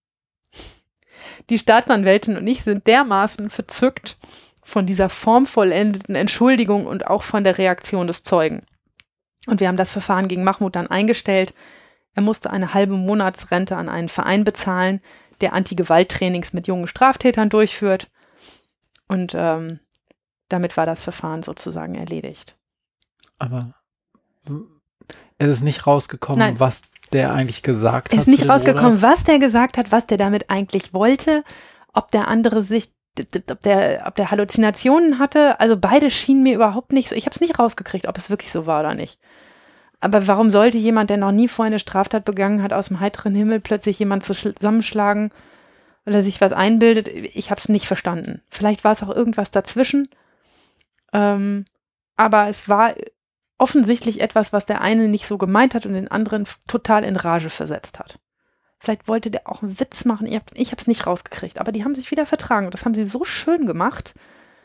Die Staatsanwältin und ich sind dermaßen verzückt von dieser formvollendeten Entschuldigung und auch von der Reaktion des Zeugen. Und wir haben das Verfahren gegen Mahmoud dann eingestellt. Er musste eine halbe Monatsrente an einen Verein bezahlen, der Anti-Gewalt-Trainings mit jungen Straftätern durchführt. Und ähm, damit war das Verfahren sozusagen erledigt. Aber es ist nicht rausgekommen, Nein. was der eigentlich gesagt Es hat. ist nicht zu dem rausgekommen, Rudolf? was der gesagt hat, was der damit eigentlich wollte, ob der andere sich, ob der, ob der Halluzinationen hatte. Also beide schienen mir überhaupt nicht so. Ich habe es nicht rausgekriegt, ob es wirklich so war oder nicht. Aber warum sollte jemand, der noch nie vorher eine Straftat begangen hat, aus dem heiteren Himmel plötzlich jemand zusammenschlagen oder sich was einbildet? Ich habe es nicht verstanden. Vielleicht war es auch irgendwas dazwischen. Ähm, aber es war offensichtlich etwas, was der eine nicht so gemeint hat und den anderen total in Rage versetzt hat. Vielleicht wollte der auch einen Witz machen. Ich habe ich es nicht rausgekriegt. Aber die haben sich wieder vertragen. Das haben sie so schön gemacht.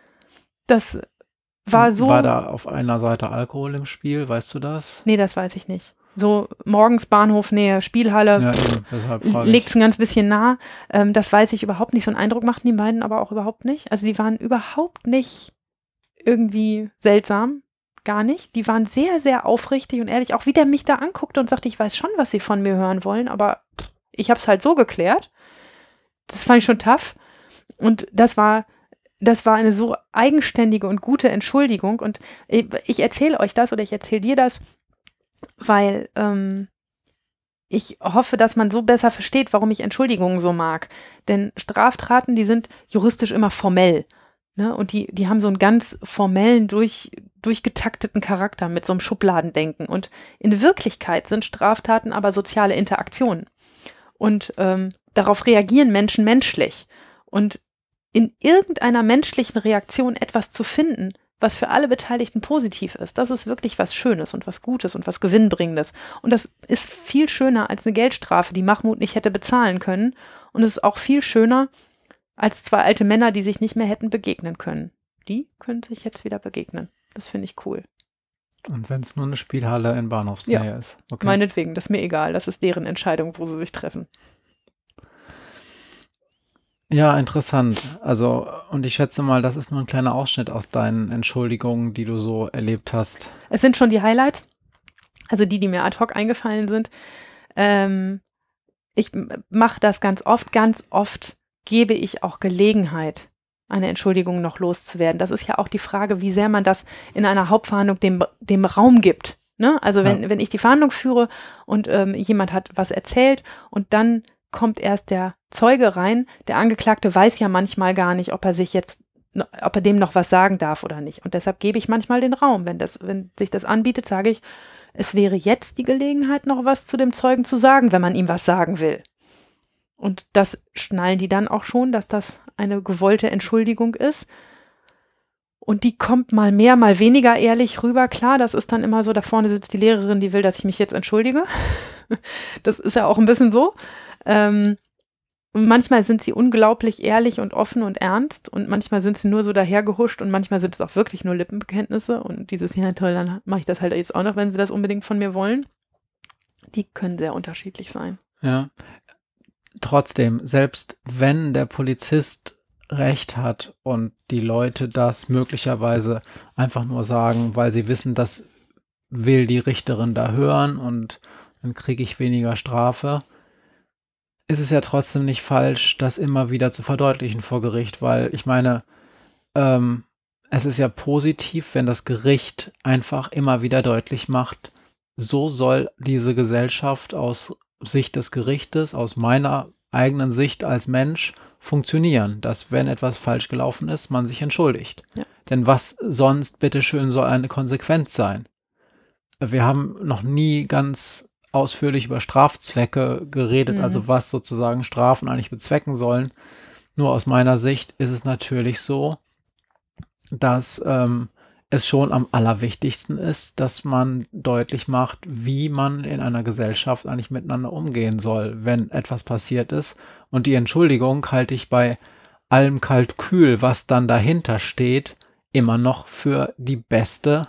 Das war so. War da auf einer Seite Alkohol im Spiel? Weißt du das? Nee, das weiß ich nicht. So morgens Bahnhofnähe, Spielhalle. Ja, eben, deshalb frage ich. Legt's ein ganz bisschen nah. Ähm, das weiß ich überhaupt nicht. So einen Eindruck machten die beiden aber auch überhaupt nicht. Also die waren überhaupt nicht irgendwie seltsam. Gar nicht. Die waren sehr, sehr aufrichtig und ehrlich. Auch wie der mich da anguckte und sagte, ich weiß schon, was sie von mir hören wollen, aber ich habe es halt so geklärt. Das fand ich schon tough. Und das war, das war eine so eigenständige und gute Entschuldigung. Und ich, ich erzähle euch das oder ich erzähle dir das, weil ähm, ich hoffe, dass man so besser versteht, warum ich Entschuldigungen so mag. Denn Straftaten, die sind juristisch immer formell. Ne? Und die, die haben so einen ganz formellen, durch, durchgetakteten Charakter mit so einem Schubladendenken. Und in Wirklichkeit sind Straftaten aber soziale Interaktionen. Und ähm, darauf reagieren Menschen menschlich. Und in irgendeiner menschlichen Reaktion etwas zu finden, was für alle Beteiligten positiv ist, das ist wirklich was Schönes und was Gutes und was Gewinnbringendes. Und das ist viel schöner als eine Geldstrafe, die Mahmoud nicht hätte bezahlen können. Und es ist auch viel schöner als zwei alte Männer, die sich nicht mehr hätten begegnen können. Die können sich jetzt wieder begegnen. Das finde ich cool. Und wenn es nur eine Spielhalle in Bahnhofsnähe Ja. ist. Okay. Meinetwegen, das ist mir egal. Das ist deren Entscheidung, wo sie sich treffen. Ja, interessant. Also, und ich schätze mal, das ist nur ein kleiner Ausschnitt aus deinen Entschuldigungen, die du so erlebt hast. Es sind schon die Highlights, also die, die mir ad hoc eingefallen sind. Ähm, ich mache das ganz oft. Ganz oft gebe ich auch Gelegenheit, eine Entschuldigung noch loszuwerden. Das ist ja auch die Frage, wie sehr man das in einer Hauptverhandlung dem, dem Raum gibt. Ne? Also wenn, ja. wenn ich die Verhandlung führe und ähm, jemand hat was erzählt und dann kommt erst der Zeuge rein, der Angeklagte weiß ja manchmal gar nicht, ob er sich jetzt, ob er dem noch was sagen darf oder nicht. Und deshalb gebe ich manchmal den Raum. Wenn das, wenn sich das anbietet, sage ich, es wäre jetzt die Gelegenheit, noch was zu dem Zeugen zu sagen, wenn man ihm was sagen will. Und das schnallen die dann auch schon, dass das eine gewollte Entschuldigung ist. Und die kommt mal mehr, mal weniger ehrlich rüber. Klar, das ist dann immer so, da vorne sitzt die Lehrerin, die will, dass ich mich jetzt entschuldige. Das ist ja auch ein bisschen so. Ähm, und manchmal sind sie unglaublich ehrlich und offen und ernst und manchmal sind sie nur so dahergehuscht und manchmal sind es auch wirklich nur Lippenbekenntnisse und dieses, ja toll, dann mache ich das halt jetzt auch noch, wenn sie das unbedingt von mir wollen. Die können sehr unterschiedlich sein. Ja, trotzdem, selbst wenn der Polizist Recht hat und die Leute das möglicherweise einfach nur sagen, weil sie wissen, das will die Richterin da hören und dann kriege ich weniger Strafe, ist es ja trotzdem nicht falsch, das immer wieder zu verdeutlichen vor Gericht, weil ich meine, ähm, es ist ja positiv, wenn das Gericht einfach immer wieder deutlich macht, so soll diese Gesellschaft aus Sicht des Gerichtes, aus meiner eigenen Sicht als Mensch funktionieren, dass wenn etwas falsch gelaufen ist, man sich entschuldigt. Ja. Denn was sonst, bitteschön, soll eine Konsequenz sein? Wir haben noch nie ganz ausführlich über Strafzwecke geredet, mhm. also was sozusagen Strafen eigentlich bezwecken sollen. Nur aus meiner Sicht ist es natürlich so, dass ähm, es schon am allerwichtigsten ist, dass man deutlich macht, wie man in einer Gesellschaft eigentlich miteinander umgehen soll, wenn etwas passiert ist. Und die Entschuldigung halte ich bei allem Kalkül, was dann dahinter steht, immer noch für die beste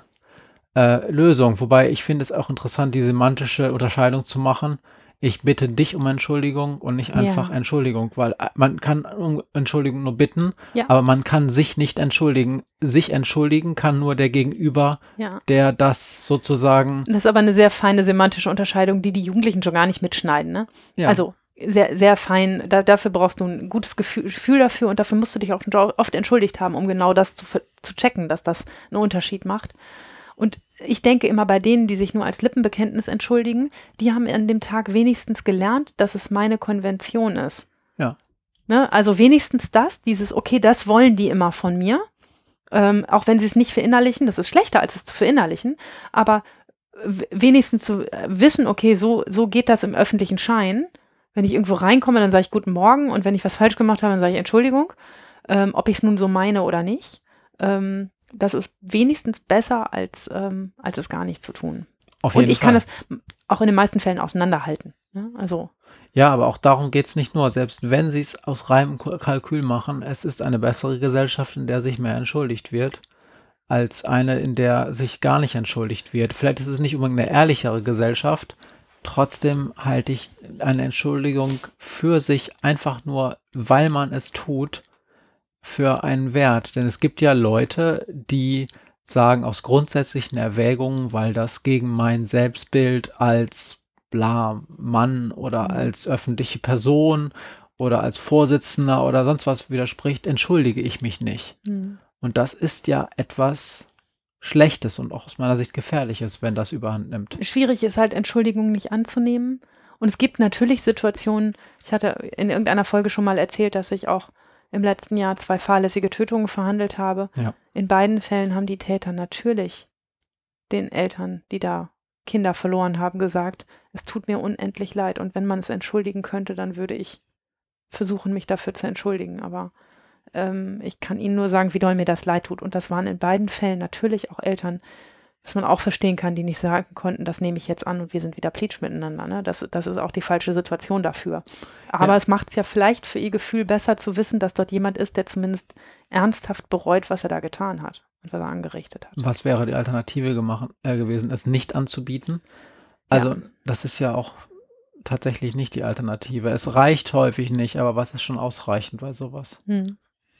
äh, Lösung. Wobei ich finde es auch interessant, die semantische Unterscheidung zu machen. Ich bitte dich um Entschuldigung und nicht einfach Ja. Entschuldigung, weil äh, man kann um Entschuldigung nur bitten, Ja. aber man kann sich nicht entschuldigen. Sich entschuldigen kann nur der Gegenüber, Ja. der das sozusagen, Das ist aber eine sehr feine semantische Unterscheidung, die die Jugendlichen schon gar nicht mitschneiden, ne? ja, Also sehr, sehr fein. Da, dafür brauchst du ein gutes Gefühl, Gefühl dafür und dafür musst du dich auch schon oft entschuldigt haben, um genau das zu, ver- zu checken, dass das einen Unterschied macht. Und ich denke immer bei denen, die sich nur als Lippenbekenntnis entschuldigen, die haben an dem Tag wenigstens gelernt, dass es meine Konvention ist. ja, Ne? Also wenigstens das, dieses, okay, das wollen die immer von mir. Ähm, auch wenn sie es nicht verinnerlichen, das ist schlechter, als es zu verinnerlichen, aber w- wenigstens zu äh, wissen, okay, so, so geht das im öffentlichen Schein. Wenn ich irgendwo reinkomme, dann sage ich Guten Morgen und wenn ich was falsch gemacht habe, dann sage ich Entschuldigung, ähm, ob ich es nun so meine oder nicht. Ähm, das ist wenigstens besser, als, ähm, als es gar nicht zu tun. auf Und jeden ich Fall. kann das auch in den meisten Fällen auseinanderhalten. Ne? Also, Ja, aber auch darum geht es nicht nur, selbst wenn sie es aus reinem Ko- Kalkül machen, es ist eine bessere Gesellschaft, in der sich mehr entschuldigt wird, als eine, in der sich gar nicht entschuldigt wird. Vielleicht ist es nicht unbedingt eine ehrlichere Gesellschaft, trotzdem halte ich eine Entschuldigung für sich einfach nur, weil man es tut, für einen Wert. Denn es gibt ja Leute, die sagen aus grundsätzlichen Erwägungen, weil das gegen mein Selbstbild als bla Mann oder Mhm. als öffentliche Person oder als Vorsitzender oder sonst was widerspricht, entschuldige ich mich nicht. hm. Und das ist ja etwas Schlechtes und auch aus meiner Sicht Gefährliches, wenn das überhand nimmt. Schwierig ist halt, Entschuldigungen nicht anzunehmen. Und es gibt natürlich Situationen, ich hatte in irgendeiner Folge schon mal erzählt, dass ich auch im letzten Jahr zwei fahrlässige Tötungen verhandelt habe. Ja. In beiden Fällen haben die Täter natürlich den Eltern, die da Kinder verloren haben, gesagt, es tut mir unendlich leid. Und wenn man es entschuldigen könnte, dann würde ich versuchen, mich dafür zu entschuldigen. Aber ähm, ich kann Ihnen nur sagen, wie doll mir das leid tut. Und das waren in beiden Fällen natürlich auch Eltern, dass man auch verstehen kann, die nicht sagen konnten, das nehme ich jetzt an und wir sind wieder pleatsch miteinander. Ne? Das, das ist auch die falsche Situation dafür. Aber Ja. es macht es ja vielleicht für ihr Gefühl besser zu wissen, dass dort jemand ist, der zumindest ernsthaft bereut, was er da getan hat und was er angerichtet hat. Was wäre die Alternative gemacht, äh, gewesen, es nicht anzubieten? Also Ja. das ist ja auch tatsächlich nicht die Alternative. Es reicht häufig nicht, aber was ist schon ausreichend bei sowas? Hm.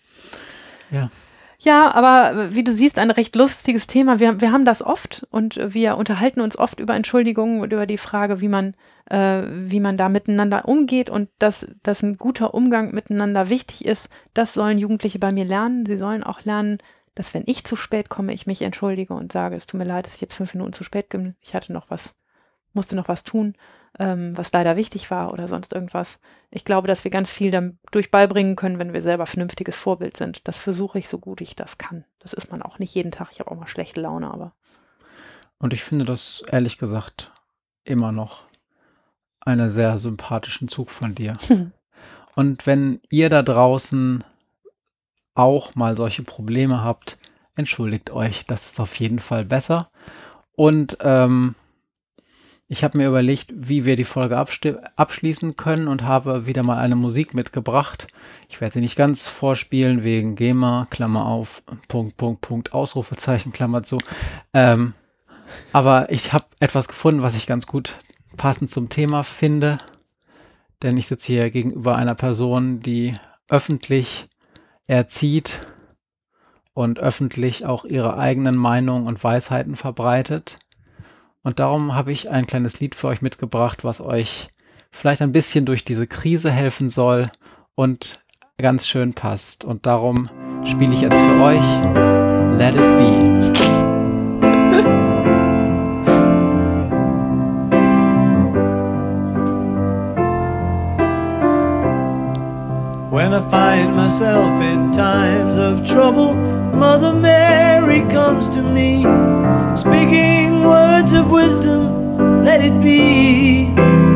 Ja. Ja, aber wie du siehst, ein recht lustiges Thema. Wir, wir haben das oft und wir unterhalten uns oft über Entschuldigungen und über die Frage, wie man, äh, wie man da miteinander umgeht und dass, dass ein guter Umgang miteinander wichtig ist. Das sollen Jugendliche bei mir lernen. Sie sollen auch lernen, dass wenn ich zu spät komme, ich mich entschuldige und sage, es tut mir leid, dass ich jetzt fünf Minuten zu spät bin. Ich hatte noch was, musste noch was tun, ähm, was leider wichtig war oder sonst irgendwas. Ich glaube, dass wir ganz viel dadurch beibringen können, wenn wir selber vernünftiges Vorbild sind. Das versuche ich so gut ich das kann. Das ist man auch nicht jeden Tag. Ich habe auch mal schlechte Laune, aber Und ich finde das ehrlich gesagt immer noch einen sehr sympathischen Zug von dir. Und wenn ihr da draußen auch mal solche Probleme habt, entschuldigt euch. Das ist auf jeden Fall besser. Und ähm, ich habe mir überlegt, wie wir die Folge absti- abschließen können und habe wieder mal eine Musik mitgebracht. Ich werde sie nicht ganz vorspielen, wegen GEMA, Klammer auf, Punkt, Punkt, Punkt, Ausrufezeichen, Klammer zu. Ähm, aber ich habe etwas gefunden, was ich ganz gut passend zum Thema finde. Denn ich sitze hier gegenüber einer Person, die öffentlich erzieht und öffentlich auch ihre eigenen Meinungen und Weisheiten verbreitet. Und darum habe ich ein kleines Lied für euch mitgebracht, was euch vielleicht ein bisschen durch diese Krise helfen soll und ganz schön passt. Und darum spiele ich jetzt für euch Let It Be. When I find myself in times of trouble, Mother Mary comes to me, speaking words of wisdom, let it be.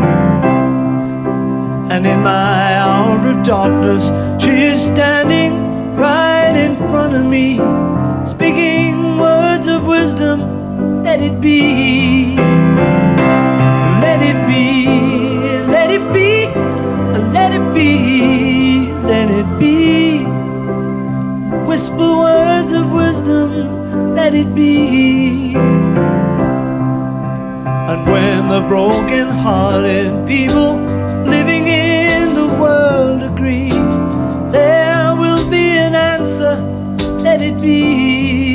And in my hour of darkness, she is standing right in front of me, speaking words wisdom, let it be. Let it be, let it be, let it be, let it be. Whisper words of wisdom, let it be. And when the broken-hearted people living in the world agree, there will be an answer, let it be.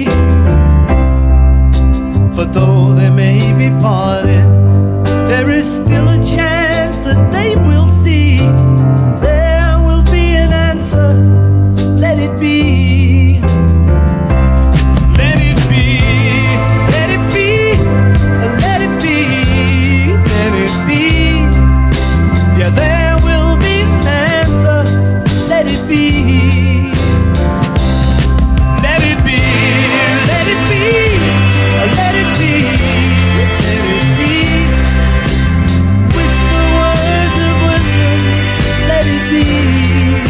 For though they may be parted, there is still a chance that they will see. There will be an answer, let it be. Let it be, let it be, let it be, let it be. Yeah, there will be an answer, let it be. Let it be, let it be, let it be, let it be. Whisper words of wisdom, let it be.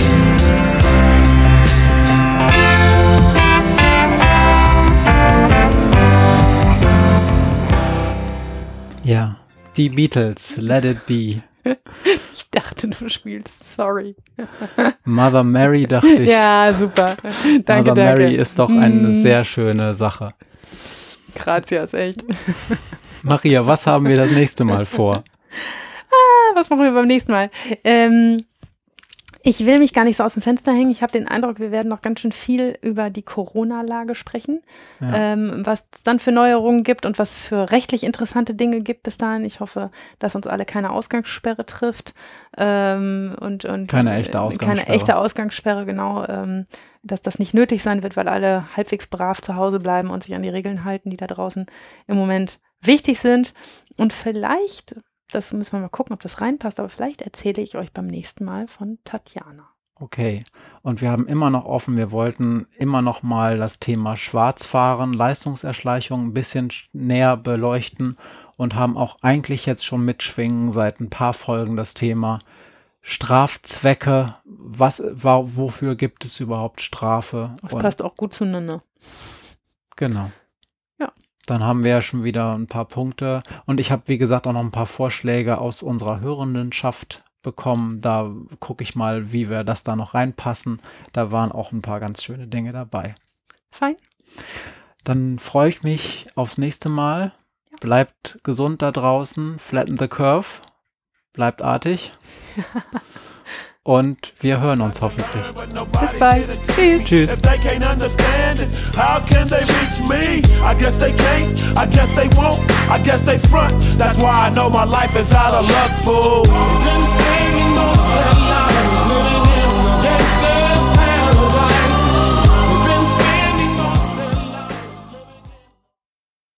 Ja, die Beatles, Let It Be. Ich dachte, du spielst Sorry. Mother Mary dachte ich. Ja, super. Danke, Mother danke. Mary ist doch eine Mm. sehr schöne Sache. Gracias, echt. Maria, was haben wir das nächste Mal vor? Ah, was machen wir beim nächsten Mal? Ähm, ich will mich gar nicht so aus dem Fenster hängen. Ich habe den Eindruck, wir werden noch ganz schön viel über die Corona-Lage sprechen, Ja. ähm, was es dann für Neuerungen gibt und was es für rechtlich interessante Dinge gibt bis dahin. Ich hoffe, dass uns alle keine Ausgangssperre trifft. Ähm, und, und, Keine echte äh, Ausgangssperre. Keine echte Ausgangssperre, genau. Ähm, dass das nicht nötig sein wird, weil alle halbwegs brav zu Hause bleiben und sich an die Regeln halten, die da draußen im Moment wichtig sind. Und vielleicht, das müssen wir mal gucken, ob das reinpasst, aber vielleicht erzähle ich euch beim nächsten Mal von Tatjana. Okay. Und wir haben immer noch offen, wir wollten immer noch mal das Thema Schwarzfahren, Leistungserschleichung ein bisschen sch- näher beleuchten und haben auch eigentlich jetzt schon mitschwingen seit ein paar Folgen das Thema Strafzwecke. Was, wa- wofür gibt es überhaupt Strafe? Das Und passt auch gut zueinander. genau. Ja. Dann haben wir ja schon wieder ein paar Punkte. Und ich habe, wie gesagt, auch noch ein paar Vorschläge aus unserer Hörendenschaft bekommen. Da gucke ich mal, wie wir das da noch reinpassen. Da waren auch ein paar ganz schöne Dinge dabei. Fein. Dann freue ich mich aufs nächste Mal. Bleibt gesund da draußen. Flatten the curve. Bleibt artig. Und wir hören uns hoffentlich. Bis bald. Tschüss. Tschüss. If they can't understand it, how can they reach me? I guess they can't, I guess they won't, I guess they front. That's why I know my life is out of luck, fool. Been staying most of the night.